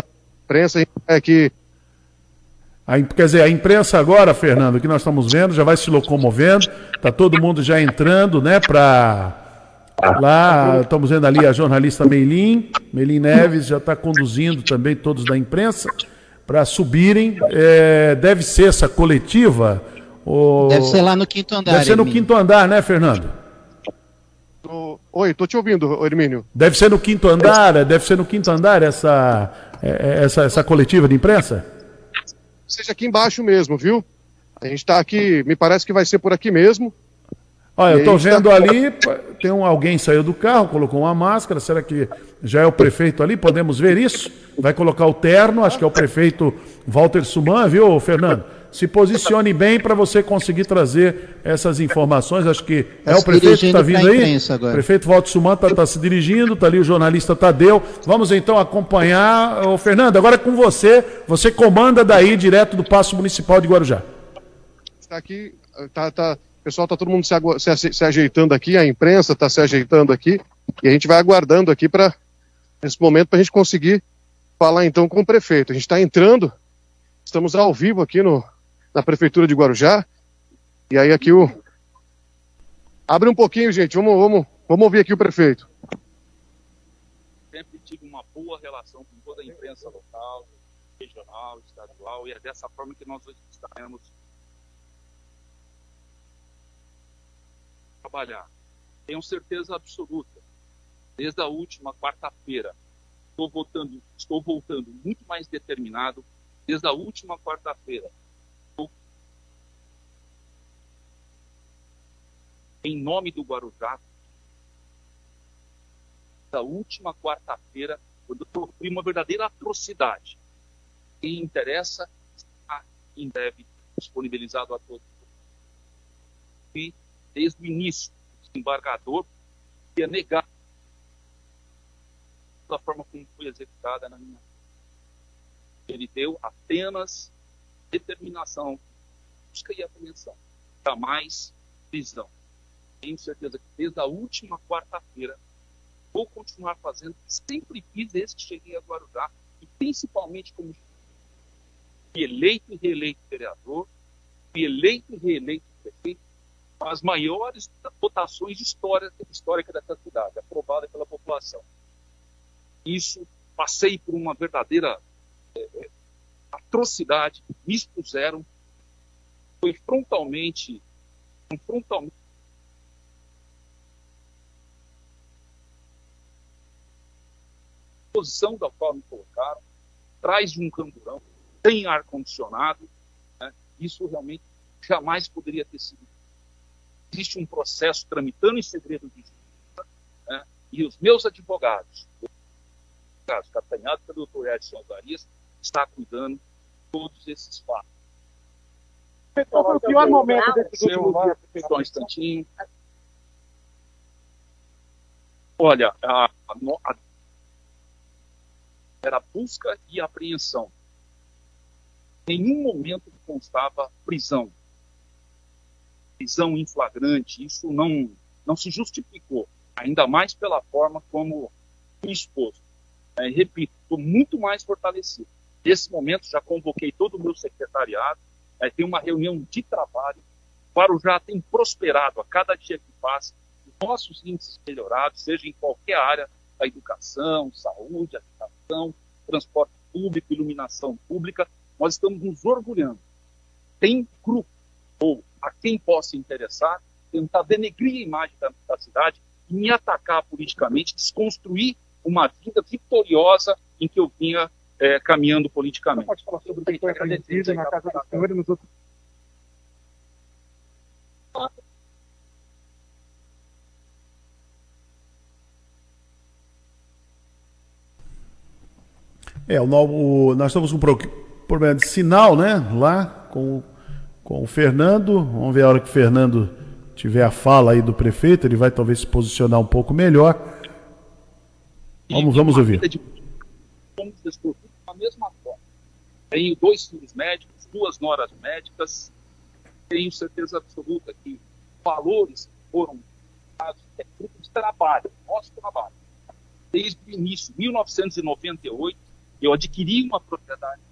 S5: imprensa é que...
S2: A, quer dizer, a imprensa agora, Fernando, que nós estamos vendo, já vai se locomovendo, está todo mundo já entrando, né, para... Lá, estamos vendo ali a jornalista Meilin, Meilin Neves já está conduzindo também todos da imprensa para subirem. É, deve ser essa coletiva? Ou...
S3: Deve ser lá no quinto andar.
S2: Deve ser no
S3: Hermínio.
S2: quinto andar, né, Fernando?
S5: Oi, estou te ouvindo, Hermínio.
S2: Deve ser no quinto andar, deve ser no quinto andar essa, essa, essa coletiva de imprensa?
S5: Seja aqui embaixo mesmo, viu? A gente está aqui, me parece que vai ser por aqui mesmo.
S2: Olha, eu estou vendo tá... ali, tem um, alguém saiu do carro, colocou uma máscara, será que já é o prefeito ali? Podemos ver isso? Vai colocar o terno, acho que é o prefeito Walter Suman, viu, Fernando? Se posicione bem para você conseguir trazer essas informações, acho que é o prefeito que está vindo aí? O prefeito Walter Suman está tá se dirigindo, está ali o jornalista Tadeu. Vamos então acompanhar. Ô, Fernando, agora é com você, você comanda daí, direto do Paço Municipal de Guarujá.
S5: Está aqui, está... tá... O pessoal está todo mundo se, se, se ajeitando aqui, a imprensa está se ajeitando aqui, e a gente vai aguardando aqui para esse momento para a gente conseguir falar então com o prefeito. A gente está entrando, estamos ao vivo aqui no, na Prefeitura de Guarujá, e aí aqui o... Abre um pouquinho, gente, vamos, vamos, vamos ouvir aqui o prefeito.
S8: Sempre tive uma boa relação com toda a imprensa local, regional, estadual, e é dessa forma que nós hoje estaremos trabalhar. Tenho certeza absoluta, desde a última quarta-feira, estou voltando, estou voltando muito mais determinado, desde a última quarta-feira. Em nome do Guarujá, da última quarta-feira, quando eu sofri uma verdadeira atrocidade. Quem interessa está em breve disponibilizado a todos. E desde o início, o desembargador ia negar da forma como foi executada na minha. Ele deu apenas determinação, busca e apreensão, jamais prisão. Tenho certeza que desde a última quarta-feira vou continuar fazendo, sempre fiz desde que cheguei a Guarujá, e principalmente como fui eleito e reeleito vereador, fui eleito e reeleito prefeito, as maiores votações históricas histórica dessa cidade, aprovada pela população. Isso, passei por uma verdadeira é, atrocidade, me expuseram, foi frontalmente, frontalmente, a posição da qual me colocaram, atrás de um camburão, sem ar-condicionado, né? Isso realmente jamais poderia ter sido. Existe um processo tramitando em segredo de justiça, né? E os meus advogados, o caso capitaneado pelo doutor Edson Alvarias, está cuidando de todos esses fatos.
S9: Qual foi o pior momento desse último dia?
S8: Só um instantinho. Olha, a, a, a, era busca e apreensão. Em nenhum momento constava prisão. Prisão em flagrante, isso não, não se justificou, ainda mais pela forma como fui exposto. É, repito, estou muito mais fortalecido. Nesse momento, já convoquei todo o meu secretariado, é, tem uma reunião de trabalho, o Guarujá tem prosperado a cada dia que passa, os nossos índices melhorados, seja em qualquer área da educação, saúde, habitação, transporte público, iluminação pública, nós estamos nos orgulhando. Tem grupo, ou a quem possa interessar, tentar denegrir a imagem da, da cidade e me atacar politicamente, desconstruir uma vida vitoriosa em que eu vinha é, caminhando politicamente.
S9: Você pode falar sobre o que foi acontecido na casa do senhor e nos outros...
S2: É, o, o, nós estamos com um problema de sinal, né? Lá com, com o Fernando. Vamos ver a hora que o Fernando tiver a fala aí do prefeito. Ele vai talvez se posicionar um pouco melhor. Vamos, vamos ouvir.
S8: Da mesma forma. Tenho dois filhos médicos, duas noras médicas. Tenho certeza absoluta que valores foram dados, é fruto de trabalho, nosso trabalho. Desde o início, mil novecentos e noventa e oito, eu adquiri uma propriedade,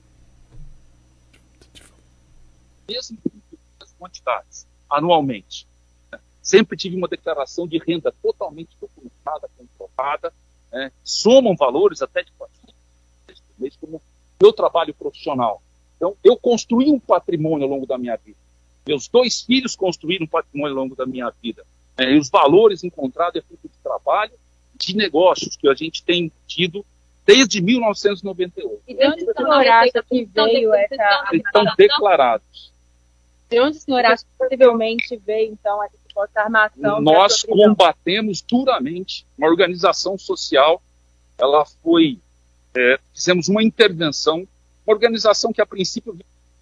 S8: mesmo com pequenas quantidades, anualmente. Sempre tive uma declaração de renda totalmente documentada, comprovada, né, somam valores até de quatrocentos reais por mês como meu trabalho profissional. Então, eu construí um patrimônio ao longo da minha vida. Meus dois filhos construíram um patrimônio ao longo da minha vida. É, e os valores encontrados é fruto de trabalho, de negócios que a gente tem tido desde mil novecentos e noventa e oito.
S10: E de onde o senhor acha que veio essa...
S8: Estão declarados.
S10: De onde o senhor acha que possivelmente veio, então, essa suposta armação?
S8: Nós combatemos duramente uma organização social. Ela foi... É, fizemos uma intervenção, uma organização que, a princípio,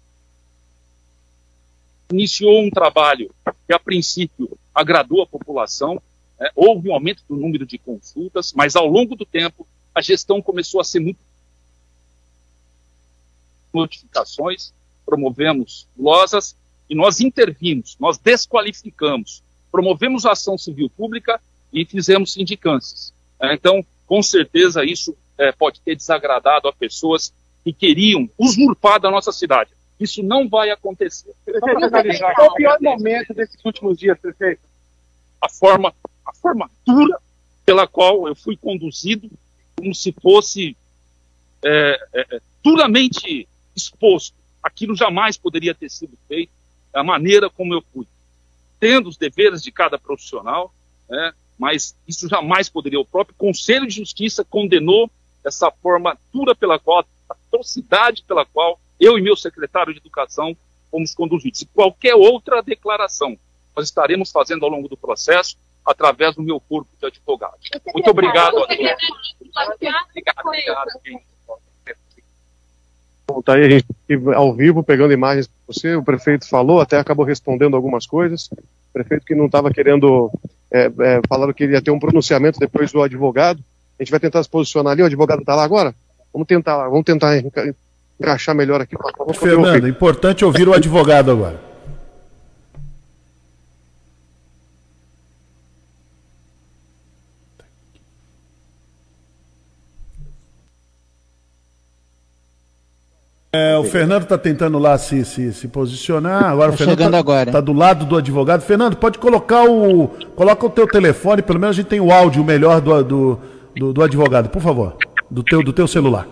S8: iniciou um trabalho que, a princípio, agradou a população, né? Houve um aumento do número de consultas, mas, ao longo do tempo, a gestão começou a ser muito... notificações, promovemos glosas, e nós intervimos, nós desqualificamos, promovemos a ação civil pública e fizemos sindicâncias. É, então, com certeza, isso é, pode ter desagradado a pessoas que queriam usurpar da nossa cidade. Isso não vai acontecer.
S9: Qual o pior momento desses últimos dias, prefeito?
S8: A forma, a forma dura pela qual eu fui conduzido, como se fosse é, é, duramente exposto. Aquilo jamais poderia ter sido feito, a maneira como eu fui. Tendo os deveres de cada profissional, né, mas isso jamais poderia. O próprio Conselho de Justiça condenou essa forma dura pela qual, a atrocidade pela qual eu e meu secretário de Educação fomos conduzidos. E qualquer outra declaração nós estaremos fazendo ao longo do processo através do meu corpo de advogado. Muito obrigado a todos. Obrigado, obrigado.
S5: Bom, tá aí a gente ao vivo pegando imagens para você. O prefeito falou, até acabou respondendo algumas coisas. O prefeito que não estava querendo, é, é, falaram que ele ia ter um pronunciamento depois do advogado. A gente vai tentar se posicionar ali. O advogado está lá agora? Vamos tentar, vamos tentar encaixar melhor aqui. Vamos
S2: Fernando, é importante ouvir o advogado agora. É, o Fernando está tentando lá se, se, se posicionar. Agora
S3: tá
S2: o Fernando
S3: chegando agora.
S2: Está do lado do advogado. Fernando, pode colocar o coloca o teu telefone, pelo menos a gente tem o áudio melhor do, do, do, do advogado, por favor, do teu, do teu celular.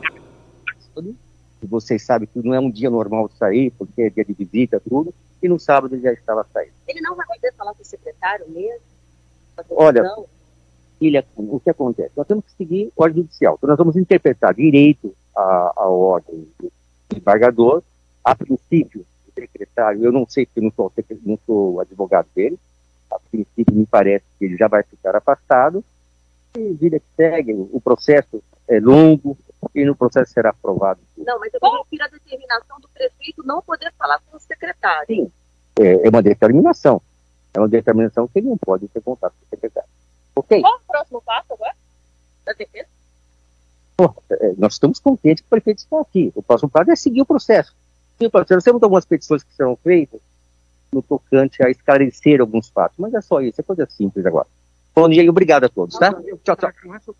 S11: Vocês sabem que não é um dia normal de sair, porque é dia de visita, tudo, e no sábado ele já estava saindo.
S10: Ele não vai poder falar com o secretário mesmo?
S11: Olha, filha, o que acontece? Nós temos que seguir a ordem judicial, então nós vamos interpretar direito a, a ordem do embargador. A princípio, o secretário, eu não sei porque eu não sou, não sou advogado dele, a princípio me parece que ele já vai ficar afastado, e vida que segue, o processo é longo, e no processo será aprovado.
S10: Não, mas eu vou referir a determinação do prefeito não poder falar com o secretário.
S11: Sim, é, é uma determinação, é uma determinação que ele não pode ter contato com o secretário. Ok?
S10: Qual o próximo passo agora? Da defesa?
S11: Pô, é, nós estamos contentes que o prefeito está aqui. O próximo passo é seguir o processo. Nós temos algumas petições que serão feitas no tocante a esclarecer alguns fatos, mas é só isso, é coisa simples agora. Bom dia e obrigado a todos, tá? Tchau, tchau.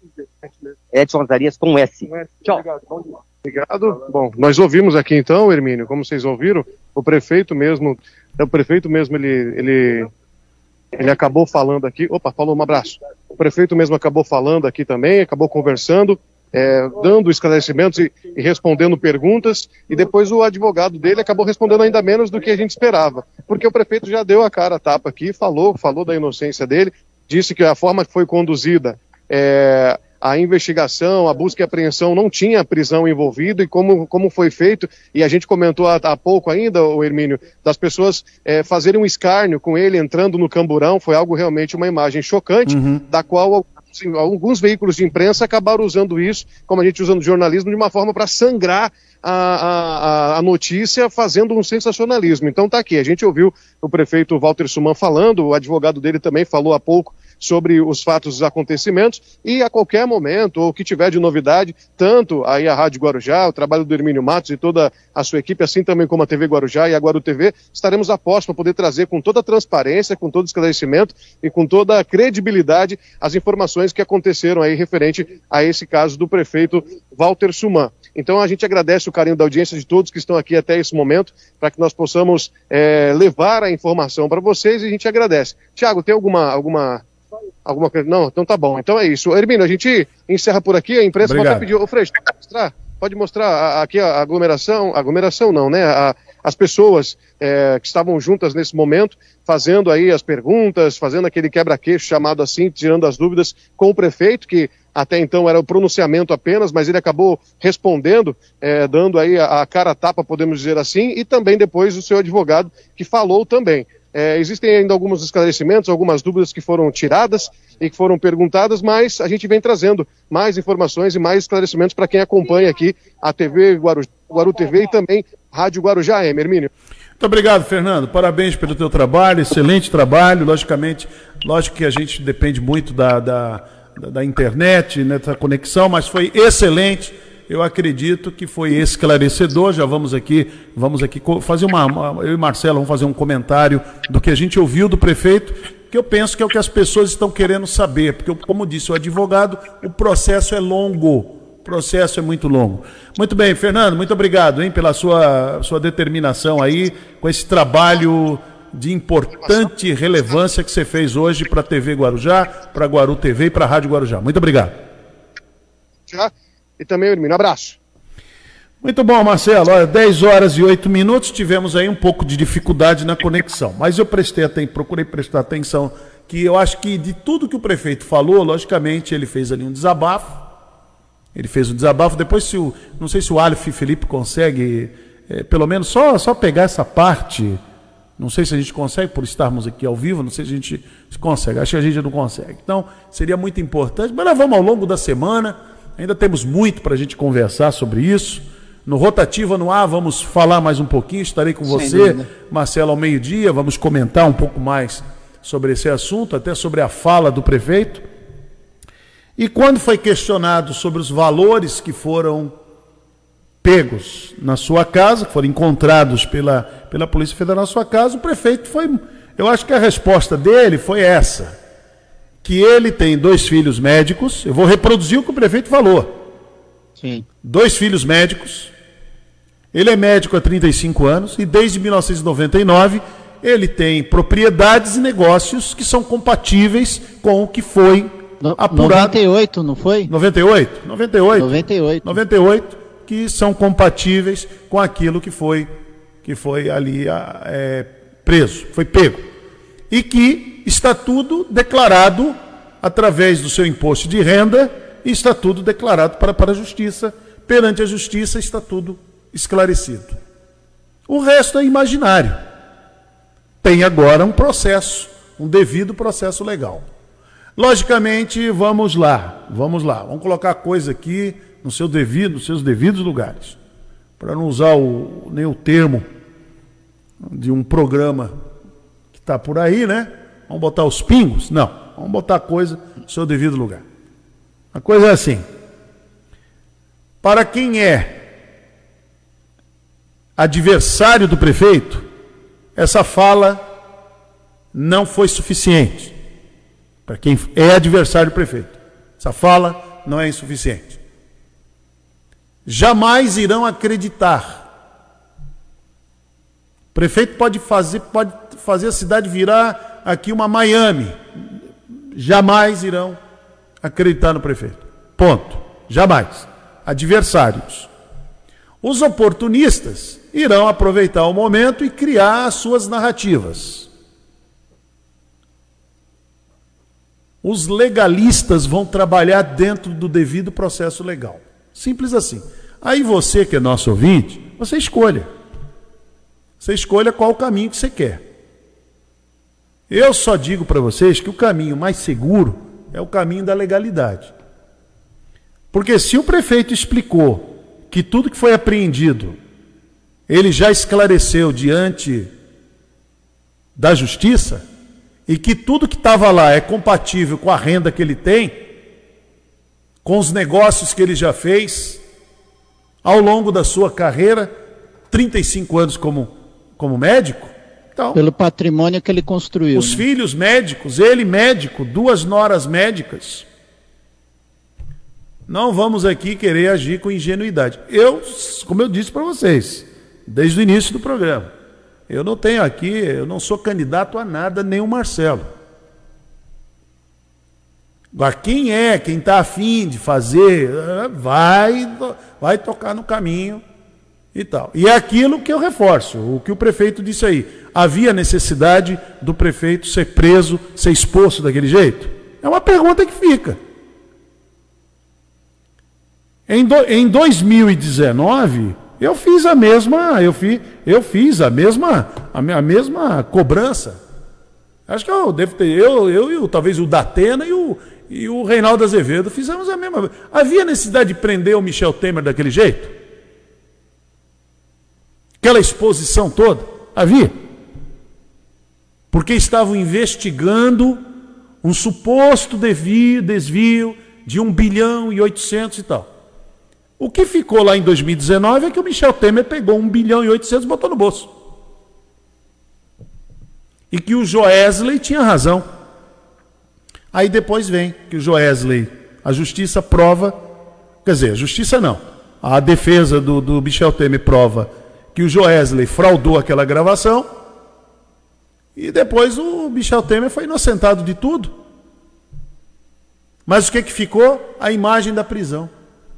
S11: Edson Azarias com S. Tchau.
S5: Obrigado. Bom, nós ouvimos aqui então, Hermínio, como vocês ouviram, o prefeito mesmo, o prefeito mesmo, ele, ele, ele acabou falando aqui, opa, falou, um abraço. O prefeito mesmo acabou falando aqui também, acabou conversando, é, dando esclarecimentos e, e respondendo perguntas, e depois o advogado dele acabou respondendo ainda menos do que a gente esperava, porque o prefeito já deu a cara a tapa aqui, falou, falou da inocência dele, disse que a forma que foi conduzida, é, a investigação, a busca e apreensão não tinha prisão envolvida, e como, como foi feito, e a gente comentou há, há pouco ainda, o Hermínio, das pessoas é, fazerem um escárnio com ele entrando no camburão, foi algo realmente uma imagem chocante, uhum. da qual assim, alguns veículos de imprensa acabaram usando isso, como a gente usa no jornalismo, de uma forma para sangrar a, a, a notícia, fazendo um sensacionalismo. Então tá aqui, a gente ouviu o prefeito Walter Suman falando, o advogado dele também falou há pouco sobre os fatos, os acontecimentos, e a qualquer momento, ou o que tiver de novidade, tanto aí a Rádio Guarujá, o trabalho do Hermínio Matos e toda a sua equipe, assim também como a T V Guarujá e a Guaru T V, estaremos a postos para poder trazer com toda a transparência, com todo esclarecimento e com toda a credibilidade as informações que aconteceram aí referente a esse caso do prefeito Walter Suman. Então a gente agradece o carinho da audiência de todos que estão aqui até esse momento, para que nós possamos é, levar a informação para vocês, e a gente agradece. Tiago, tem alguma, alguma, alguma coisa? Não, então tá bom. Então é isso. Hermínio, a gente encerra por aqui, a imprensa pode até pedir. Ô Freixo, pode mostrar? Pode mostrar a, aqui a aglomeração, aglomeração não, né? A, as pessoas é, que estavam juntas nesse momento, fazendo aí as perguntas, fazendo aquele quebra-queixo chamado assim, tirando as dúvidas com o prefeito, que até então era o pronunciamento apenas, mas ele acabou respondendo, é, dando aí a, a cara a tapa, podemos dizer assim, e também depois o seu advogado, que falou também. É, existem ainda alguns esclarecimentos, algumas dúvidas que foram tiradas e que foram perguntadas, mas a gente vem trazendo mais informações e mais esclarecimentos para quem acompanha aqui a T V Guaru, Guaru T V e também Rádio Guarujá, Hermínio.
S2: Muito obrigado, Fernando. Parabéns pelo teu trabalho, excelente trabalho. Logicamente, lógico que a gente depende muito da, da, da internet, né, da conexão, mas foi excelente. Eu acredito que foi esclarecedor. Já vamos aqui, vamos aqui fazer uma, uma, eu e Marcelo vamos fazer um comentário do que a gente ouviu do prefeito, que eu penso que é o que as pessoas estão querendo saber, porque, como disse o advogado, o processo é longo, o processo é muito longo. Muito bem, Fernando, muito obrigado, hein, pela sua, sua determinação aí, com esse trabalho de importante relevância que você fez hoje para a T V Guarujá, para a Guaru T V e para a Rádio Guarujá. Muito obrigado.
S5: Tchau. E também, Hermínio, abraço.
S2: Muito bom, Marcelo. Olha, dez horas e oito minutos, tivemos aí um pouco de dificuldade na conexão, mas eu prestei atenção, procurei prestar atenção, que eu acho que de tudo que o prefeito falou, logicamente, ele fez ali um desabafo, ele fez um desabafo, depois, se o, não sei se o Aleph Felipe consegue, é, pelo menos, só, só pegar essa parte, não sei se a gente consegue, por estarmos aqui ao vivo, não sei se a gente consegue, acho que a gente não consegue. Então, seria muito importante, mas nós vamos ao longo da semana. Ainda temos muito para a gente conversar sobre isso. No Rotativa no Ar, vamos falar mais um pouquinho. Estarei com você, Marcelo, ao meio-dia. Vamos comentar um pouco mais sobre esse assunto, até sobre a fala do prefeito. E quando foi questionado sobre os valores que foram pegos na sua casa, que foram encontrados pela, pela Polícia Federal na sua casa, o prefeito foi... Eu acho que a resposta dele foi essa. Que ele tem dois filhos médicos, eu vou reproduzir o que o prefeito falou.
S3: Sim.
S2: Dois filhos médicos, ele é médico há trinta e cinco anos e desde mil novecentos e noventa e nove ele tem propriedades e negócios que são compatíveis com o que foi no, apurado.
S3: noventa e oito, não foi?
S2: noventa e oito? noventa e oito.
S3: noventa e oito.
S2: noventa e oito, que são compatíveis com aquilo que foi, que foi ali é, preso, foi pego. E que está tudo declarado através do seu imposto de renda e está tudo declarado para, para a justiça. Perante a justiça está tudo esclarecido. O resto é imaginário. Tem agora um processo, um devido processo legal. Logicamente, vamos lá, vamos lá. Vamos colocar a coisa aqui no seu devido, nos seus devidos lugares. Para não usar o, nem o termo de um programa está por aí, né? Vamos botar os pingos? Não. Vamos botar a coisa no seu devido lugar. A coisa é assim. Para quem é adversário do prefeito, essa fala não foi suficiente. Para quem é adversário do prefeito, essa fala não é insuficiente. Jamais irão acreditar. O prefeito pode fazer, pode fazer a cidade virar aqui uma Miami. Jamais irão acreditar no prefeito. Ponto. Jamais. Adversários. Os oportunistas irão aproveitar o momento e criar as suas narrativas. Os legalistas vão trabalhar dentro do devido processo legal. Simples assim. Aí você, que é nosso ouvinte, você escolha. Você escolha qual o caminho que você quer. Eu só digo para vocês que o caminho mais seguro é o caminho da legalidade. Porque se o prefeito explicou que tudo que foi apreendido, ele já esclareceu diante da justiça, e que tudo que estava lá é compatível com a renda que ele tem, com os negócios que ele já fez ao longo da sua carreira, trinta e cinco anos como, como médico. Então,
S3: pelo patrimônio que ele construiu.
S2: Os
S3: né?
S2: filhos médicos, ele médico, duas noras médicas. Não vamos aqui querer agir com ingenuidade. Eu, como eu disse para vocês, desde o início do programa, eu não tenho aqui, eu não sou candidato a nada, nem o Marcelo. Agora, quem é, quem está afim de fazer, vai, vai tocar no caminho e tal. E é aquilo que eu reforço, o que o prefeito disse aí. Havia necessidade do prefeito ser preso, ser exposto daquele jeito? É uma pergunta que fica. Em, do, em dois mil e dezenove, eu fiz a mesma, eu fiz, eu fiz a mesma, a, a mesma cobrança. Acho que eu devo ter, eu, eu, eu talvez o Datena e o, e o Reinaldo Azevedo fizemos a mesma. Havia necessidade de prender o Michel Temer daquele jeito? Aquela exposição toda? Havia. Porque estavam investigando um suposto desvio, desvio de um bilhão e oitocentos e tal. O que ficou lá em dois mil e dezenove é que o Michel Temer pegou um bilhão e oitocentos e botou no bolso. E que o Joesley tinha razão. Aí depois vem que o Joesley, a justiça prova, quer dizer, a justiça não, a defesa do, do Michel Temer prova que o Joesley fraudou aquela gravação e depois o Michel Temer foi inocentado de tudo. Mas o que que ficou? A imagem da prisão.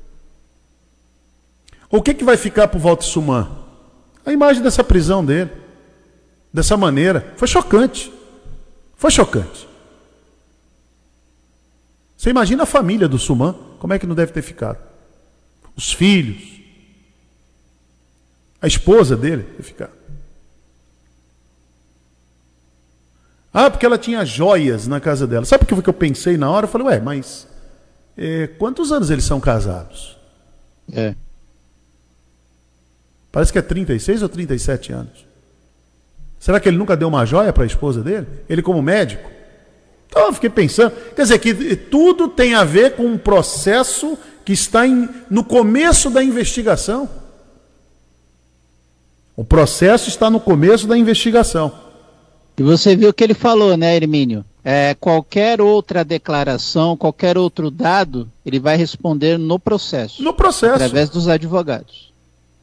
S2: O que que vai ficar para o Walter Suman? A imagem dessa prisão dele. Dessa maneira. Foi chocante. Foi chocante. Você imagina a família do Suman, como é que não deve ter ficado? Os filhos. A esposa dele ter ficado. Ah, porque ela tinha joias na casa dela. Sabe o que foi que eu pensei na hora? Eu falei, ué, mas é, quantos anos eles são casados?
S3: É.
S2: Parece que é trinta e seis ou trinta e sete anos. Será que ele nunca deu uma joia para a esposa dele? Ele como médico? Então eu fiquei pensando. Quer dizer, que tudo tem a ver com um processo que está em, no começo da investigação. O processo está no começo da investigação.
S3: E você viu o que ele falou, né, Hermínio? É, qualquer outra declaração, qualquer outro dado, ele vai responder no processo.
S2: No processo.
S3: Através dos advogados.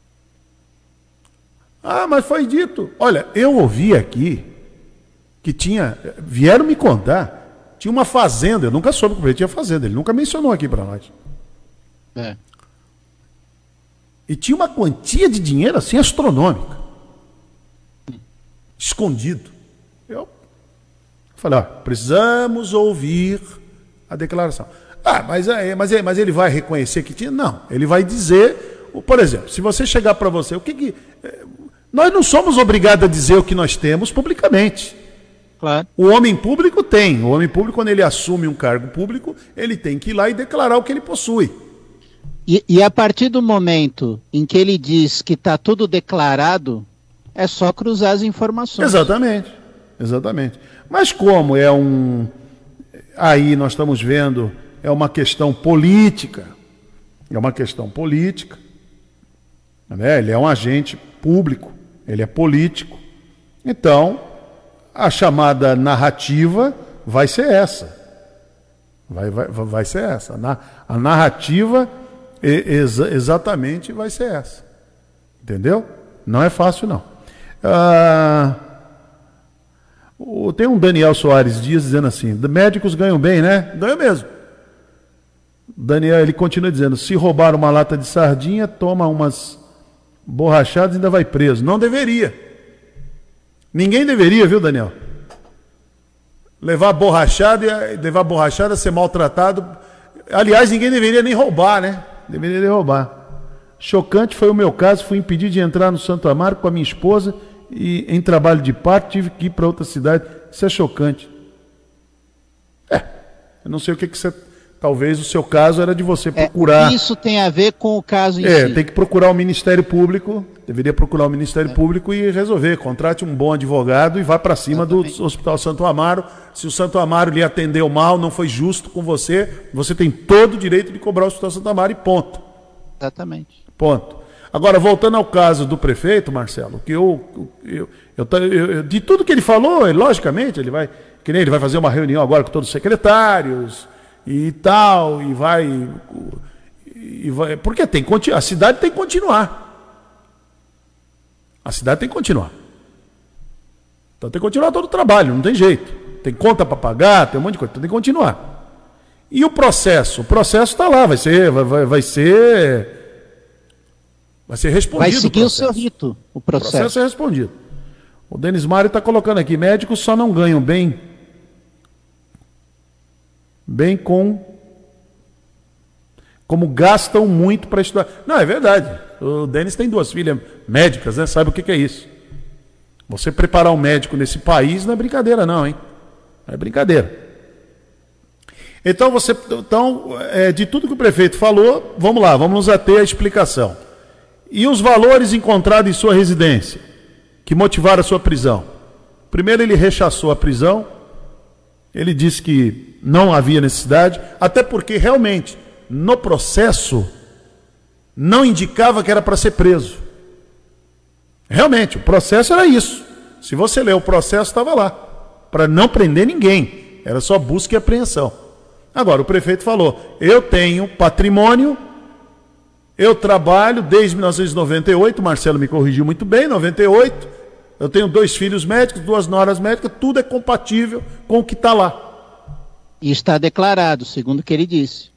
S2: Ah, mas foi dito. Olha, eu ouvi aqui que tinha, vieram me contar, tinha uma fazenda, eu nunca soube que ele tinha fazenda, ele nunca mencionou aqui para nós.
S3: É.
S2: E tinha uma quantia de dinheiro assim astronômica. Escondido. Eu falei, ó, precisamos ouvir a declaração. Ah, mas, é, mas, é, mas ele vai reconhecer que tinha? Não, ele vai dizer, por exemplo, se você chegar para você, o que que... Nós não somos obrigados a dizer o que nós temos publicamente.
S3: Claro.
S2: O homem público tem. O homem público, quando ele assume um cargo público, ele tem que ir lá e declarar o que ele possui.
S3: E, e a partir do momento em que ele diz que está tudo declarado, é só cruzar as informações.
S2: Exatamente. Exatamente. Mas como é um... Aí nós estamos vendo, é uma questão política. É uma questão política. Né? Ele é um agente público. Ele é político. Então, a chamada narrativa vai ser essa. Vai, vai, vai ser essa. A narrativa exa exatamente vai ser essa. Entendeu? Não é fácil, não. Ah, tem um Daniel Soares Dias dizendo assim, médicos ganham bem, né? Ganham mesmo. Daniel, ele continua dizendo, se roubar uma lata de sardinha, toma umas borrachadas e ainda vai preso. Não deveria. Ninguém deveria, viu, Daniel? Levar borrachada e levar borrachada, ser maltratado. Aliás, ninguém deveria nem roubar, né? Deveria nem roubar. Chocante foi o meu caso, fui impedido de entrar no Santo Amaro com a minha esposa e em trabalho de parto tive que ir para outra cidade. Isso é chocante. É, eu não sei o que, que você Talvez o seu caso era de você procurar...
S3: É, isso tem a ver com o caso em
S2: É,
S3: si.
S2: tem que procurar o Ministério Público, deveria procurar o Ministério é. Público e resolver. Contrate um bom advogado e vá para cima Exatamente. do Hospital Santo Amaro. Se o Santo Amaro lhe atendeu mal, não foi justo com você, você tem todo o direito de cobrar o Hospital Santo Amaro e ponto.
S3: Exatamente.
S2: Ponto. Agora, voltando ao caso do prefeito, Marcelo, que eu, eu, eu, eu, eu de tudo que ele falou, ele, logicamente, ele vai, que nem ele vai fazer uma reunião agora com todos os secretários e tal, e vai, e vai porque tem, a cidade tem que continuar. A cidade tem que continuar. Então tem que continuar todo o trabalho, não tem jeito. Tem conta para pagar, tem um monte de coisa, então tem que continuar. E o processo? O processo está lá, vai ser, vai, vai, vai ser... Vai ser respondido.
S3: Vai seguir o, o seu rito, o processo.
S2: O processo é respondido. O Denis Mário está colocando aqui, médicos só não ganham bem, bem com, como gastam muito para estudar. Não, é verdade. O Denis tem duas filhas médicas, né? Sabe o que, que é isso? Você preparar um médico nesse país não é brincadeira não, hein? Não é brincadeira. Então, você, então é, de tudo que o prefeito falou, vamos lá, vamos nos ater à explicação. E os valores encontrados em sua residência, que motivaram a sua prisão? Primeiro, ele rechaçou a prisão, ele disse que não havia necessidade, até porque realmente, no processo, não indicava que era para ser preso. Realmente, o processo era isso. Se você ler o processo, estava lá, para não prender ninguém, era só busca e apreensão. Agora, o prefeito falou, eu tenho patrimônio, eu trabalho desde mil novecentos e noventa e oito, Marcelo me corrigiu muito bem, noventa e oito, eu tenho dois filhos médicos, duas noras médicas, tudo é compatível com o que está lá.
S3: E está declarado, segundo o que ele disse.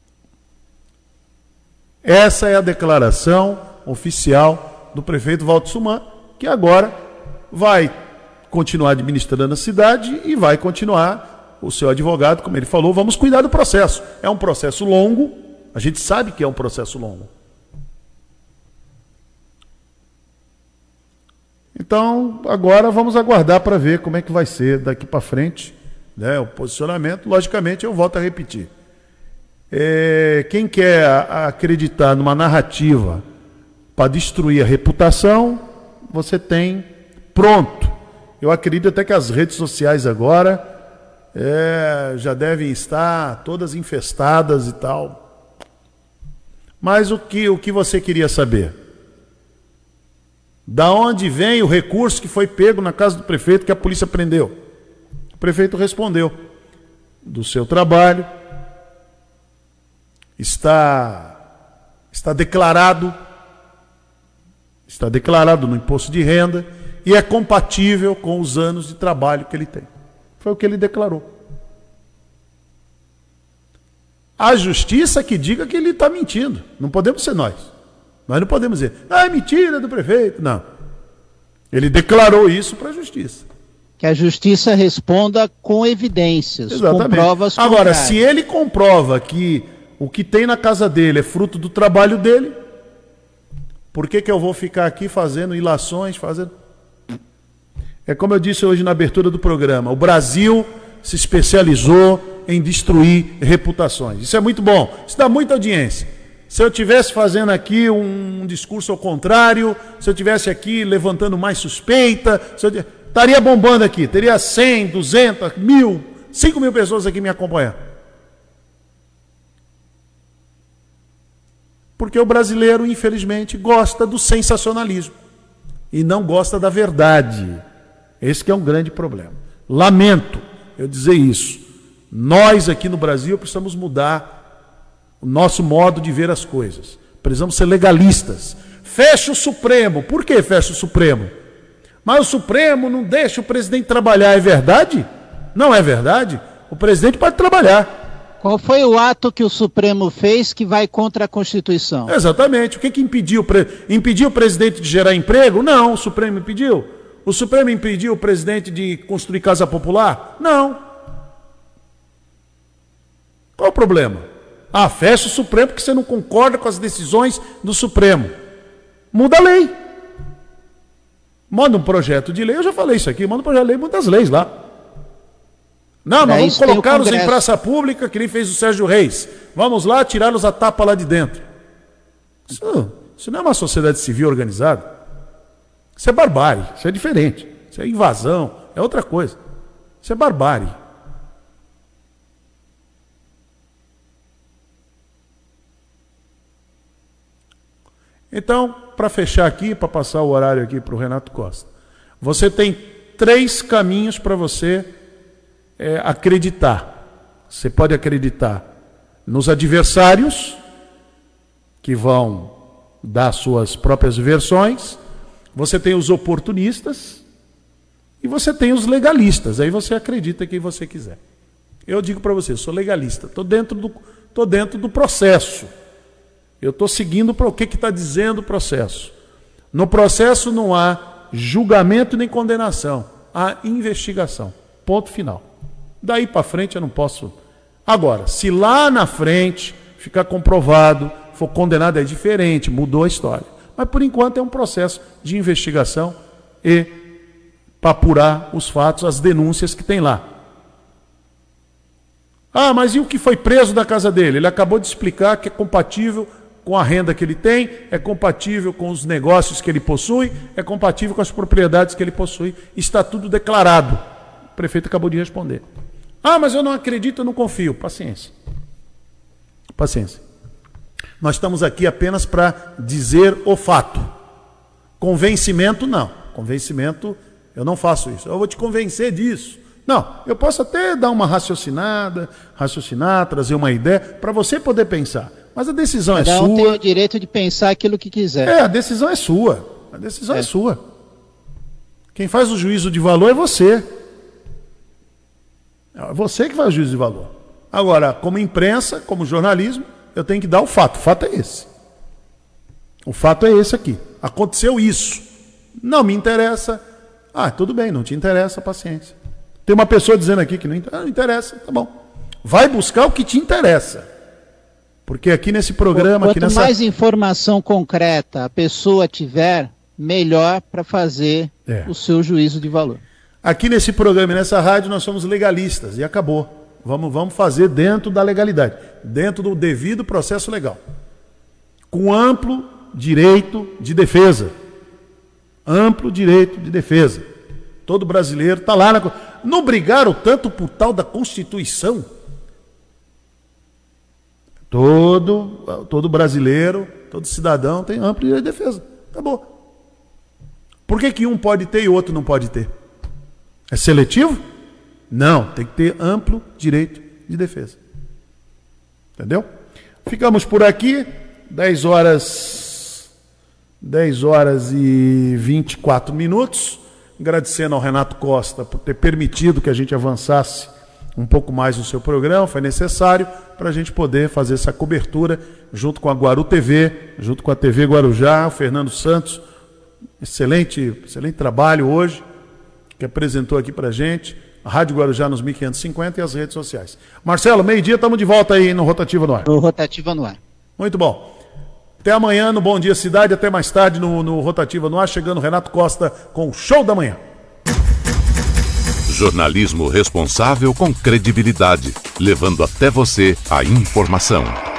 S2: Essa é a declaração oficial do prefeito Walter Suman, que agora vai continuar administrando a cidade e vai continuar o seu advogado, como ele falou, vamos cuidar do processo. É um processo longo, a gente sabe que é um processo longo. Então, agora vamos aguardar para ver como é que vai ser daqui para frente, né, o posicionamento. Logicamente, eu volto a repetir. É, quem quer acreditar numa narrativa para destruir a reputação, você tem pronto. Eu acredito até que as redes sociais agora é, já devem estar todas infestadas e tal. Mas o que, o que você queria saber? Da onde vem o recurso que foi pego na casa do prefeito que a polícia prendeu? O prefeito respondeu. Do seu trabalho, está, está declarado, está declarado no imposto de renda e é compatível com os anos de trabalho que ele tem. Foi o que ele declarou. A justiça que diga que ele está mentindo. Não podemos ser nós. Nós não podemos dizer, ah, é mentira do prefeito. Não. Ele declarou isso para a justiça.
S3: Que a justiça responda com evidências,
S2: Exatamente.
S3: com provas
S2: Agora,
S3: contrárias.
S2: se ele comprova que o que tem na casa dele é fruto do trabalho dele, por que que eu vou ficar aqui fazendo ilações, fazendo... É como eu disse hoje na abertura do programa, o Brasil se especializou em destruir reputações. Isso é muito bom, isso dá muita audiência. Se eu estivesse fazendo aqui um discurso ao contrário, se eu estivesse aqui levantando mais suspeita, se eu... estaria bombando aqui, teria cem, duzentas, mil, cinco mil pessoas aqui me acompanhando. Porque o brasileiro, infelizmente, gosta do sensacionalismo e não gosta da verdade. Esse que é um grande problema. Lamento eu dizer isso. Nós aqui no Brasil precisamos mudar o nosso modo de ver as coisas. Precisamos ser legalistas. Fecha o Supremo. Por que fecha o Supremo? Mas o Supremo não deixa o presidente trabalhar. É verdade? Não é verdade? O presidente pode trabalhar.
S3: Qual foi o ato que o Supremo fez que vai contra a Constituição?
S2: Exatamente. O que, que impediu? Impediu o presidente de gerar emprego? Não, o Supremo impediu. O Supremo impediu o presidente de construir casa popular? Não. Qual o problema? Ah, fecha o Supremo porque você não concorda com as decisões do Supremo. Muda a lei. Manda um projeto de lei, eu já falei isso aqui, manda um projeto de lei, muda as leis lá. Não, nós vamos colocá-los em praça pública, que nem fez o Sérgio Reis. Vamos lá tirá-los a tapa lá de dentro. Isso, isso não é uma sociedade civil organizada. Isso é barbárie, isso é diferente. Isso é invasão, é outra coisa. Isso é barbárie. Então, para fechar aqui, para passar o horário aqui para o Renato Costa, você tem três caminhos para você é, acreditar. Você pode acreditar nos adversários, que vão dar suas próprias versões, você tem os oportunistas e você tem os legalistas. Aí você acredita quem você quiser. Eu digo para você, sou legalista, estou dentro do, tô dentro do processo. Eu estou seguindo para o que está dizendo o processo. No processo não há julgamento nem condenação, há investigação. Ponto final. Daí para frente eu não posso. Agora, se lá na frente ficar comprovado, for condenado, é diferente, mudou a história. Mas por enquanto é um processo de investigação e para apurar os fatos, as denúncias que tem lá. Ah, mas e o que foi preso da casa dele? Ele acabou de explicar que é compatível com a renda que ele tem, é compatível com os negócios que ele possui, é compatível com as propriedades que ele possui. Está tudo declarado. O prefeito acabou de responder. Ah, mas eu não acredito, eu não confio. Paciência. Paciência. Nós estamos aqui apenas para dizer o fato. Convencimento, não. Convencimento, eu não faço isso. Eu vou te convencer disso. Não, eu posso até dar uma raciocinada, raciocinar, trazer uma ideia, para você poder pensar. Mas a decisão é sua. Cada um tem o
S3: direito de pensar aquilo que quiser.
S2: É, a decisão é sua. A decisão é, é sua. Quem faz o juízo de valor é você. É você que faz o juízo de valor. Agora, como imprensa, como jornalismo, eu tenho que dar o fato. O fato é esse. O fato é esse aqui. Aconteceu isso. Não me interessa. Ah, tudo bem, não te interessa, paciência. Tem uma pessoa dizendo aqui que não interessa. Ah, não interessa, tá bom. Vai buscar o que te interessa. Porque aqui nesse programa...
S3: Quanto
S2: aqui nessa...
S3: mais informação concreta a pessoa tiver, melhor para fazer é. o seu juízo de valor.
S2: Aqui nesse programa e nessa rádio nós somos legalistas e acabou. Vamos, vamos fazer dentro da legalidade, dentro do devido processo legal. Com amplo direito de defesa. Amplo direito de defesa. Todo brasileiro está lá. Na... Não brigaram tanto por tal da Constituição? Todo, todo brasileiro, todo cidadão tem amplo direito de defesa. Acabou. Por que que um pode ter e o outro não pode ter? É seletivo? Não, tem que ter amplo direito de defesa. Entendeu? Ficamos por aqui, dez horas, dez horas e vinte e quatro minutos. Agradecendo ao Renato Costa por ter permitido que a gente avançasse um pouco mais no seu programa, foi necessário para a gente poder fazer essa cobertura junto com a Guaru T V, junto com a T V Guarujá, o Fernando Santos, excelente, excelente trabalho hoje, que apresentou aqui para a gente, a Rádio Guarujá nos mil quinhentos e cinquenta e as redes sociais. Marcelo, meio-dia, estamos de volta aí no Rotativa no Ar.
S3: No Rotativa no Ar.
S2: Muito bom. Até amanhã no Bom Dia Cidade, até mais tarde no, no Rotativa no Ar, chegando Renato Costa com o Show da Manhã.
S1: Jornalismo responsável com credibilidade, levando até você a informação.